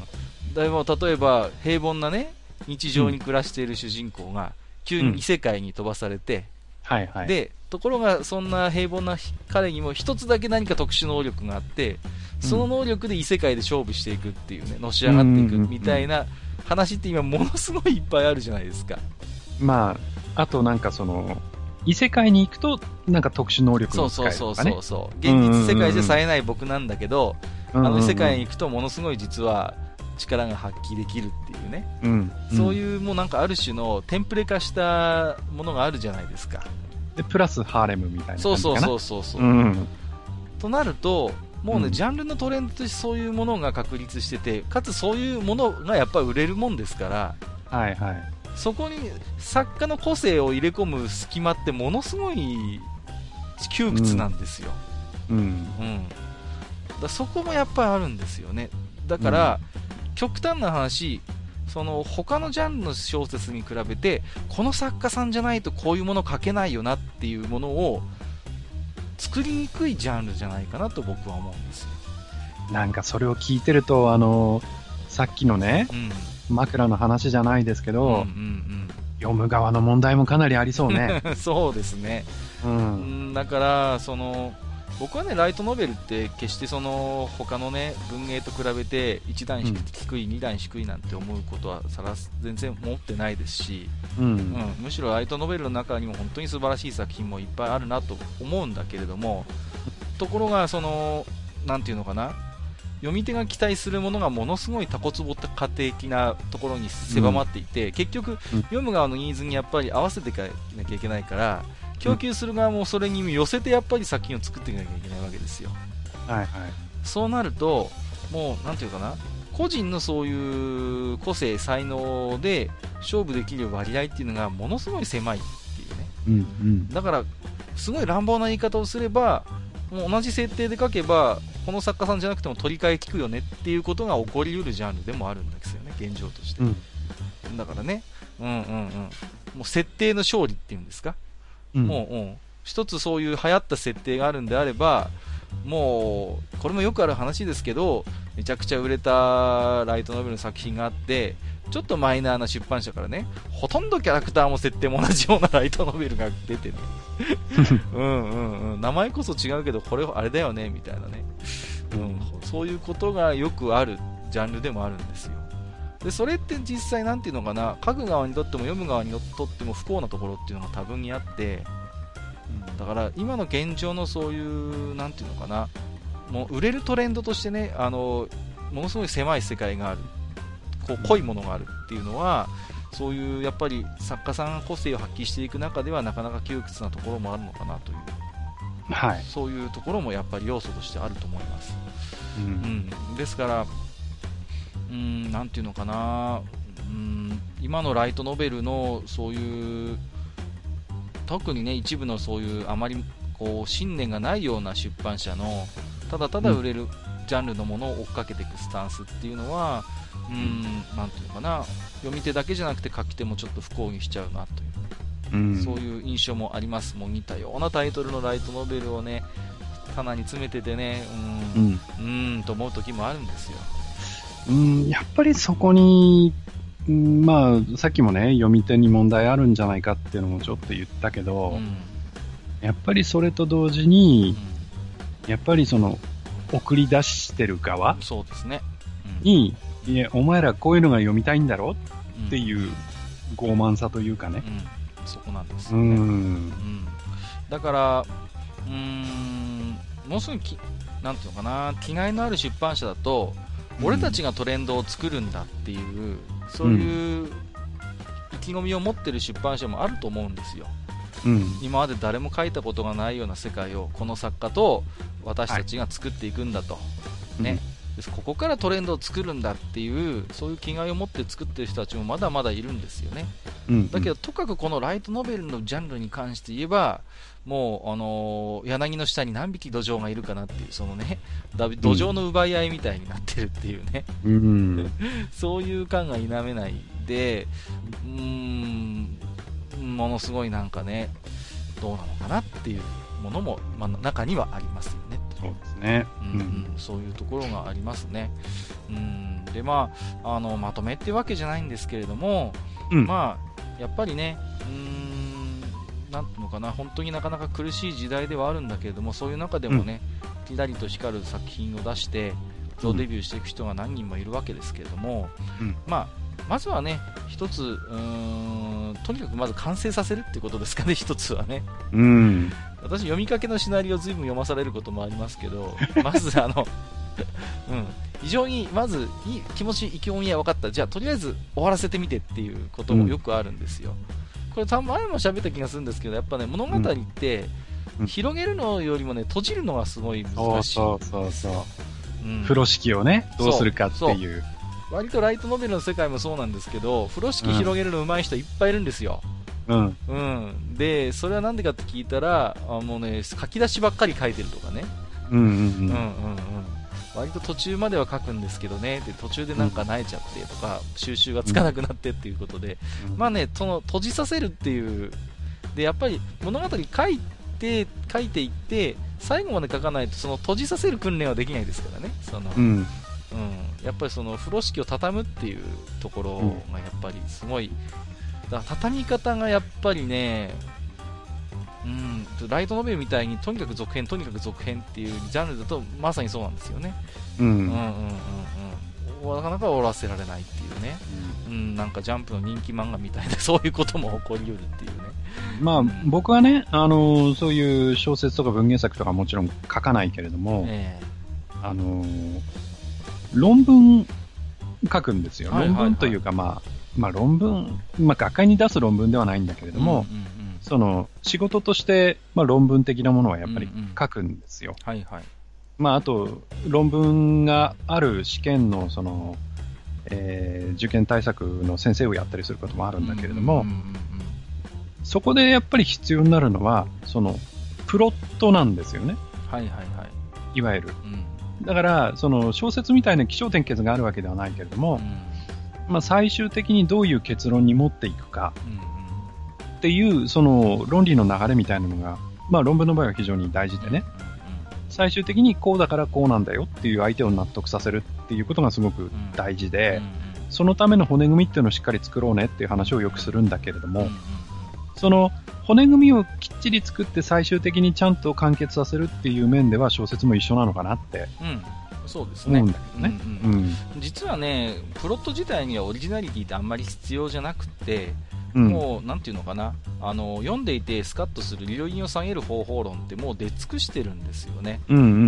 でも例えば平凡なね日常に暮らしている主人公が急に異世界に飛ばされて、うんはいはい、 でところがそんな平凡な彼にも一つだけ何か特殊能力があってその能力で異世界で勝負していくっていうね、のし上がっていくみたいな話って今ものすごいいっぱいあるじゃないですか。 まああとなんかその異世界に行くとなんか特殊能力が使えるとかね、 そうそうそうそう現実世界じゃ冴えない僕なんだけど、あの異世界に行くとものすごい実は力が発揮できるっていうね、うんうん、そういうもうなんかある種のテンプレ化したものがあるじゃないですか。 でプラスハーレムみたいな感じかな。 そうそうそうそう、うん、となるともうね、うん、ジャンルのトレンドとしてそういうものが確立しててかつそういうものがやっぱり売れるもんですから、 はいはい、 そこに作家の個性を入れ込む隙間ってものすごい窮屈なんですよ、うんうんうん、だそこもやっぱりあるんですよね。だから、うん、極端な話その他のジャンルの小説に比べてこの作家さんじゃないとこういうもの書けないよなっていうものを作りにくいジャンルじゃないかなと僕は思うんですよ。 なんかそれを聞いてるとあのさっきのね、うん、枕の話じゃないですけど、うんうんうん、読む側の問題もかなりありそうねそうですね、うん、だからその僕はねライトノベルって決してその他のね文芸と比べていち段低い、うん、に段低いなんて思うことはさら全然思ってないですし、うんうん、むしろライトノベルの中にも本当に素晴らしい作品もいっぱいあるなと思うんだけれども、ところがそのなんていうのかな、読み手が期待するものがものすごいタコツボ家的なところに狭まっていて、うん、結局、うん、読む側のニーズにやっぱり合わせていかなきゃいけないから供給する側もそれに寄せてやっぱり作品を作っていかなきゃいけないわけですよ。 はいはい、そうなるともうなんていうかな、個人のそういう個性才能で勝負できる割合っていうのがものすごい狭いっていうね、うんうん、だからすごい乱暴な言い方をすればもう同じ設定で書けばこの作家さんじゃなくても取り替え聞くよねっていうことが起こりうるジャンルでもあるんですよね、現状として、うん、だからね、うんうんうん、もう設定の勝利っていうんですか、うん、もう、うん、一つそういう流行った設定があるんであれば、もうこれもよくある話ですけど、めちゃくちゃ売れたライトノベルの作品があって、ちょっとマイナーな出版社からね、ほとんどキャラクターも設定も同じようなライトノベルが出てねうんうんうん、名前こそ違うけどこれあれだよねみたいなね、うん、そういうことがよくあるジャンルでもあるんですよ。でそれって実際なんていうのかな、書く側にとっても読む側にとっても不幸なところっていうのが多分にあって、だから今の現状のそういうなんていうのかな、もう売れるトレンドとしてね、あのものすごい狭い世界がある、こう濃いものがあるっていうのは、そういうやっぱり作家さんが個性を発揮していく中ではなかなか窮屈なところもあるのかなという、はい、そういうところもやっぱり要素としてあると思います、うんうん、ですからうーんなんていうのかな、うーん今のライトノベルのそういう特にね一部のそういうあまりこう信念がないような出版社のただただ売れるジャンルのものを追っかけていくスタンスっていうのは、うーんなんていうのかな、読み手だけじゃなくて書き手もちょっと不幸にしちゃうなという、うん、そういう印象もあります。もう似たようなタイトルのライトノベルをね棚に詰めててね、うーん、うん、うーんと思う時もあるんですよ。 うん、やっぱりそこに、まあさっきもね読み手に問題あるんじゃないかっていうのもちょっと言ったけど、うん、やっぱりそれと同時に、うん、やっぱりその送り出してる側そうですね、 うん、にいやお前らこういうのが読みたいんだろっていう傲慢さというかね、 うん、そこなんですよね、うんうん、だからうーんもうすぐきなんていうのかな、気概のある出版社だと、うん、俺たちがトレンドを作るんだっていうそういう意気込みを持ってる出版社もあると思うんですよ、うん、今まで誰も書いたことがないような世界をこの作家と私たちが作っていくんだと、はい、ね、うん、ここからトレンドを作るんだっていうそういう気概を持って作ってる人たちもまだまだいるんですよね、うんうん、だけどとかくこのライトノベルのジャンルに関して言えばもう、あのー、柳の下に何匹土壌がいるかなっていうそのね土壌の奪い合いみたいになってるっていうね、うん、そういう感が否めないで、うーんものすごいなんかねどうなのかなっていうものも、まあ、中にはありますよね。 そうですね、 うんうん、そういうところがありますね。うんで、まあ、あのまとめってわけじゃないんですけれども、うん、まあ、やっぱりねうーんなんていうのかな、本当になかなか苦しい時代ではあるんだけれども、そういう中でもね、うん、キラリと光る作品を出してプロデビューしていく人が何人もいるわけですけれども、うん、まあまずはね一つうーんとにかくまず完成させるってことですかね、一つはね、うん、私読みかけのシナリオを随分読まされることもありますけどまずあの、うん、非常にまずいい気持ち意気込みは分かった、じゃあとりあえず終わらせてみてっていうこともよくあるんですよ、うん、これ多分前も喋った気がするんですけど、やっぱね物語って、うん、広げるのよりもね閉じるのがすごい難しい、 そうそうそうそう、うん、風呂敷をねどうするかっていう、 割とライトノベルの世界もそうなんですけど、風呂敷広げるの上手い人いっぱいいるんですよ、うんうん、でそれはなんでかって聞いたら、あもうね書き出しばっかり書いてるとかね、うんうんうんうんうんうん、割と途中までは書くんですけどね、で途中でなんか萎えちゃってとか、うん、収集がつかなくなってっていうことで、うん、まあねその閉じさせるっていうで、やっぱり物語書いて書いていって最後まで書かないとその閉じさせる訓練はできないですからね、その、うんうん、やっぱりその風呂敷を畳むっていうところがやっぱりすごい、だから畳み方がやっぱりね、うん、ライトノベルみたいにとにかく続編とにかく続編っていうジャンルだとまさにそうなんですよね、うんうんうんうんうん、なかなか終わらせられないっていうね、うん、うん、なんかジャンプの人気漫画みたいなそういうことも起こりうるっていうね、 まあ、うん、僕はね、あのそういう小説とか文芸作とかもちろん書かないけれども、えー、あの論文書くんですよ、はいはいはい、論文というか、まあまあ、論文、まあ、学会に出す論文ではないんだけれども、うんうんうん、その仕事として、まあ、論文的なものはやっぱり書くんですよ、うんうんはいはい、まあ、あと論文がある試験の、その、えー、受験対策の先生をやったりすることもあるんだけれども、うんうんうんうん、そこでやっぱり必要になるのはそのプロットなんですよね、はいはいはい、いわゆる、うんだから、その小説みたいな起承転結があるわけではないけれども、うん、まあ最終的にどういう結論に持っていくかっていう、その論理の流れみたいなのが、まあ論文の場合は非常に大事でね、最終的にこうだからこうなんだよっていう相手を納得させるっていうことがすごく大事で、そのための骨組みっていうのをしっかり作ろうねっていう話をよくするんだけれども、その骨組みをきっちり作って最終的にちゃんと完結させるっていう面では小説も一緒なのかなってそうですね。 思うんだけどね。 うんうんうん、実はね、プロット自体にはオリジナリティってあんまり必要じゃなくて、うん、もうなんていうのかな、あの読んでいてスカッとする理論を下げる方法論ってもう出尽くしてるんですよね。 うんうんうんうん、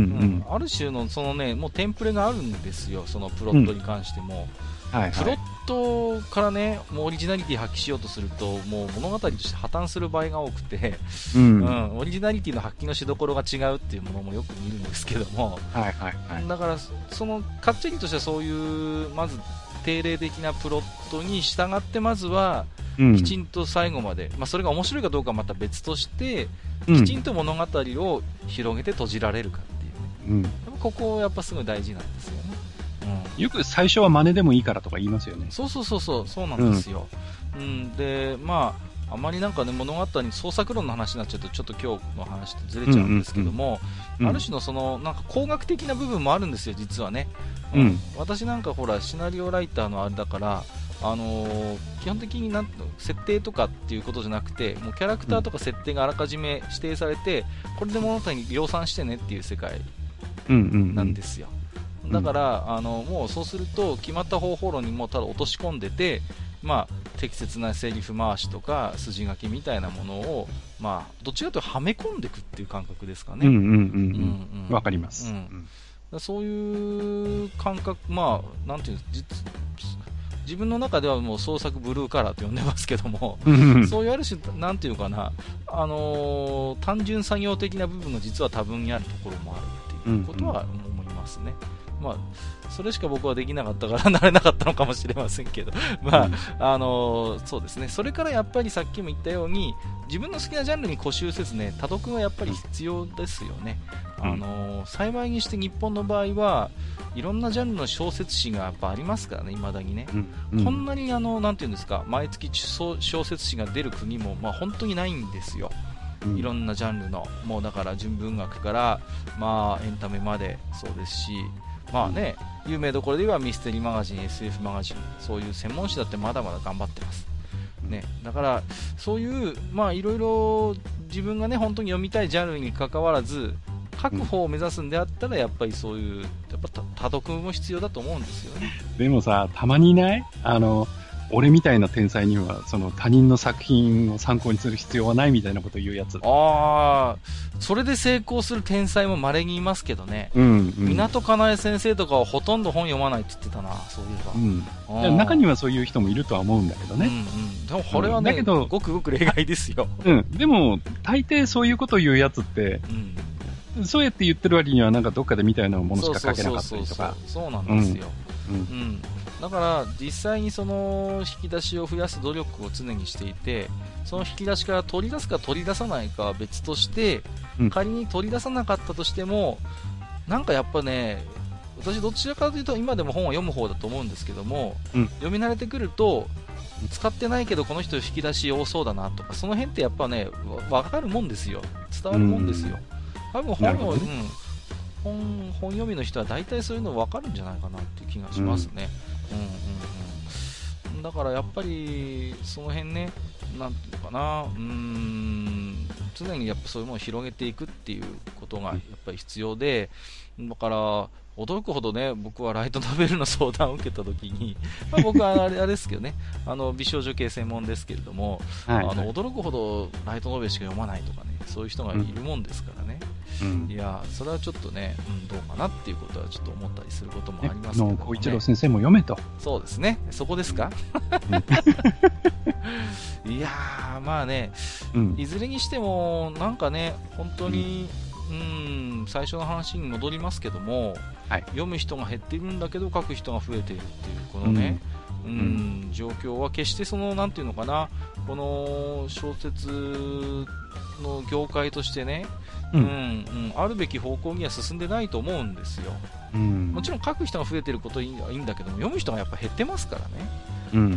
ある種のそのね、もうテンプレがあるんですよ、そのプロットに関しても。うんはいはい、プロットからね、もうオリジナリティ発揮しようとすると、もう物語として破綻する場合が多くて、うんうん、オリジナリティの発揮のしどころが違うっていうものもよく見るんですけども、 はいはいはい、 だからそのかっちりとしたそういうまず定例的なプロットに従ってまずはきちんと最後まで、うんまあ、それが面白いかどうかはまた別として、うん、きちんと物語を広げて閉じられるかっていうね、うん、ここやっぱすごい大事なんですよね。 よく最初は真似でもいいからとか言いますよね。 そうそうそうそう、そうなんですよ。うん、うん、で、まあ、あまりなんかね、物語に創作論の話になっちゃうと、ちょっと今日の話とずれちゃうんですけども、うんうんうん、ある種のその、なんか工学的な部分もあるんですよ、実はね。うん、私なんかほら、シナリオライターのあれだから、あのー、基本的になん設定とかっていうことじゃなくて、もうキャラクターとか設定があらかじめ指定されて、これで物語に量産してねっていう世界なんですよ。うんうんうんだから、あのもうそうすると決まった方法論にもただ落とし込んでて、まあ、適切なセリフ回しとか筋書きみたいなものを、まあ、どっちかというとはめ込んでいくっていう感覚ですかね。 うんうんうんうんうん、わかります、うんうん、そういう感覚、まあ、なんていう実自分の中ではもう創作ブルーカラーと呼んでますけどもそういうある種なんていうかな、あのー、単純作業的な部分が実は多分にあるところもあるっていうことは思いますね。まあ、それしか僕はできなかったからなれなかったのかもしれませんけどまあ、うん、あのー、そうですね。それからやっぱりさっきも言ったように自分の好きなジャンルに固執せずね、多読がやっぱり必要ですよね。うん、あのー、幸いにして日本の場合はいろんなジャンルの小説誌がやっぱありますからね、未だにね、うんうん、こんなにあのなんていうんですか、毎月小説誌が出る国も、まあ、本当にないんですよ。いろんなジャンルの、もうだから純文学から、まあ、エンタメまでそうですし、まあね、有名どころではミステリーマガジン、エスエフ マガジン、そういう専門誌だってまだまだ頑張ってます、ね、だからそういうまあいろいろ自分がね本当に読みたいジャンルに関わらず書く方を目指すんであったらやっぱりそういうやっぱ多読も必要だと思うんですよね。 でもさ、たまにいない？あの俺みたいな天才にはその他人の作品を参考にする必要はないみたいなことを言うやつ。 ああ、それで成功する天才も稀にいますけどね。うんうん、港かなえ先生とかはほとんど本読まないって言ってたな、そういえば。うん、中にはそういう人もいるとは思うんだけどね。うんうん、 でもこれはね、うん、だけどごくごく例外ですよ。 うん、でも大抵そういうことを言うやつって、うん、そうやって言ってる割にはなんかどっかで見たようなものしか書けなかったりとか。 そうなんですよ。うんうんうんだから実際にその引き出しを増やす努力を常にしていて、その引き出しから取り出すか取り出さないかは別として、うん、仮に取り出さなかったとしてもなんかやっぱね、私どちらかというと今でも本を読む方だと思うんですけども、うん、読み慣れてくると使ってないけどこの人引き出し多そうだなとか、その辺ってやっぱね分かるもんですよ、伝わるもんですよ。多分本を、ねうん、本, 本読みの人は大体そういうの分かるんじゃないかなっていう気がしますね。うんうんうん、だからやっぱりその辺ね、なんていうのかな、うーん常にやっぱそういうものを広げていくっていうことがやっぱり必要で、だから驚くほどね、僕はライトノベルの相談を受けたときに、まあ、僕はあれ、あれですけどね、あの美少女系専門ですけれども、はいはい、あの驚くほどライトノベルしか読まないとかね、そういう人がいるもんですからね、うん、いやそれはちょっとね、うん、どうかなっていうことはちょっと思ったりすることもありますけどもね。 小一郎先生も読めと。 そうですね、そこですか、うん、いやーまあね、うん、いずれにしてもなんかね本当に、うん、うん最初の話に戻りますけども、はい、読む人が減っているんだけど書く人が増えているっていうこのね、うんうん、状況は決してそのなんていうのかな、この小説の業界としてね、うんうんうん、あるべき方向には進んでないと思うんですよ。 うん、もちろん書く人が増えてることはいいんだけども、読む人がやっぱ減ってますからね。うん。うん、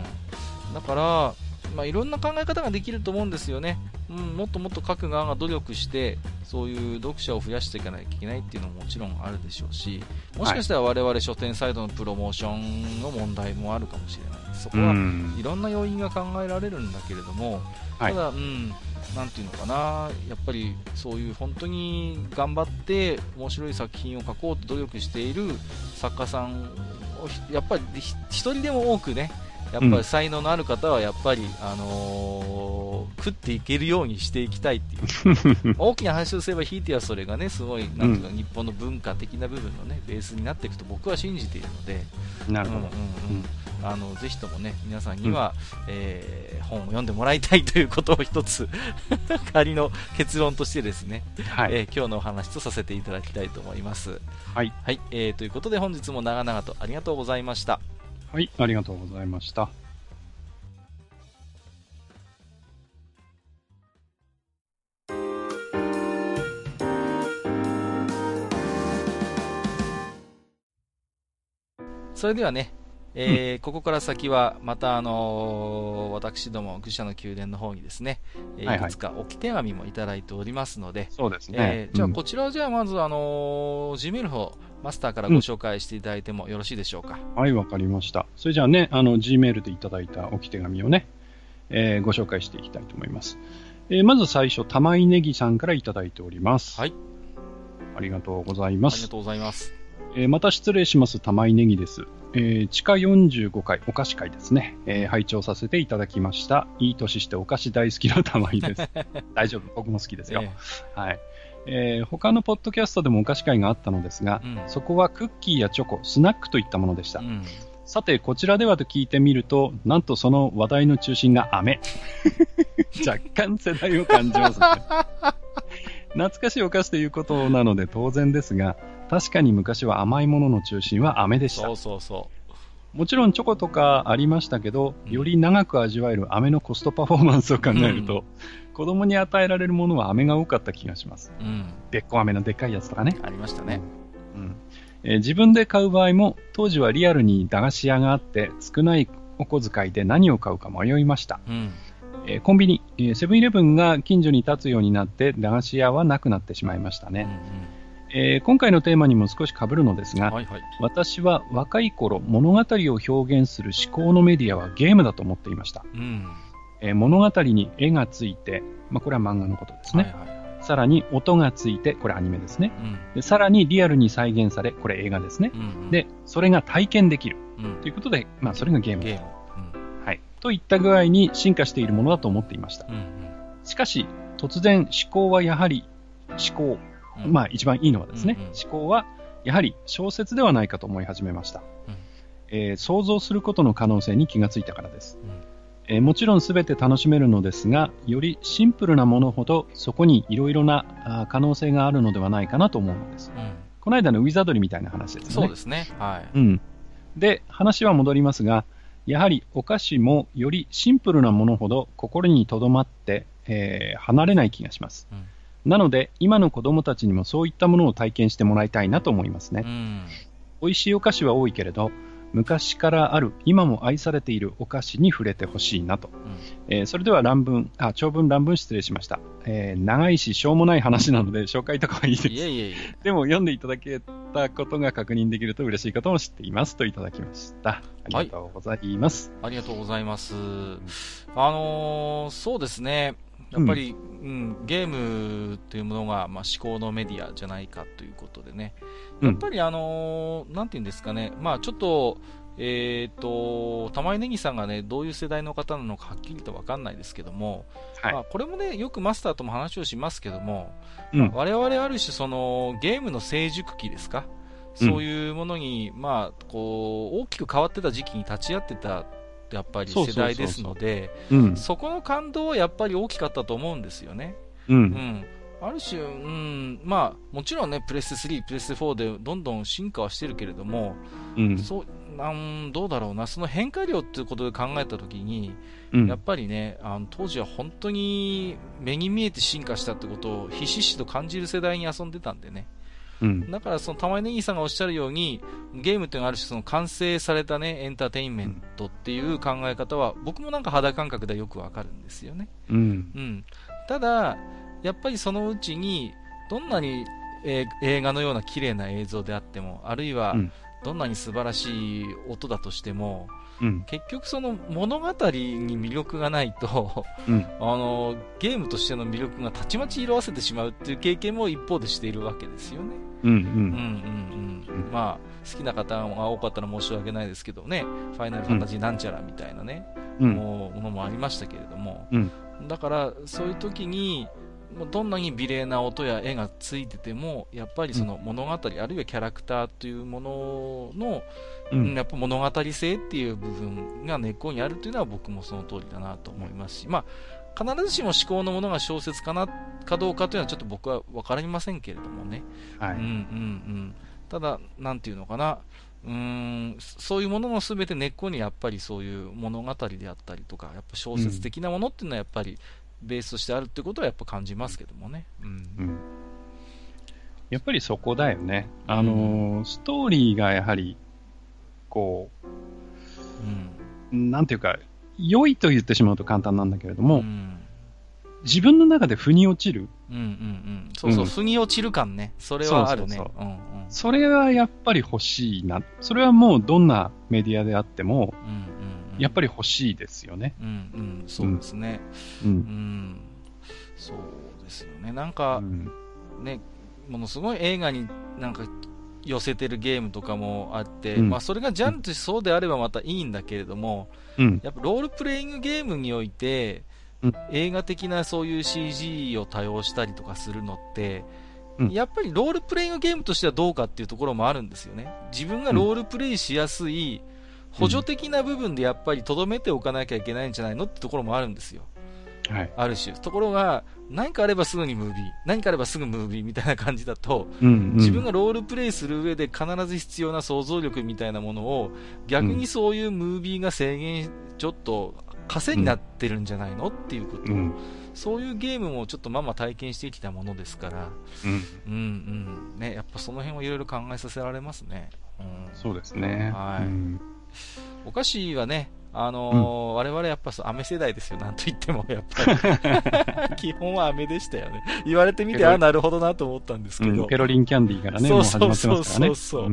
だから、まあ、いろんな考え方ができると思うんですよね。うん、もっともっと各側が努力して、そういう読者を増やしていかなきゃいけないっていうのももちろんあるでしょうし、もしかしたら我々書店サイドのプロモーションの問題もあるかもしれないです。そこはいろんな要因が考えられるんだけれども、ただ、うん、なんていうのかな、やっぱりそういう本当に頑張って面白い作品を書こうと努力している作家さんをやっぱり一人でも多くね、やっぱり才能のある方はやっぱり、あのー、食っていけるようにしていきたいっていう大きな話をすればひいてはそれがね、すごいなんていうか、日本の文化的な部分のねベースになっていくと僕は信じているので、 なるほど、うんうんうん、あのぜひともね皆さんには、うんえー、本を読んでもらいたいということを一つ仮の結論としてですね、はいえー、今日のお話とさせていただきたいと思います。 はい、 はいえー、ということで本日も長々とありがとうございました。 はい、ありがとうございました。 それではね、えーうん、ここから先はまた、あのー、私ども愚者の宮殿の方にですね、えー、いくつか置き手紙もいただいておりますので、 そうですね、 えー、じゃあこちらはじゃあまず、あのー、Gmail の方マスターからご紹介していただいてもよろしいでしょうか。 うん、はい、わかりました。それじゃあね、あの Gmail でいただいた置き手紙をね、えー、ご紹介していきたいと思います。えー、まず最初、玉井ネギさんからいただいております。 はい。 ありがとうございます。ありがとうございます。 えー、また失礼します、玉井ネギです。えー、地下よんじゅうごかいお菓子会ですね、えー、拝聴させていただきました。いい年してお菓子大好きな玉井です。大丈夫、僕も好きですよ。えー、はい。えー、他のポッドキャストでもお菓子会があったのですが、うん、そこはクッキーやチョコ、スナックといったものでした。うん、さて、こちらではと聞いてみると、なんとその話題の中心が飴。若干世代を感じますね。懐かしいお菓子ということなので当然ですが、確かに昔は甘いものの中心は飴でした。 そうそうそう。 もちろんチョコとかありましたけど、うん、より長く味わえる飴のコストパフォーマンスを考えると、うん、子供に与えられるものは飴が多かった気がします。うん、べっこ飴のでっかいやつとかね。 ありましたね。 うんえー、自分で買う場合も、当時はリアルに駄菓子屋があって、少ないお小遣いで何を買うか迷いました。うんえー、コンビニ、セブンイレブンが近所に立つようになって、駄菓子屋はなくなってしまいましたね。うんうんえー、今回のテーマにも少し被るのですが、はいはい、私は若い頃物語を表現する思考のメディアはゲームだと思っていました、うんえー、物語に絵がついて、まあ、これは漫画のことですね、はいはい、さらに音がついて、これアニメですね、うん、でさらにリアルに再現され、これ映画ですね、うんうん、でそれが体験できる、うん、ということで、まあ、それがゲームだと、うんはい、といった具合に進化しているものだと思っていました、うんうん、しかし突然思考はやはり思考まあ一番いいのはですね、うんうん、思考はやはり小説ではないかと思い始めました、うんえー、想像することの可能性に気がついたからです、うんえー、もちろん全て楽しめるのですが、よりシンプルなものほどそこにいろいろな可能性があるのではないかなと思うのです、うん、この間のウィザードリーみたいな話ですね。 そうですね、はいうん、で話は戻りますが、やはりお菓子もよりシンプルなものほど心に留まって、えー、離れない気がします、うんなので今の子供たちにもそういったものを体験してもらいたいなと思いますね、うん、美味しいお菓子は多いけれど、昔からある今も愛されているお菓子に触れてほしいなと、うんえー、それでは乱文あ長文乱文失礼しました、えー、長いししょうもない話なので紹介とかはいいです。 いやいやいやでも読んでいただけたことが確認できると嬉しいことも知っていますといただきました。ありがとうございます、 はい、ありがとうございます。あのー、そうですね、やっぱり、うんうん、ゲームというものが、まあ、思考のメディアじゃないかということでね、やっぱり、あのー、なんていうんですかね、まあ、ちょっと、えっと、玉井ネギさんがね、どういう世代の方なのかはっきりと分かんないですけども、はいまあ、これもね、よくマスターとも話をしますけども、うんまあ、我々ある種その、ゲームの成熟期ですか、そういうものに、まあ、こう、大きく変わってた時期に立ち会ってたやっぱり世代ですので、そこの感動はやっぱり大きかったと思うんですよね。うん。うん、ある種、うん、まあ、もちろんね、プレステスリー、プレステフォーでどんどん進化はしてるけれども、うん、そう、うん、どうだろうな、その変化量っていうことで考えたときに、うん、やっぱりね、あの当時は本当に目に見えて進化したってことをひしひしと感じる世代に遊んでたんでね。 うん、 だからその玉ねぎさんがおっしゃるように、ゲームっていうのはある種その完成されたね、エンターテインメントっていう考え方は、僕もなんか肌感覚ではよくわかるんですよね。 うん。うん。ただ、やっぱりそのうちに、どんなに、えー、映画のような綺麗な映像であっても、あるいは、どんなに素晴らしい音だとしても、うん、結局その物語に魅力がないと、うん、あのゲームとしての魅力がたちまち色あせてしまうっていう経験も一方でしているわけですよね。 うんうんうんうんうん、まあ好きな方が多かったら申し訳ないですけどね、ファイナルファンタジーなんちゃらみたいなね、うん、もうものもありましたけれども、うん、だからそういう時にどんなに美麗な音や絵がついててもやっぱりその物語、うん、あるいはキャラクターというものの、うん、やっぱ物語性っていう部分が根っこにあるというのは僕もその通りだなと思いますし、まあ、必ずしも思考のものが小説かなかどうかというのはちょっと僕は分かりませんけれどもね、 はい、うんうんうん、ただなんていうのかな、うーんそういうものの全て根っこにやっぱりそういう物語であったりとかやっぱ小説的なものっていうのはやっぱりベースとしてあるってことはやっぱ感じますけどもね、うんうん、 やっぱりそこだよね。あのーうん、ストーリーがやはりこう、うん、なんていうか良いと言ってしまうと簡単なんだけれども、うん、自分の中で腑に落ちる、 うんうんうん、そうそう、うん、腑に落ちる感ね、それはあるね。 そうそうそう、うんうん、それはやっぱり欲しいな。それはもうどんなメディアであっても、うんうんうん、やっぱり欲しいですよね。 うんうん、そうですね。うん、うん、そうですよね。なんか、うん、ね、ものすごい映画になんか寄せてるゲームとかもあって、うん、まあそれがジャンルとしてそうであればまたいいんだけれども、うん、やっぱロールプレイングゲームにおいて、うん、映画的なそういう シージー を多用したりとかするのって、うん、やっぱりロールプレイングゲームとしてはどうかっていうところもあるんですよね。自分がロールプレイしやすい補助的な部分でやっぱり留めておかなきゃいけないんじゃないのってところもあるんですよ。はい、ある種。ところが、何かあればすぐにムービー、何かあればすぐムービーみたいな感じだと、うんうん、自分がロールプレイする上で必ず必要な想像力みたいなものを、逆にそういうムービーが制限、ちょっと枷になってるんじゃないのっていうことを、うん、そういうゲームもちょっとまま体験してきたものですから、うん、うんうんね、やっぱその辺はいろいろ考えさせられますね。うん、 そうですね。 はい。うん、お菓子はね、あのーうん、我々やっぱ飴世代ですよ、なんと言ってもやっぱり基本は飴でしたよね。言われてみて、あ、なるほどなと思ったんですけど、 うん、ペロリンキャンディーからね、そうそうそうそう、 そうそう、うん、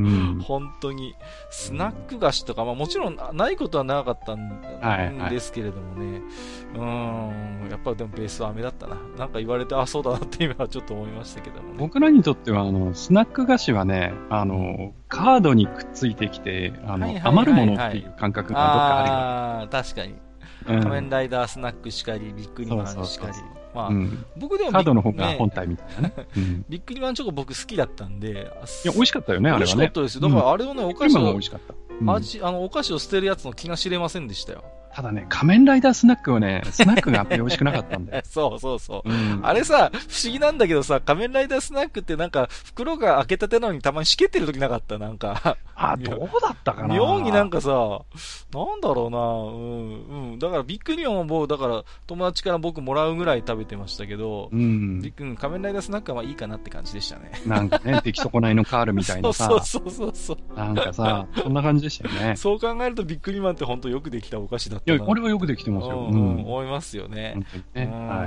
本当にスナック菓子とか、まあ、もちろんないことはなかったんですけれどもね、はいはい、うーんやっぱりでもベースは飴だったな。なんか言われて、あ、そうだなって今はちょっと思いましたけども、ね、 僕らにとってはあのスナック菓子はね、あのカードにくっついてきて、あの、はいはいはいはい、余るものっていう感覚がどっかあるよ。 ああ、確かに、うん。仮面ライダースナックしかり、ビックリマンしかり。そうそうそう、まあ、うん、僕でもカードの方が本体みたいなね。 うん、ビックリマンチョコ僕好きだったんで。いや、美味しかったよね、あれはね。 美味しかったですよ。だからあれをね、お菓子を、 美味しかった。うん、 味、あの、お菓子を捨てるやつの気が知れませんでしたよ。 ただね、仮面ライダースナックはね、スナックがあんまり美味しくなかったんだよ。 そうそうそう、うん。あれさ、不思議なんだけどさ、仮面ライダースナックってなんか、袋が開けたてなのにたまにしけってる時なかったなんか。 あ、どうだったかな。 妙になんかさ、なんだろうな、うん、うん。だからビッグニオンも、だから友達から僕もらうぐらい食べてましたけど、うん。ビッグ、仮面ライダースナックはまあいいかなって感じでしたね。 なんかね、出来損ないのカールみたいなさ。 そうそうそうそう。 なんかさ、そんな感じでしたよね。 そう考えるとビッグニマンって本当よくできたお菓子だったな。 いや、これはよくできてますよ。 うん、うん、思いますよね。 本当にね。はい。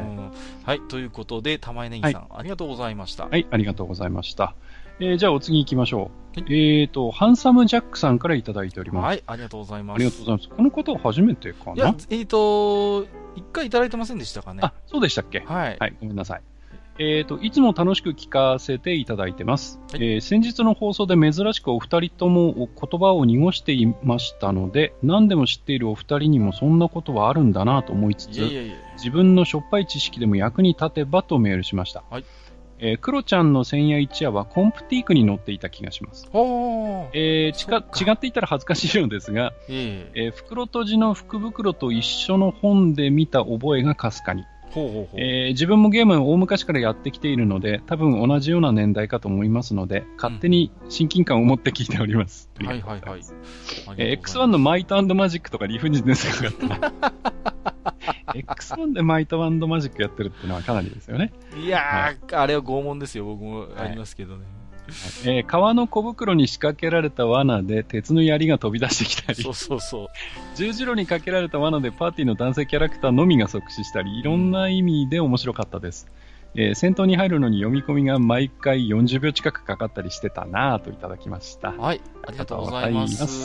はい、ということで、玉井ねぎさん、はい、ありがとうございました。 はい、ありがとうございました。えー、じゃあお次行きましょう。はい、えーと、ハンサムジャックさんからいただいております。 はい、ありがとうございます。 ありがとうございます。この方は初めてかな。いや、えーと、一回いただいてませんでしたかね。 あ、そうでしたっけ。 はい。 はい、ごめんなさい。えーと、いつも楽しく聞かせていただいてます。はい、えー、先日の放送で珍しくお二人とも言葉を濁していましたので、何でも知っているお二人にもそんなことはあるんだなと思いつつ、いやいやいや、自分のしょっぱい知識でも役に立てばとメールしました。はい、えー、クロちゃんの千夜一夜はコンプティークに載っていた気がします。えー、ちか違っていたら恥ずかしいのですが、えーえー、袋とじの福袋と一緒の本で見た覚えがかすかに。ほうほうほう、えー、自分もゲームを大昔からやってきているので、多分同じような年代かと思いますので、勝手に親近感を持って聞いております。うん、はいはいはい。えー、エックスワン のマイト&マジックとか理不尽ですがエックスワン でマイト&マジックやってるっていうのはかなりですよね。 いやー、はい、あれは拷問ですよ。僕もありますけどね。 えー、川の小袋に仕掛けられた罠で鉄の槍が飛び出してきたり、 そうそうそう。 十字路にかけられた罠でパーティーの男性キャラクターのみが即死したり、いろんな意味で面白かったです。えー、戦闘に入るのに読み込みが毎回よんじゅうびょう近くかかったりしてたなぁといただきました。 はい、ありがとうございます。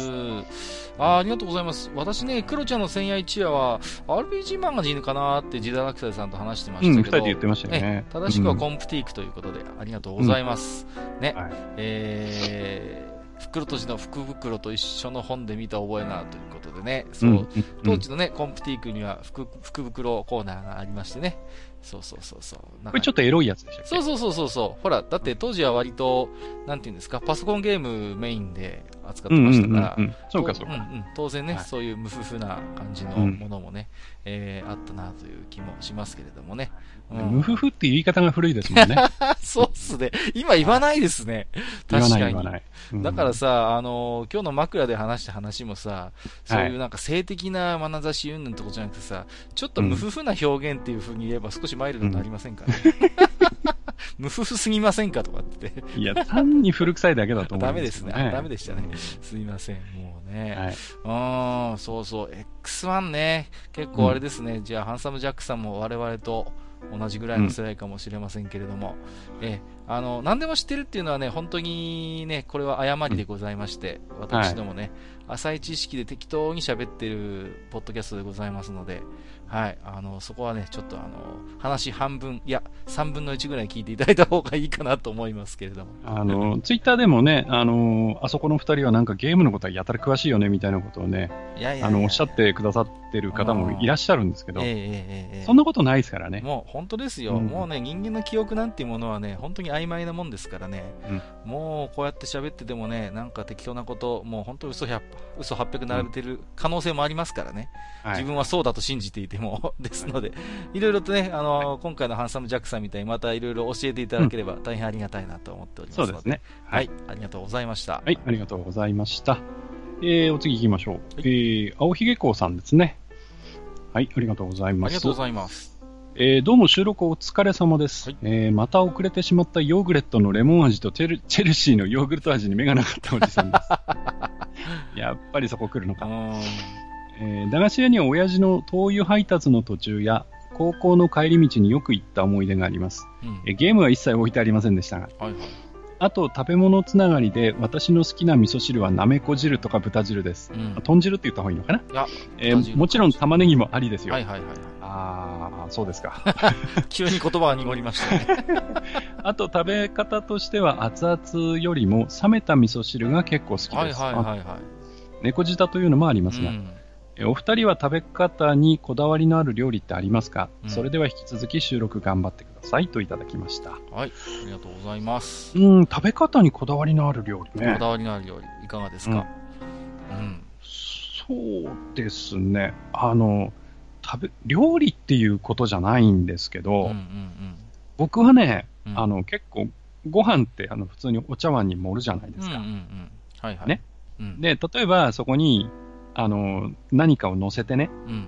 あ, ありがとうございます。私ね、クロちゃんの千夜一夜は アールピージー マガジンかなーってジダラクサイさんと話してましたけど、うん、 ふたりで言ってましたよね。 正しくはコンプティークということで、うん、ありがとうございます。うん、ね、はい、えー袋とじの福袋と一緒の本で見た覚えがあるということでね、そう、うん、当時のね、コンプティークには 福, 福袋コーナーがありましてね、そうそうそうそう。 これちょっとエロいやつでしたっけ？ そうそうそうそうそう。ほら、だって当時は割と、なんていうんですか、パソコンゲームメインで扱ってましたから、うんうんうんうん、 そうかそうか、 うんうん。当然ね、はい、そういう無夫婦な感じのものもね、うん、えー、あったなという気もしますけれどもね。 うん、無夫婦っていう言い方が古いですもんね。 そうっすね。今言わないですね。確かに。言わない言わない。うん、だからさ、あのー、今日の枕で話した話もさ、そういうなんか性的な眼差し云々ってことじゃなくてさ、ちょっと無夫婦な表現っていう風に言えば少しマイルドになりませんかね。うん、無夫婦すぎませんかとかって。 いや、単に古臭いだけだと思うんですよね。 ダメですね。ダメでしたね。すいません。もうね。はい、うん、そうそう。エックスワン ね。結構あれですね。うん、じゃあ、ハンサムジャックさんも我々と同じぐらいの世代かもしれませんけれども、うん、えあの何でも知ってるっていうのはね、本当にね、これは誤りでございまして、うん、私どもね、はい、浅い知識で適当に喋ってるポッドキャストでございますので、はい、あのそこはね、ちょっとあの話半分、いやさんぶんのいちぐらい聞いていただいた方がいいかなと思いますけれども、 あのツイッターでもね、あのあそこのふたりはなんかゲームのことはやたら詳しいよねみたいなことをね、いやいやいやあのおっしゃってくださってる方もいらっしゃるんですけど、えーえーえー、そんなことないですからね。 もう本当ですよ、うん、もうね、人間の記憶なんていうものはね、本当に曖昧なもんですからね、うん、もうこうやって喋っててもね、なんか適当なこと、もう本当嘘ひゃく、嘘はっぴゃく並べてる可能性もありますからね、うん、自分はそうだと信じていてもですので、はい、いろいろとね、あのーはい、今回のハンサムジャックさんみたいにまたいろいろ教えていただければ大変ありがたいなと思っておりますので、そうですね、はい、はい、ありがとうございました。 はい、ありがとうございました。えー、お次行きましょう。はい、えー、青ひげこうさんですね。はい、ありがとうございます。 ありがとうございます。 えー、どうも収録お疲れ様です、はい、えー。また遅れてしまったヨーグレットのレモン味とチェル、チェルシーのヨーグルト味に目がなかったおじさんです。やっぱりそこ来るのか。えー、駄菓子屋には親父の灯油配達の途中や高校の帰り道によく行った思い出があります。うん、えー、ゲームは一切置いてありませんでしたが。はいはい、あと食べ物つながりで私の好きな味噌汁はなめこ汁とか豚汁です。うん、豚汁って言った方がいいのかな。いや、えー、もちろん玉ねぎもありですよ。はいはいはい、ああ、そうですか。 急に言葉が濁りましたね。 あと食べ方としては熱々よりも冷めた味噌汁が結構好きです。はいはいはいはい、猫舌というのもありますが、うん、えお二人は食べ方にこだわりのある料理ってありますか？うん、それでは引き続き収録頑張ってくださいといただきました。 はい、ありがとうございます。 うん、食べ方にこだわりのある料理ね。 こだわりのある料理いかがですか？うん、うん、 そうですね。あの食べ料理っていうことじゃないんですけど、うんうんうん、僕はね、うん、あの結構ご飯ってあの普通にお茶碗に盛るじゃないですか。うんうんうん、はいはい。ね。うん、で例えばそこにあの何かを乗せてね、うんうんうん、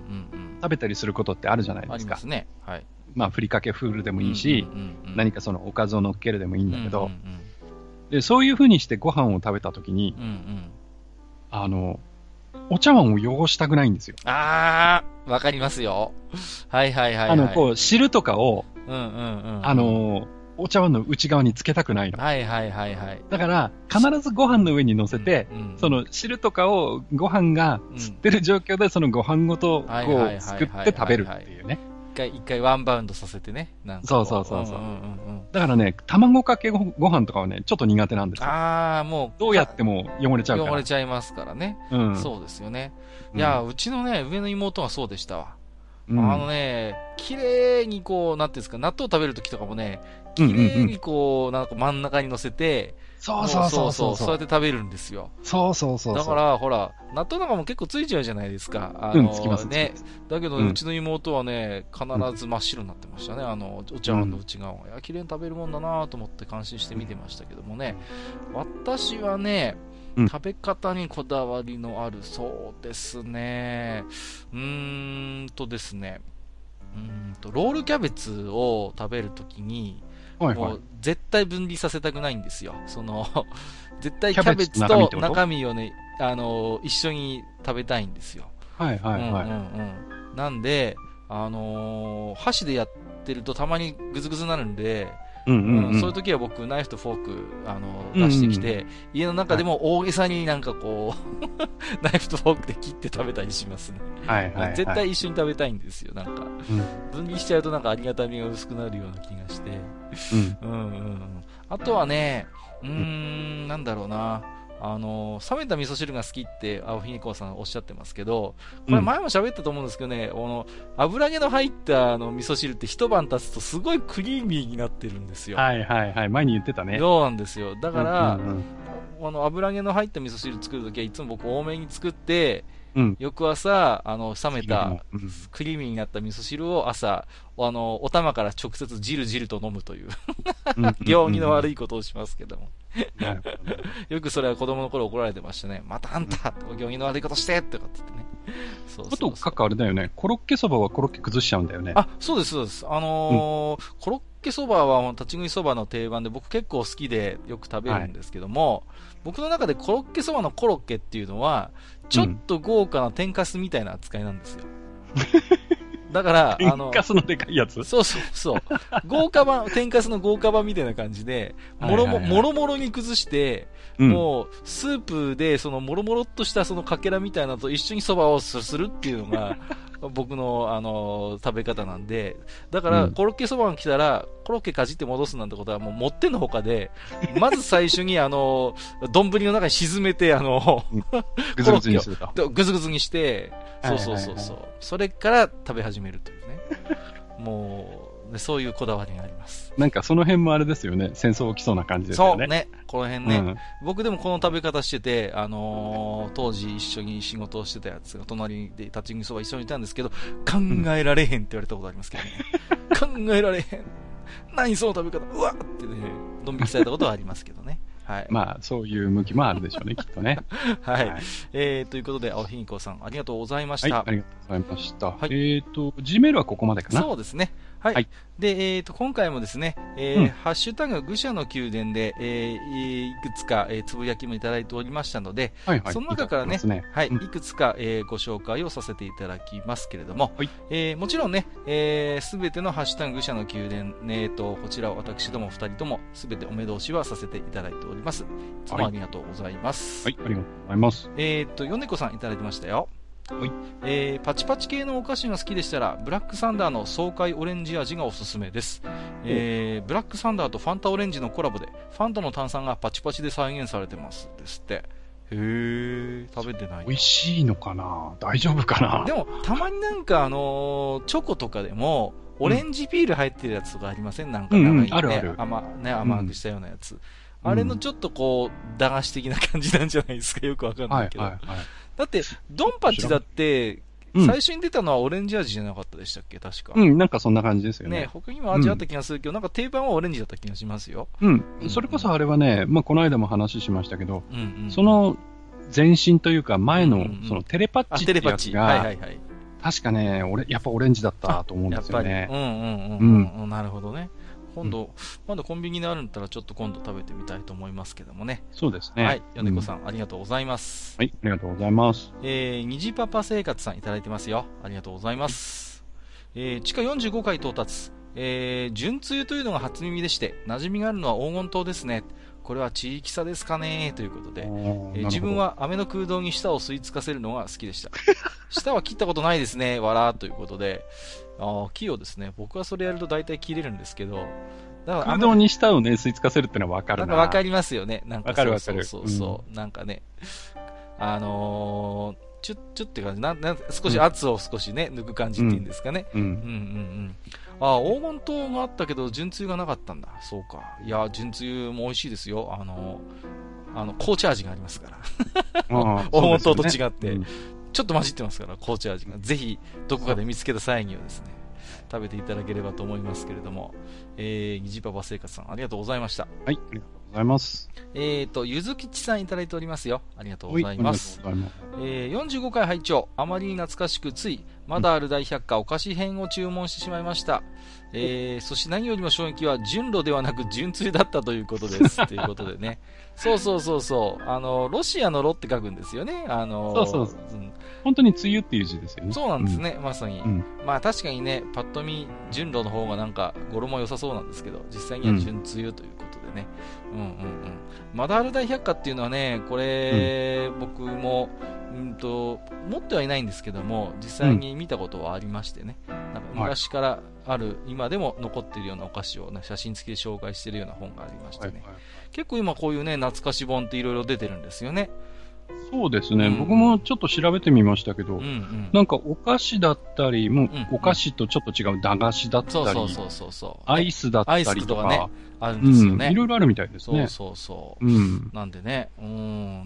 食べたりすることってあるじゃないですか。ありますね。はい。まあふりかけフールでもいいし、うんうんうんうん、何かそのおかずを乗っけるでもいいんだけど、うんうんうん、でそういう風にしてご飯を食べたときに、うんうん、あのお茶碗を汚したくないんですよ。 あー、わかりますよ。はいはいはい、はい。 あのこう汁とかを、うんうんうんうん、あのお茶碗の内側につけたくないの。はいはいはいはい。だから、必ずご飯の上に乗せて、うんうんうん、その汁とかをご飯が吸ってる状況で、そのご飯ごと、こう、すくって食べるっていうね。 一回、一回ワンバウンドさせてね。なんかそうそうそうそう、うんうんうん。だからね、卵かけご飯とかはね、ちょっと苦手なんですよ。ああ、もう。どうやっても汚れちゃうから。 汚れちゃいますからね。うん。そうですよね。いや、うん、うちのね、上の妹はそうでしたわ。うん、あのね、綺麗にこう、なんていうんですか、納豆食べるときとかもね、綺麗にこう、うんうんうん、なんか真ん中に乗せて、そうそうそうそう、そうやって食べるんですよ。 そうそうそう。 だから、ほら、納豆なんかも結構ついちゃうじゃないですか。あの、うん、つきますね。だけど、うちの妹はね、必ず真っ白になってましたね。あの、お茶碗の内側。うん、いや、綺麗に食べるもんだなと思って感心して見てましたけどもね。私はね、うん、食べ方にこだわりのある、そうですね。うーんとですね。うーんとロールキャベツを食べるときに、 はいはい、もう絶対分離させたくないんですよ。その、絶対キャベツと中身をね、あの、一緒に食べたいんですよ。 はいはいはい。うんうんうん、なんで、あのー、箸でやってるとたまにグズグズになるんで、うんうんうん、そういう時は僕ナイフとフォーク、あのー、出してきて、うんうん、家の中でも大げさになんかこう、はい、ナイフとフォークで切って食べたりしますね。はいはいはい、絶対一緒に食べたいんですよ。なんか、うん、分離しちゃうとなんかありがたみが薄くなるような気がして。うんうんうん、あとはね、うーん、なんだろうな。あのー、冷めた味噌汁が好きって青ひげこさんおっしゃってますけど、これ前も喋ったと思うんですけどね、うん、の油揚げの入ったあの味噌汁って一晩経つとすごいクリーミーになってるんですよ。 はいはいはい、前に言ってたね。 そうなんですよ。だから、うんうんうん、あの油揚げの入った味噌汁作るときはいつも僕多めに作って、うん、翌朝、あの、冷めた、クリーミーになった味噌汁を朝、あの、お玉から直接ジルジルと飲むという、行儀の悪いことをしますけども。よくそれは子供の頃怒られてましたね。またあんた、行儀の悪いことしてとかって言ってね。 そうそうそう。こと書くあれだよね。コロッケそばはコロッケ崩しちゃうんだよね。 あ、そうです、そうです。あのーうん、コロッケそばは立ち食いそばの定番で僕結構好きでよく食べるんですけども、はい、僕の中でコロッケそばのコロッケっていうのは、ちょっと豪華な天かすみたいな扱いなんですよ。うん、だから、 あの、天かすのでかいやつそうそうそう。豪華版、天かすの豪華版みたいな感じで、もろも、もろもろに崩して、うん、もう、スープで、その、もろもろっとしたそのかけらみたいなのと一緒にそばをするっていうのが、僕の、あのー、食べ方なんで、だから、コロッケそばが来たら、コロッケかじって戻すなんてことはもう持ってのほかで、まず最初に、あのー、丼の中に沈めて、あのー、 ぐずぐずにすると。 ぐずぐずにして、そうそうそうそう。それから食べ始めるというね。もう、そういうこだわりがあります。 なんかその辺もあれですよね。戦争起きそうな感じですよね。 そうね。この辺ね。うん、僕でもこの食べ方してて、あのー、当時一緒に仕事をしてたやつが隣で立ち食いそば一緒にいたんですけど、考えられへんって言われたことありますけどね。うん、考えられへん。何その食べ方。うわってね、ドン引きされたことはありますけどね。はい。 まあ、そういう向きもあるでしょうね、きっとね。 はい。はい、えー、ということで、青ひんこさん、ありがとうございました。 はい、ありがとうございました。はい、えっ、ー、と、G メールはここまでかな。 そうですね。はい。はい、で、えっ、ー、と、今回もですね、えーうん、ハッシュタグ、愚者の宮殿で、えー、いくつか、えー、つぶやきもいただいておりましたので、はいはい、その中からね、い, ねはい、うん、いくつか、えー、ご紹介をさせていただきますけれども、はい、えー、もちろんね、す、えー、べてのハッシュタグ、愚者の宮殿、えーと、こちらを私どもふたりとも、すべてお目通しはさせていただいております。いつもありがとうございます。 はい、はい、ありがとうございます。 えっ、ー、と、ヨネコさんいただいてましたよ。はい、えー、パチパチ系のお菓子が好きでしたらブラックサンダーの爽快オレンジ味がおすすめです、えー、ブラックサンダーとファンタオレンジのコラボでファンタの炭酸がパチパチで再現されてますですって。へー、食べてない。 美味しいのかな、大丈夫かな。 でもたまになんかあのー、チョコとかでもオレンジピール入ってるやつとかありません、なんか、ね、 うんうん、あるある、 甘ね、甘くしたようなやつ、うん、あれのちょっとこう駄菓子的な感じなんじゃないですか。よくわかんないけど、はいはいはい、だってドンパッチだって最初に出たのはオレンジ味じゃなかったでしたっけ、確か。 うん、なんかそんな感じですよね。 ね、他にも味あった気がするけど、うん、なんか定番はオレンジだった気がしますよ。 うん。うん、それこそあれはね、まあこの間も話しましたけど、うんうん、その前身というか前のそのテレパッチってやつが、はいはいはい、確かね、俺やっぱオレンジだったと思うんですよね。 やっぱり。うんうんうん、うん、なるほどね。今度、うん、まだコンビニにあるんだったらちょっと今度食べてみたいと思いますけどもね。 そうですね。 はい。米子さん、うん、ありがとうございます。 はい、ありがとうございます。 えー、虹パパ生活さんいただいてますよ。ありがとうございます。えー、地下よんじゅうごかい到達。えー、純つゆというのが初耳でして、馴染みがあるのは黄金糖ですね。これは地域差ですかねということで、えー、自分は飴の空洞に舌を吸い付かせるのが好きでした。舌は切ったことないですね。わらーということで、あ器用ですね。僕はそれやると大体切れるんですけど、 だから空洞に舌をね、吸い付かせるってのは分かるな。 なんか分かりますよね。なんか分かる分かる。 そうそうそう、うん、なんかね、あのー、チュッチュッって感じ、なんなん少し圧を少しね、抜く感じっていうんですかね。うん。うんうんうんうん。ああ、黄金糖があったけど、純つゆがなかったんだ。そうか。いや、純つゆも美味しいですよ。あのー、あの、紅茶味がありますから。黄金糖と違って、うん、ちょっと混じってますから、紅茶味が。ぜひ、どこかで見つけた際にはですね、食べていただければと思いますけれども、えー、虹パパ生活さん、ありがとうございました。 はい、ありがとうございます。 えーと、ゆずきちさんいただいておりますよ。ありがとうございます。えー、よんじゅうごかい拝聴、あまりに懐かしくつい、 まだある大百科お菓子編を注文してしまいました。えー、そして何よりも衝撃は純露ではなく純露だったということです。ということでね。そうそうそうそう。あの、ロシアのロって書くんですよね。あの、 そうそうそう。うん、本当に梅雨っていう字ですよね。 そうなんですね、うん、まさに。 うん、 まあ確かにね、パッと見、純露の方がなんか語呂も良さそうなんですけど、実際には純梅雨ということでね。うん、うん、うんうん。まだある大百科っていうのはね、これ、うん、僕も、うんと、持ってはいないんですけども、実際に見たことはありましてね。なんか昔からある、はい、今でも残っているようなお菓子を、ね、写真付きで紹介しているような本がありましてね。はいはい、結構今こういうね、懐かし本っていろいろ出てるんですよね。 そうですね、うん、僕もちょっと調べてみましたけど、うんうん、なんかお菓子だったり、もうお菓子とちょっと違う駄菓子だったり、アイスだったりとか、とかね、 あるんですよね、 うん。いろいろあるみたいですね。 そうそうそう。うん、なんでね、うん、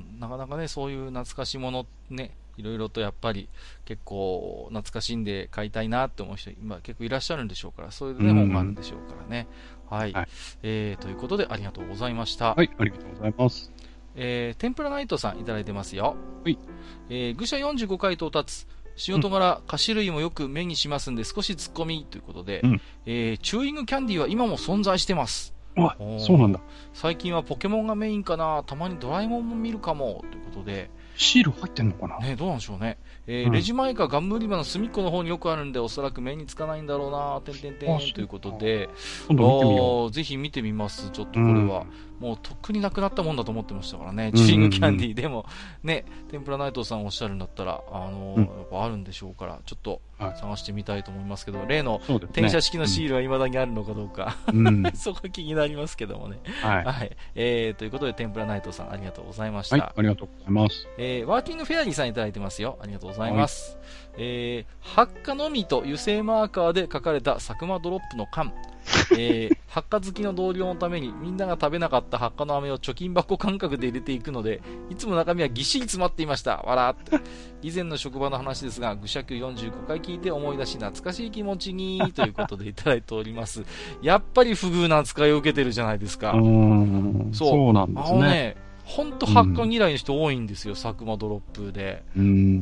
なかなかね、そういう懐かしいものね、いろいろとやっぱり結構懐かしんで買いたいなって思う人、今結構いらっしゃるんでしょうから、そういう、ね、本があるんでしょうからね。はい、はい、えー。ということでありがとうございました。 はい、ありがとうございます。 えー、天ぷらナイトさんいただいてますよ。 はい。 えー、愚者よんじゅうごかい到達。仕事柄、菓子類もよく目にしますんで、少し突っ込みということで、うん、えー、チューイングキャンディーは今も存在してます。 あ、そうなんだ。 最近はポケモンがメインかな、たまにドラえもんも見るかも、ということで。 シール入ってんのかなね、どうなんでしょうね。えーうん、レジ前かガム売り場の隅っこの方によくあるんで、おそらく目につかないんだろうな、てんてんてんということで、 今度見てみよう。ぜひ見てみます、ちょっとこれは。うん、もうとっくになくなったもんだと思ってましたからね、チューイングキャンディーでも、ね、天ぷらナイトさんおっしゃるんだったら、あのーうん、やっぱあるんでしょうから、ちょっと探してみたいと思いますけど、はい、例の転写式のシールは未だにあるのかどうか、うん、そこ気になりますけどもね。はい。はい、えー、ということで、天ぷらナイトさんありがとうございました。 はい、ありがとうございます。 えー、ワーキングフェアリーさんいただいてますよ。ありがとうございます。はい、えー、発火のみと油性マーカーで書かれた佐久間ドロップの缶。えー、発火好きの同僚のためにみんなが食べなかった発火の飴を貯金箱感覚で入れていくので、いつも中身はぎっしり詰まっていました。笑って。以前の職場の話ですが、愚者級よんじゅうごかい聞いて思い出し懐かしい気持ちにということでいただいております。やっぱり不遇な扱いを受けてるじゃないですか。 うーん、そう。そうなんですね。あのね、 ほんと発火嫌いの人多いんですよ、うん、佐久間ドロップで。 うん、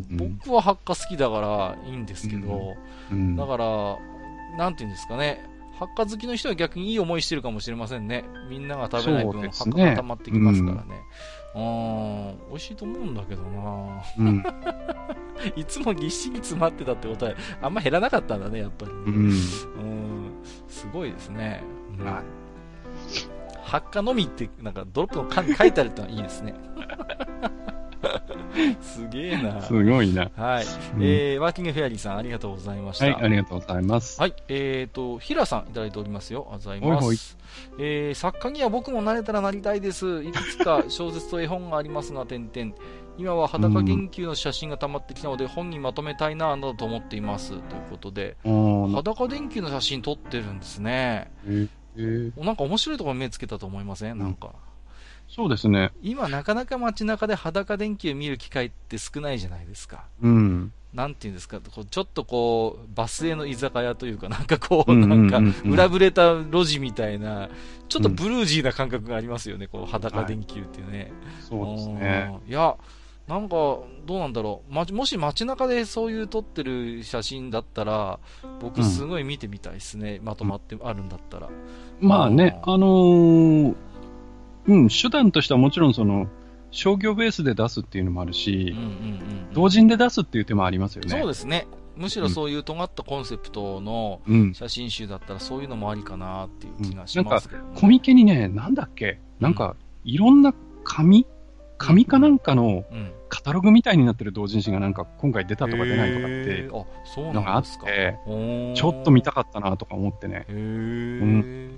僕は発火好きだからいいんですけど、うん、だから、なんていうんですかね。発火好きの人は逆にいい思いしてるかもしれませんね。みんなが食べない分、ね、発火が溜まってきますからね。うん、美味しいと思うんだけどな、うん、いつもぎっしり詰まってたってことはあんま減らなかったんだね、やっぱり、ね。うん、うん、すごいですね。うん、発火のみってなんかドロップの缶に書いてあるってのはいいですね。すげえな。 すごいな。 はい。うん、えー、ワーキングフェアリーさん、ありがとうございました。 はい、ありがとうございます。 はい。えーと、ヒラさん、いただいておりますよ。ありがとうございます。ほいほい。えー、作家には僕もなれたらなりたいです。いくつか小説と絵本がありますが、点々。今は裸言及の写真が溜まってきたので、うん、本にまとめたいな、などと思っています。ということで、裸電球の写真撮ってるんですね。 えー、 なんか面白いところ目つけたと思いません？なんか。 そうですね。 今なかなか街中で裸電球見る機会って少ないじゃないですか。 うん。 なんていうんですか、ちょっとこう、バスへの居酒屋というか、なんかこう、なんか、裏ぶれた路地みたいな、ちょっとブルージーな感覚がありますよね、こう、裸電球っていうね。 はい、そうですね。 いや、なんか、どうなんだろう。ま、もし街中でそういう撮ってる写真だったら、僕すごい見てみたいですね。うん、まとまってあるんだったら。 まあね、あのー、うん、手段としてはもちろんその、商業ベースで出すっていうのもあるし、うんうんうんうん、同人で出すっていう手もありますよね。 そうですね。むしろそういう尖ったコンセプトの写真集だったらそういうのもありかなっていう気がしますけど、ね。 なんか、コミケにね、なんだっけ、なんか、いろんな紙紙かなんかのカタログみたいになってる同人誌がなんか今回出たとか出ないとかってのがあって、ちょっと見たかったなとか思ってね。うん、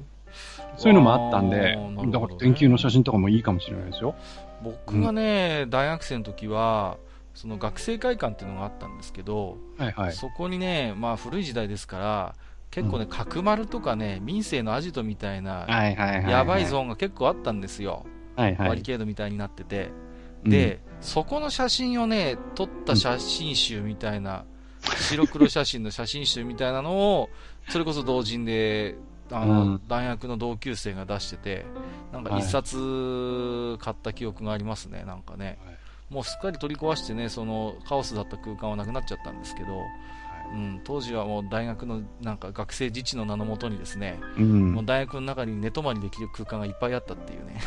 そういうのもあったんで、ね、だから電球の写真とかもいいかもしれないですよ。 僕がね、うん、大学生の時は、その学生会館っていうのがあったんですけど、 はいはい、 そこにね、まあ古い時代ですから、結構ね、角丸とかね、民生のアジトみたいな、やばいゾーンが結構あったんですよ。はいはい、バリケードみたいになってて。で、うん、そこの写真をね、撮った写真集みたいな、うん、白黒写真の写真集みたいなのを、それこそ同人で、あの、うん、大学の同級生が出してて、なんか一冊買った記憶がありますね、なんかね。はい、もうすっかり取り壊してね、そのカオスだった空間はなくなっちゃったんですけど、 うん、当時はもう大学のなんか学生自治の名のもとにですね、うん、もう大学の中に寝泊まりできる空間がいっぱいあったっていうね。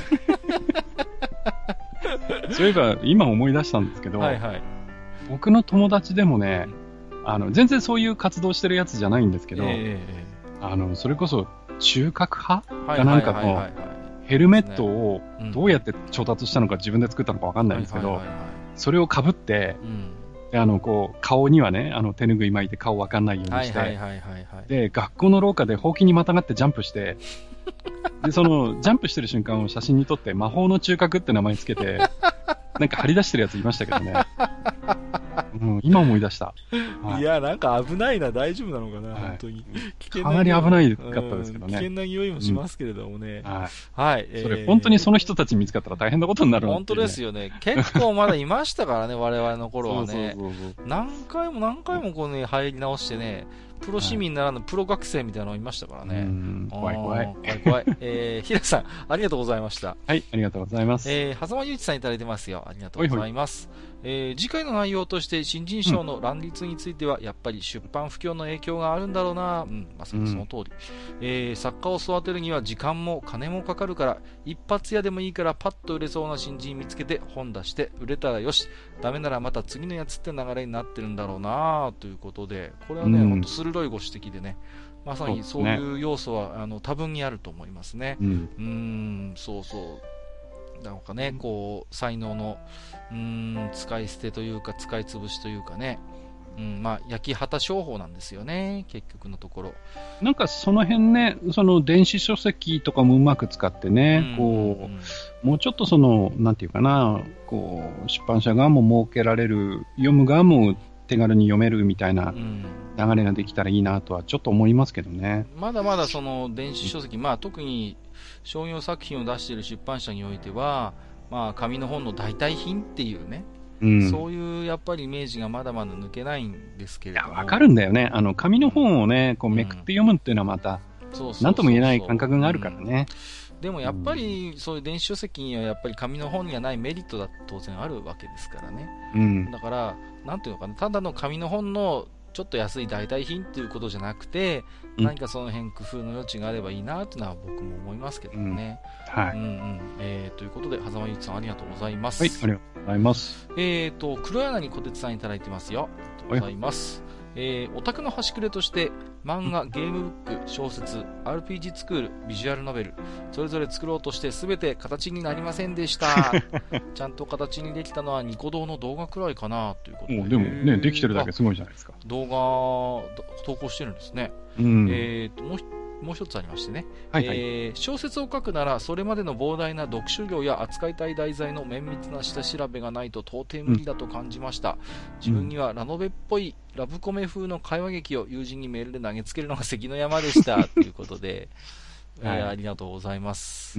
そういえば今思い出したんですけど、はいはい、僕の友達でもね、あの全然そういう活動してるやつじゃないんですけど、えー、あのそれこそ中核派がなんかのヘルメットをどうやって調達したのか自分で作ったのかわかんないんですけど、それを被って、うんであのこう顔にはねあの手ぬぐい巻いて顔わかんないようにして、で学校の廊下でほうきにまたがってジャンプしてでそのジャンプしてる瞬間を写真に撮って魔法の中核って名前つけてなんか張り出してるやついましたけどね。うん、今思い出した、 はい、いやなんか危ないな、大丈夫なのかな、はい、本当にかなり危ないかったですけどね、 危険な匂いもしますけれどもね、 うん、はい、はい、それ、えー、本当にその人たち見つかったら大変なことになる、ね、 本当ですよね、結構まだいましたからね我々の頃はね。そうそうそうそう、何回も何回もこう、ね、入り直してね、プロ市民ならぬプロ学生みたいなのいましたからね。 怖い怖い。 怖い怖い。えー、平さん、ありがとうございました。 はい、ありがとうございます。 えー、狭間祐一さんいただいてますよ。ありがとうございます。ほいほい。えー、次回の内容として新人賞の乱立については、うん、やっぱり出版不況の影響があるんだろうな。うん、まさにその通り。うん、えー、作家を育てるには時間も金もかかるから、一発屋でもいいからパッと売れそうな新人見つけて本出して売れたらよし。ダメならまた次のやつって流れになってるんだろうなということで、これはね、うん、本当鋭いご指摘でね。まさにそういう要素は、ね、あの多分にあると思いますね。うん、うーんそうそうなんかね、こう才能のうーん使い捨てというか使い潰しというかね、うん、まあ焼き畑商法なんですよね、結局のところ。 なんかその辺ね、その電子書籍とかもうまく使ってね、うん、こうもうちょっとそのなんていうかな、こう出版社側も設けられる、読む側も手軽に読めるみたいな流れができたらいいなとはちょっと思いますけどね。 まだまだその電子書籍、まあ特に商業作品を出している出版社においては、まあ紙の本の代替品っていうね、うん、そういうやっぱりイメージがまだまだ抜けないんですけれども。 いや、わかるんだよね。あの紙の本をね、こうめくって読むっていうのはまた、なんとも言えない感覚があるからね。 でもやっぱりそういう電子書籍にはやっぱり紙の本にはないメリットだ当然あるわけですからね。うん、だからなんていうのかな、ただの紙の本のちょっと安い代替品っていうことじゃなくて、うん、何かその辺工夫の余地があればいいなっていうのは僕も思いますけどね。うん、はい。うんうん。えー、ということで、狭間祐一さんありがとうございます。 はい、ありがとうございます。 えーと、黒柳小鉄さんいただいてますよ。ありがとうございます。えー、オタクの端くれとして漫画、ゲームブック、小説、アールピージー スクール、ビジュアルノベルそれぞれ作ろうとして全て形になりませんでしたちゃんと形にできたのはニコ動の動画くらいかなということで、 でもね、できてるだけすごいじゃないですか。 動画投稿してるんですね。うん、えーともうもう一つありましてね、はいはい、えー、小説を書くならそれまでの膨大な読書量や扱いたい題材の綿密な下調べがないと到底無理だと感じました、うん、自分にはラノベっぽいラブコメ風の会話劇を友人にメールで投げつけるのが関の山でしたということで、はい、えー、ありがとうございます、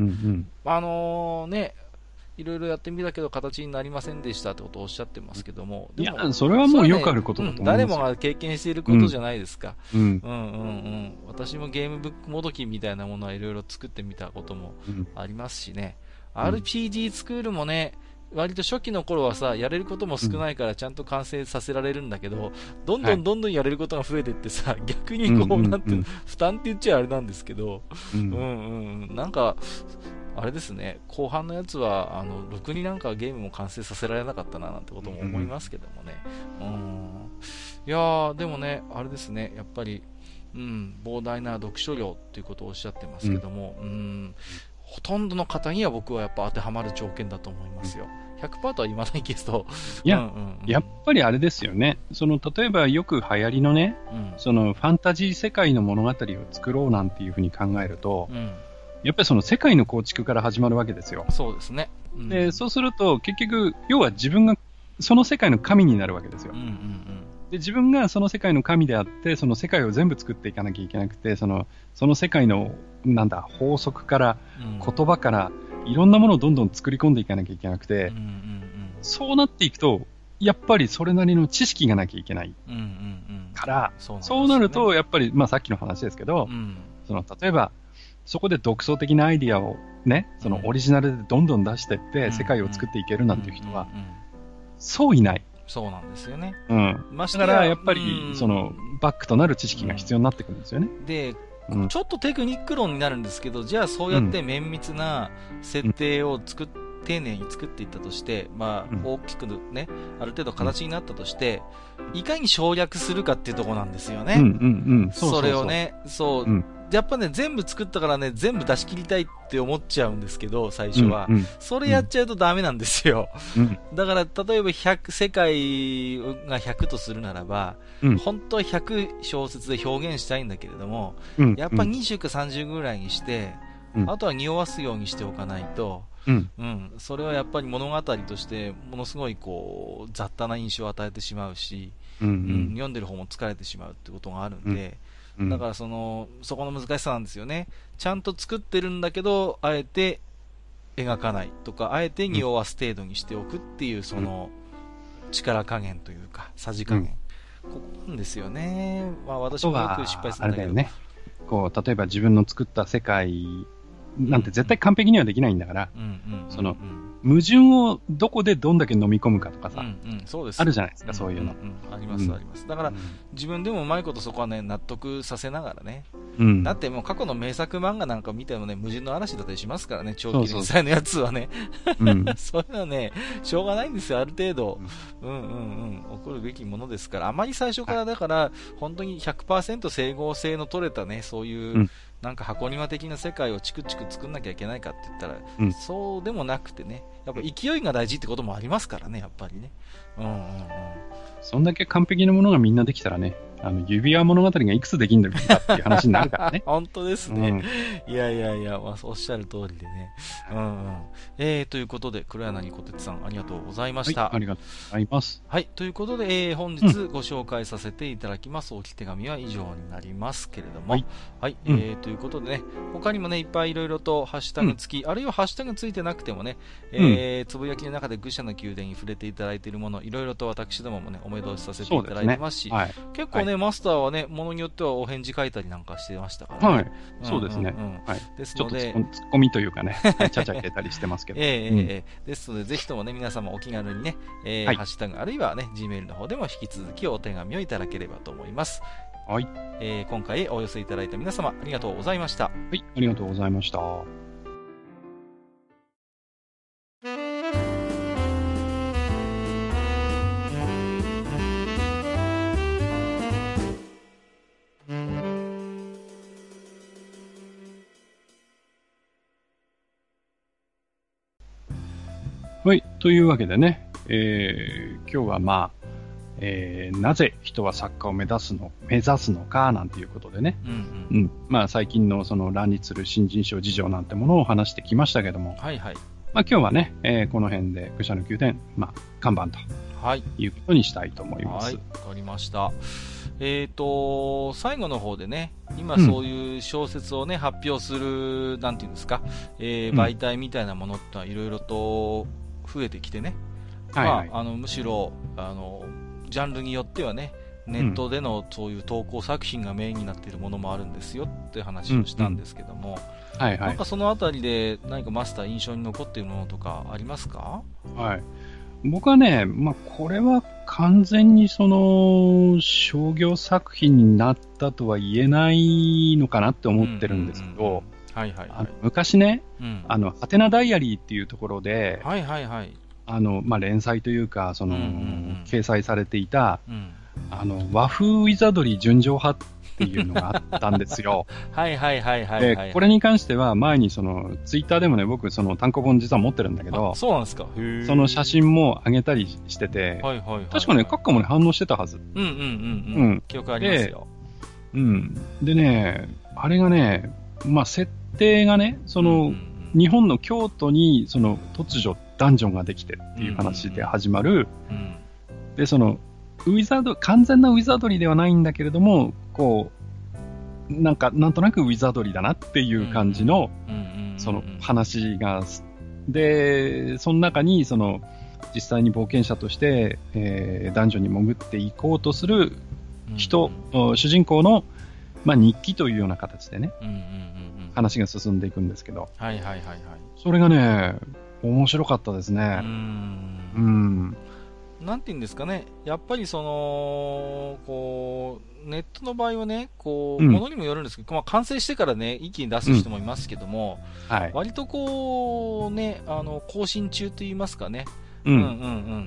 うんうん、あのー、ねいろいろやってみたけど形になりませんでしたってことをおっしゃってますけども、 でもいやそれはもうよくあることだと思います、 ね、うん、誰もが経験していることじゃないですか、うん、うんうんうん私もゲームブックもどきみたいなものはいろいろ作ってみたこともありますしね、うん、アールピージー スクールもね割と初期の頃はさやれることも少ないからちゃんと完成させられるんだけど、どんどんどんどんやれることが増えてってさ、はい、逆にこう、うんうんうん、なんていうの負担って言っちゃあれなんですけど、うん、うんうんなんかあれですね、後半のやつはあのろくになんかゲームも完成させられなかったななんてことも思いますけどもね、うん、いやーでもねあれですねやっぱり、うん、膨大な読書量っていうことをおっしゃってますけども、うん、うんほとんどの方には僕はやっぱ当てはまる条件だと思いますよ。ひゃくパーセント とは言わないけど、 いや、うんうんうん、やっぱりあれですよね。その例えばよく流行りのね、うん、そのファンタジー世界の物語を作ろうなんていうふうに考えると。うんやっぱりその世界の構築から始まるわけですよ。 そうですね。 うん、で、そうすると結局、要は自分がその世界の神になるわけですよ。うんうんうん、で、自分がその世界の神であって、その世界を全部作っていかなきゃいけなくて、その、その世界の、なんだ、法則から、言葉から、いろんなものをどんどん作り込んでいかなきゃいけなくて、うんうんうん、そうなっていくと、やっぱりそれなりの知識がなきゃいけない。うんうんうん、から、そうなんですね、そうなると、やっぱり、まあさっきの話ですけど、うん、その、例えば、そこで独創的なアイディアをね、そのオリジナルでどんどん出していって、世界を作っていけるなんていう人は、そういない。 そうなんですよね。 うん。まだからやっぱり、その、バックとなる知識が必要になってくるんですよね。 うん、で、うん、ちょっとテクニック論になるんですけど、じゃあそうやって綿密な設定を作っ、うん、丁寧に作っていったとして、まあ、うん、大きくね、ある程度形になったとして、うん、いかに省略するかっていうところなんですよね。うんうんうん、それをね、そう、うん、やっぱね、全部作ったからね、全部出し切りたいって思っちゃうんですけど、最初は。うんうん、それやっちゃうとダメなんですよ。うん、だから、例えばひゃく、世界がひゃくとするならば、うん、本当はひゃく小節で表現したいんだけれども、うん、やっぱにじゅうかさんじゅうぐらいにして、うん、あとは匂わすようにしておかないと、うんうん、それはやっぱり物語としてものすごいこう雑多な印象を与えてしまうし、うんうんうん、読んでる方も疲れてしまうってことがあるんで、うん、だからそのそこの難しさなんですよね。ちゃんと作ってるんだけどあえて描かないとか、あえて匂わす程度にしておくっていうその力加減というかさじ加減、うん、ここなんですよね。まあ私もよく失敗するんだけど、あれだよね、 こう例えば自分の作った世界なんて絶対完璧にはできないんだから、その矛盾をどこでどんだけ飲み込むかとかさ、うんうん、そうです、あるじゃないですか、うん、そういうの、うんうん、あります、うん、あります。だから、うん、自分でもうまいことそこはね納得させながらね、うん、だってもう過去の名作漫画なんか見てもね矛盾の嵐だったりしますからね、長期連載のやつはね、そういうのはねしょうがないんですよ、ある程度、うん、うんうんうん起こるべきものですから、あまり最初からだから、はい、本当に ひゃくパーセント 整合性の取れたねそういう、うん、なんか箱庭的な世界をチクチク作んなきゃいけないかって言ったら、うん、そうでもなくてね、やっぱ勢いが大事ってこともありますからね、やっぱりね。うんうんうん。 そんだけ完璧なものがみんなできたらね、あの指輪物語がいくつできんだかっていう話になるからね。 本当ですね。うん、いやいやいや、まあ、おっしゃる通りでね。うんうん。えー、ということで、黒柳小鉄さん、ありがとうございました。 はい、ありがとうございます。 はい、ということで、えー、本日ご紹介させていただきます、うん、置き手紙は以上になりますけれども。はい。はい、えー、うん、ということでね、他にもね、いっぱいいろいろとハッシュタグ付き、うん、あるいはハッシュタグついてなくてもね、えー、つぶやきの中で愚者の宮殿に触れていただいているもの、いろいろと私どももね、お目通しさせていただいてますし、すね、はい、結構ね、はい、マスターはね、ものによってはお返事書いたりなんかしてましたからね。はい。 うん、そうですね。うんうん、はい。ですので、ちょっとツッコミというかね、ちゃちゃ入れたりしてますけど。えー、えー、えー、ですので、ぜひともね、皆様お気軽にね、えーはい、ハッシュタグ、あるいはね、Gmail の方でも引き続きお手紙をいただければと思います。はい。えー、今回お寄せいただいた皆様、ありがとうございました。はい、ありがとうございました。はい。というわけでね、えー、今日はまあ、えー、なぜ人は作家を目指すの、目指すのか、なんていうことでね、うんうんうん、まあ最近のその乱立する新人賞事情なんてものを話してきましたけども、はいはい。まあ今日はね、えー、この辺で愚者の宮殿、まあ看板と、はい。いうことにしたいと思います。 はい、わかりました。えっ、ー、と、最後の方でね、今そういう小説をね、うん、発表する、なんていうんですか、えー、媒体みたいなものってのはいろいろと増えてきてね、はいはい、まあ、あの、むしろ、あの、ジャンルによってはね、ネットでのそういう投稿作品がメインになっているものもあるんですよって話をしたんですけども、うんうん、はいはい、なんかそのあたりで何かマスター印象に残っているものとかありますか？ はい。僕はね、まあ、これは完全にその商業作品になったとは言えないのかなって思ってるんですけど、昔ね、うん、あの、ハテナダイアリーっていうところで、はいはいはい、あの、まあ、連載というか、その、うんうんうん、掲載されていた、うん、あの、和風ウィザドリー純情派っていうのがあったんですよ。 はいはいはいはい、はい、 で、これに関しては前にその、ツイッターでもね、僕その単行本実は持ってるんだけど、 そうなんですか。へー。 その写真も上げたりしてて、はいはいはいはい、確かね、閣下もね、反応してたはず。うんうんうんうん。 うん、記憶ありますよ。 うん。でね、あれがね、まあ、設定がね、その、うんうんうん、日本の京都に、その、突如、ダンジョンができてっていう話で始まる。うんうんうん、で、その、ウィザード、完全なウィザードリーではないんだけれども、こう、なんか、なんとなくウィザードリーだなっていう感じの、その話が、で、その中に、その、実際に冒険者として、えー、ダンジョンに潜っていこうとする人、うんうん、主人公の、まあ、日記というような形でね、うんうんうんうん、話が進んでいくんですけど、はいはいはいはい。それがね、面白かったですね。うん。うん。 なんていうんですかね、やっぱりその、こう、ネットの場合はね、こう、も、う、の、ん、にもよるんですけど、まあ、完成してからね、一気に出す人もいますけども、うん、はい、割とこう、ね、あの、更新中と言いますかね、うんうんうん、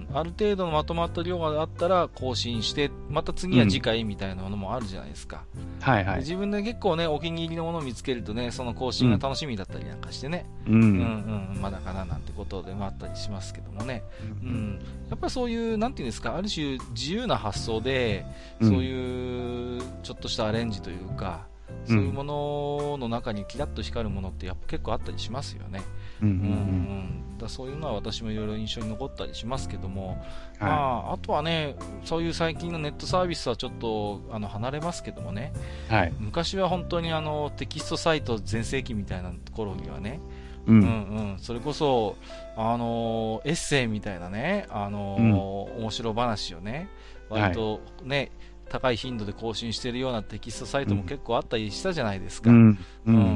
ある程度のまとまった量があったら更新して、また次は次回みたいなものもあるじゃないですか。うん、はいはい。自分で結構ね、お気に入りのものを見つけるとね、その更新が楽しみだったりなんかしてね、うん、うんうん、まだかななんてことでもあったりしますけどもね、うん、うん、やっぱりそういう、なんていうんですか、ある種自由な発想で、そういうちょっとしたアレンジというか、そういうものの中にキラッと光るものってやっぱ結構あったりしますよね。うんうんうん、だそういうのは私もいろいろ印象に残ったりしますけども、はい、まあ、あとはね、そういう最近のネットサービスはちょっとあの離れますけどもね、はい、昔は本当にあのテキストサイト全盛期みたいな頃にはね、うんうんうん、それこそ、あのエッセイみたいなね、あのーうん、面白話をね、割とね、はい、高い頻度で更新しているようなテキストサイトも結構あったりしたじゃないですか。うんうんうんうん、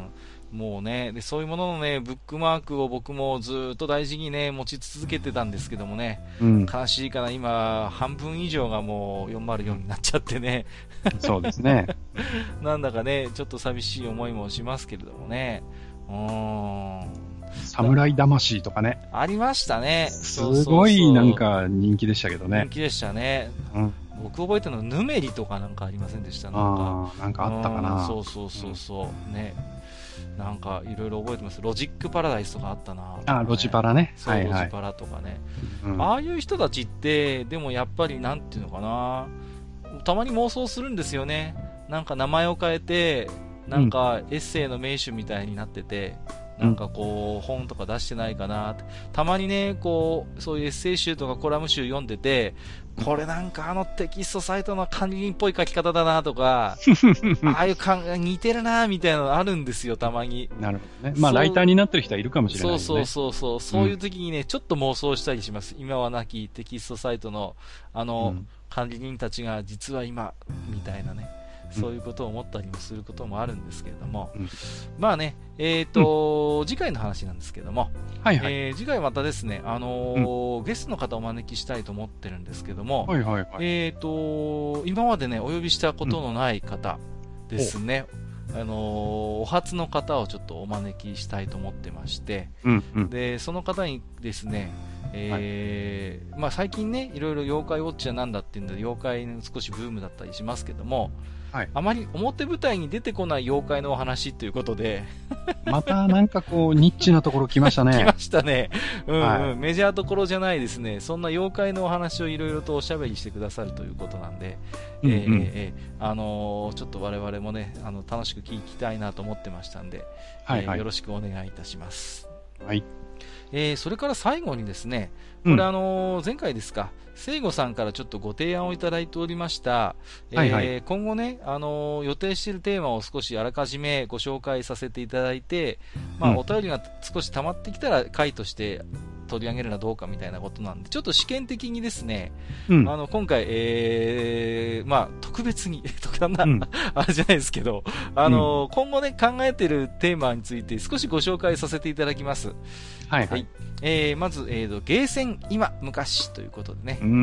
もうねで、そういうもののねブックマークを僕もずっと大事にね持ち続けてたんですけどもね、うん、悲しいかな、今半分以上がもうよんまるよんになっちゃってねそうですねなんだかねちょっと寂しい思いもしますけれどもね。うーん、 侍魂とかね。 ありましたね。 すごいなんか人気でしたけどね。 人気でしたね。うん、僕覚えてるのはヌメリとかなんかありませんでした？なんか、 あなんかあったかな。 そうそうそうそう、うん、ね。なんかいろいろ覚えてます。ロジックパラダイスとかあったな、ね。 あ、ロジパラね。 そう、はいはい、ロジパラとかね、うん。ああいう人たちってでもやっぱりなんていうのかな。たまに妄想するんですよね。なんか名前を変えて。なんかエッセイの名手みたいになってて、うん、なんかこう本とか出してないかなって、たまにねこうそういうエッセイ集とかコラム集読んでて、これなんかあのテキストサイトの管理人っぽい書き方だなとかああいう感が似てるなみたいなのあるんですよ、たまに。 なるほどね。まあライターになってる人はいるかもしれないですね。 そうそうそうそう、そういう時にね、うん、ちょっと妄想したりします。今はなきテキストサイトのあの、うん、管理人たちが実は今みたいなね、そういうことを思ったりもすることもあるんですけれども、うん、まあね、えっ、ー、と、うん、次回の話なんですけども、はいはい、えー、次回またですね、あのーうん、ゲストの方をお招きしたいと思ってるんですけども、はいはいはい、えっ、ー、と、今までね、お呼びしたことのない方ですね、うん、あのー、お初の方をちょっとお招きしたいと思ってまして、うんうん、で、その方にですね、えーはい、まあ、最近ねいろいろ妖怪ウォッチはなんだっていうんで妖怪の少しブームだったりしますけども、はい、あまり表舞台に出てこない妖怪のお話ということでまたなんかこうニッチなところ来ましたね。 来ましたね、うんうん、はい、メジャーどころじゃないですね。そんな妖怪のお話をいろいろとおしゃべりしてくださるということなんで、うんうん、えーえー、あのー、ちょっと我々もねあの楽しく聞きたいなと思ってましたんで、はいはい、えー、よろしくお願いいたします。はい。えー、それから最後にですね、これ、うん、あのー、前回ですか、聖子さんからちょっとご提案をいただいておりました、えーはいはい、今後ね、あのー、予定しているテーマを少しあらかじめご紹介させていただいて、まあ、うん、お便りが少し溜まってきたら回として取り上げるのはどうかみたいなことなんで、ちょっと試験的にですね、うん、あの今回、えーまあ、特別に特段な、うん、あれじゃないですけど、あのーうん、今後ね考えているテーマについて少しご紹介させていただきます。はいはい、はい、えー、まず、えーと、ゲーセン今昔ということでね、うん、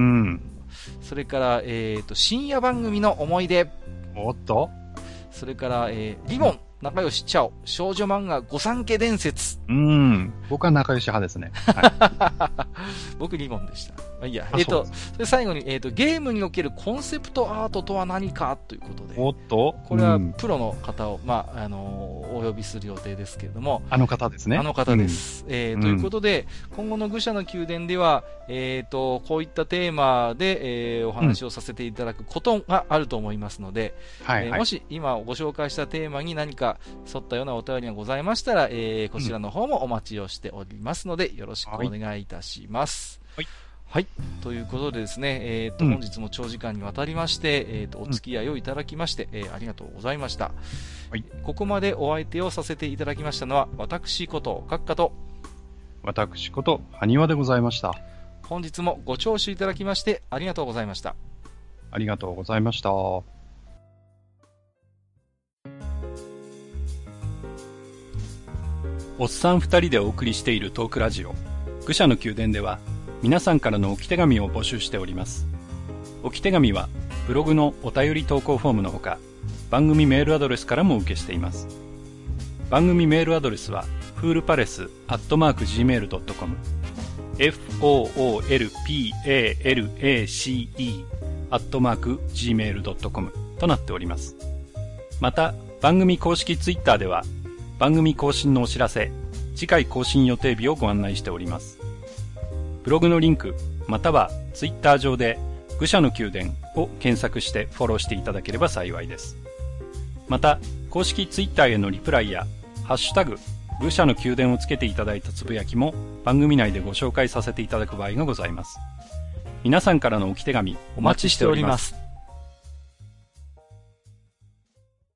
それから、えーと、深夜番組の思い出、 おっと、 それから、えー、リボン仲良しチャオ少女漫画御三家伝説。 うん、僕は仲良し派ですね。はい、僕リボンでした。まあ、いいや、えっ、ー、と、それ最後に、えっ、ー、と、ゲームにおけるコンセプトアートとは何かということで。 おっと、 これはプロの方を、まあ、あのー、お呼びする予定ですけれども。 あの方ですね。 あの方です。うん、えー、ということで、今後の愚者の宮殿では、えっ、ー、と、こういったテーマで、えー、お話をさせていただくことがあると思いますので、うん、はいはい、えー、もし今ご紹介したテーマに何か沿ったようなお便りがございましたら、えー、こちらの方もお待ちをしておりますので、よろしくお願いいたします。はい。はい。ということでですね、えっ、ー、と、うん、本日も長時間にわたりまして、えっ、ー、と、お付き合いをいただきまして、うん、えー、ありがとうございました。はい。ここまでお相手をさせていただきましたのは、私こと閣下と、 私こと埴輪でございました。 本日もご聴取いただきましてありがとうございました。 ありがとうございました。おっさん二人でお送りしているトークラジオ愚者の宮殿では、 皆さんからの置き手紙を募集しております。置き手紙はブログのお便り投稿フォームのほか、番組メールアドレスからも受けしています。番組メールアドレスはフールパレスアットマーク ジーメールドットコム フォーオーエルピーエーエルエーシーイー アットマーク ジーメールドットコム となっております。また番組公式ツイッターでは番組更新のお知らせ、次回更新予定日をご案内しております。ブログのリンクまたはツイッター上で愚者の宮殿を検索してフォローしていただければ幸いです。また公式ツイッターへのリプライやハッシュタグ愚者の宮殿をつけていただいたつぶやきも番組内でご紹介させていただく場合がございます。皆さんからの置き手紙お待ちしております。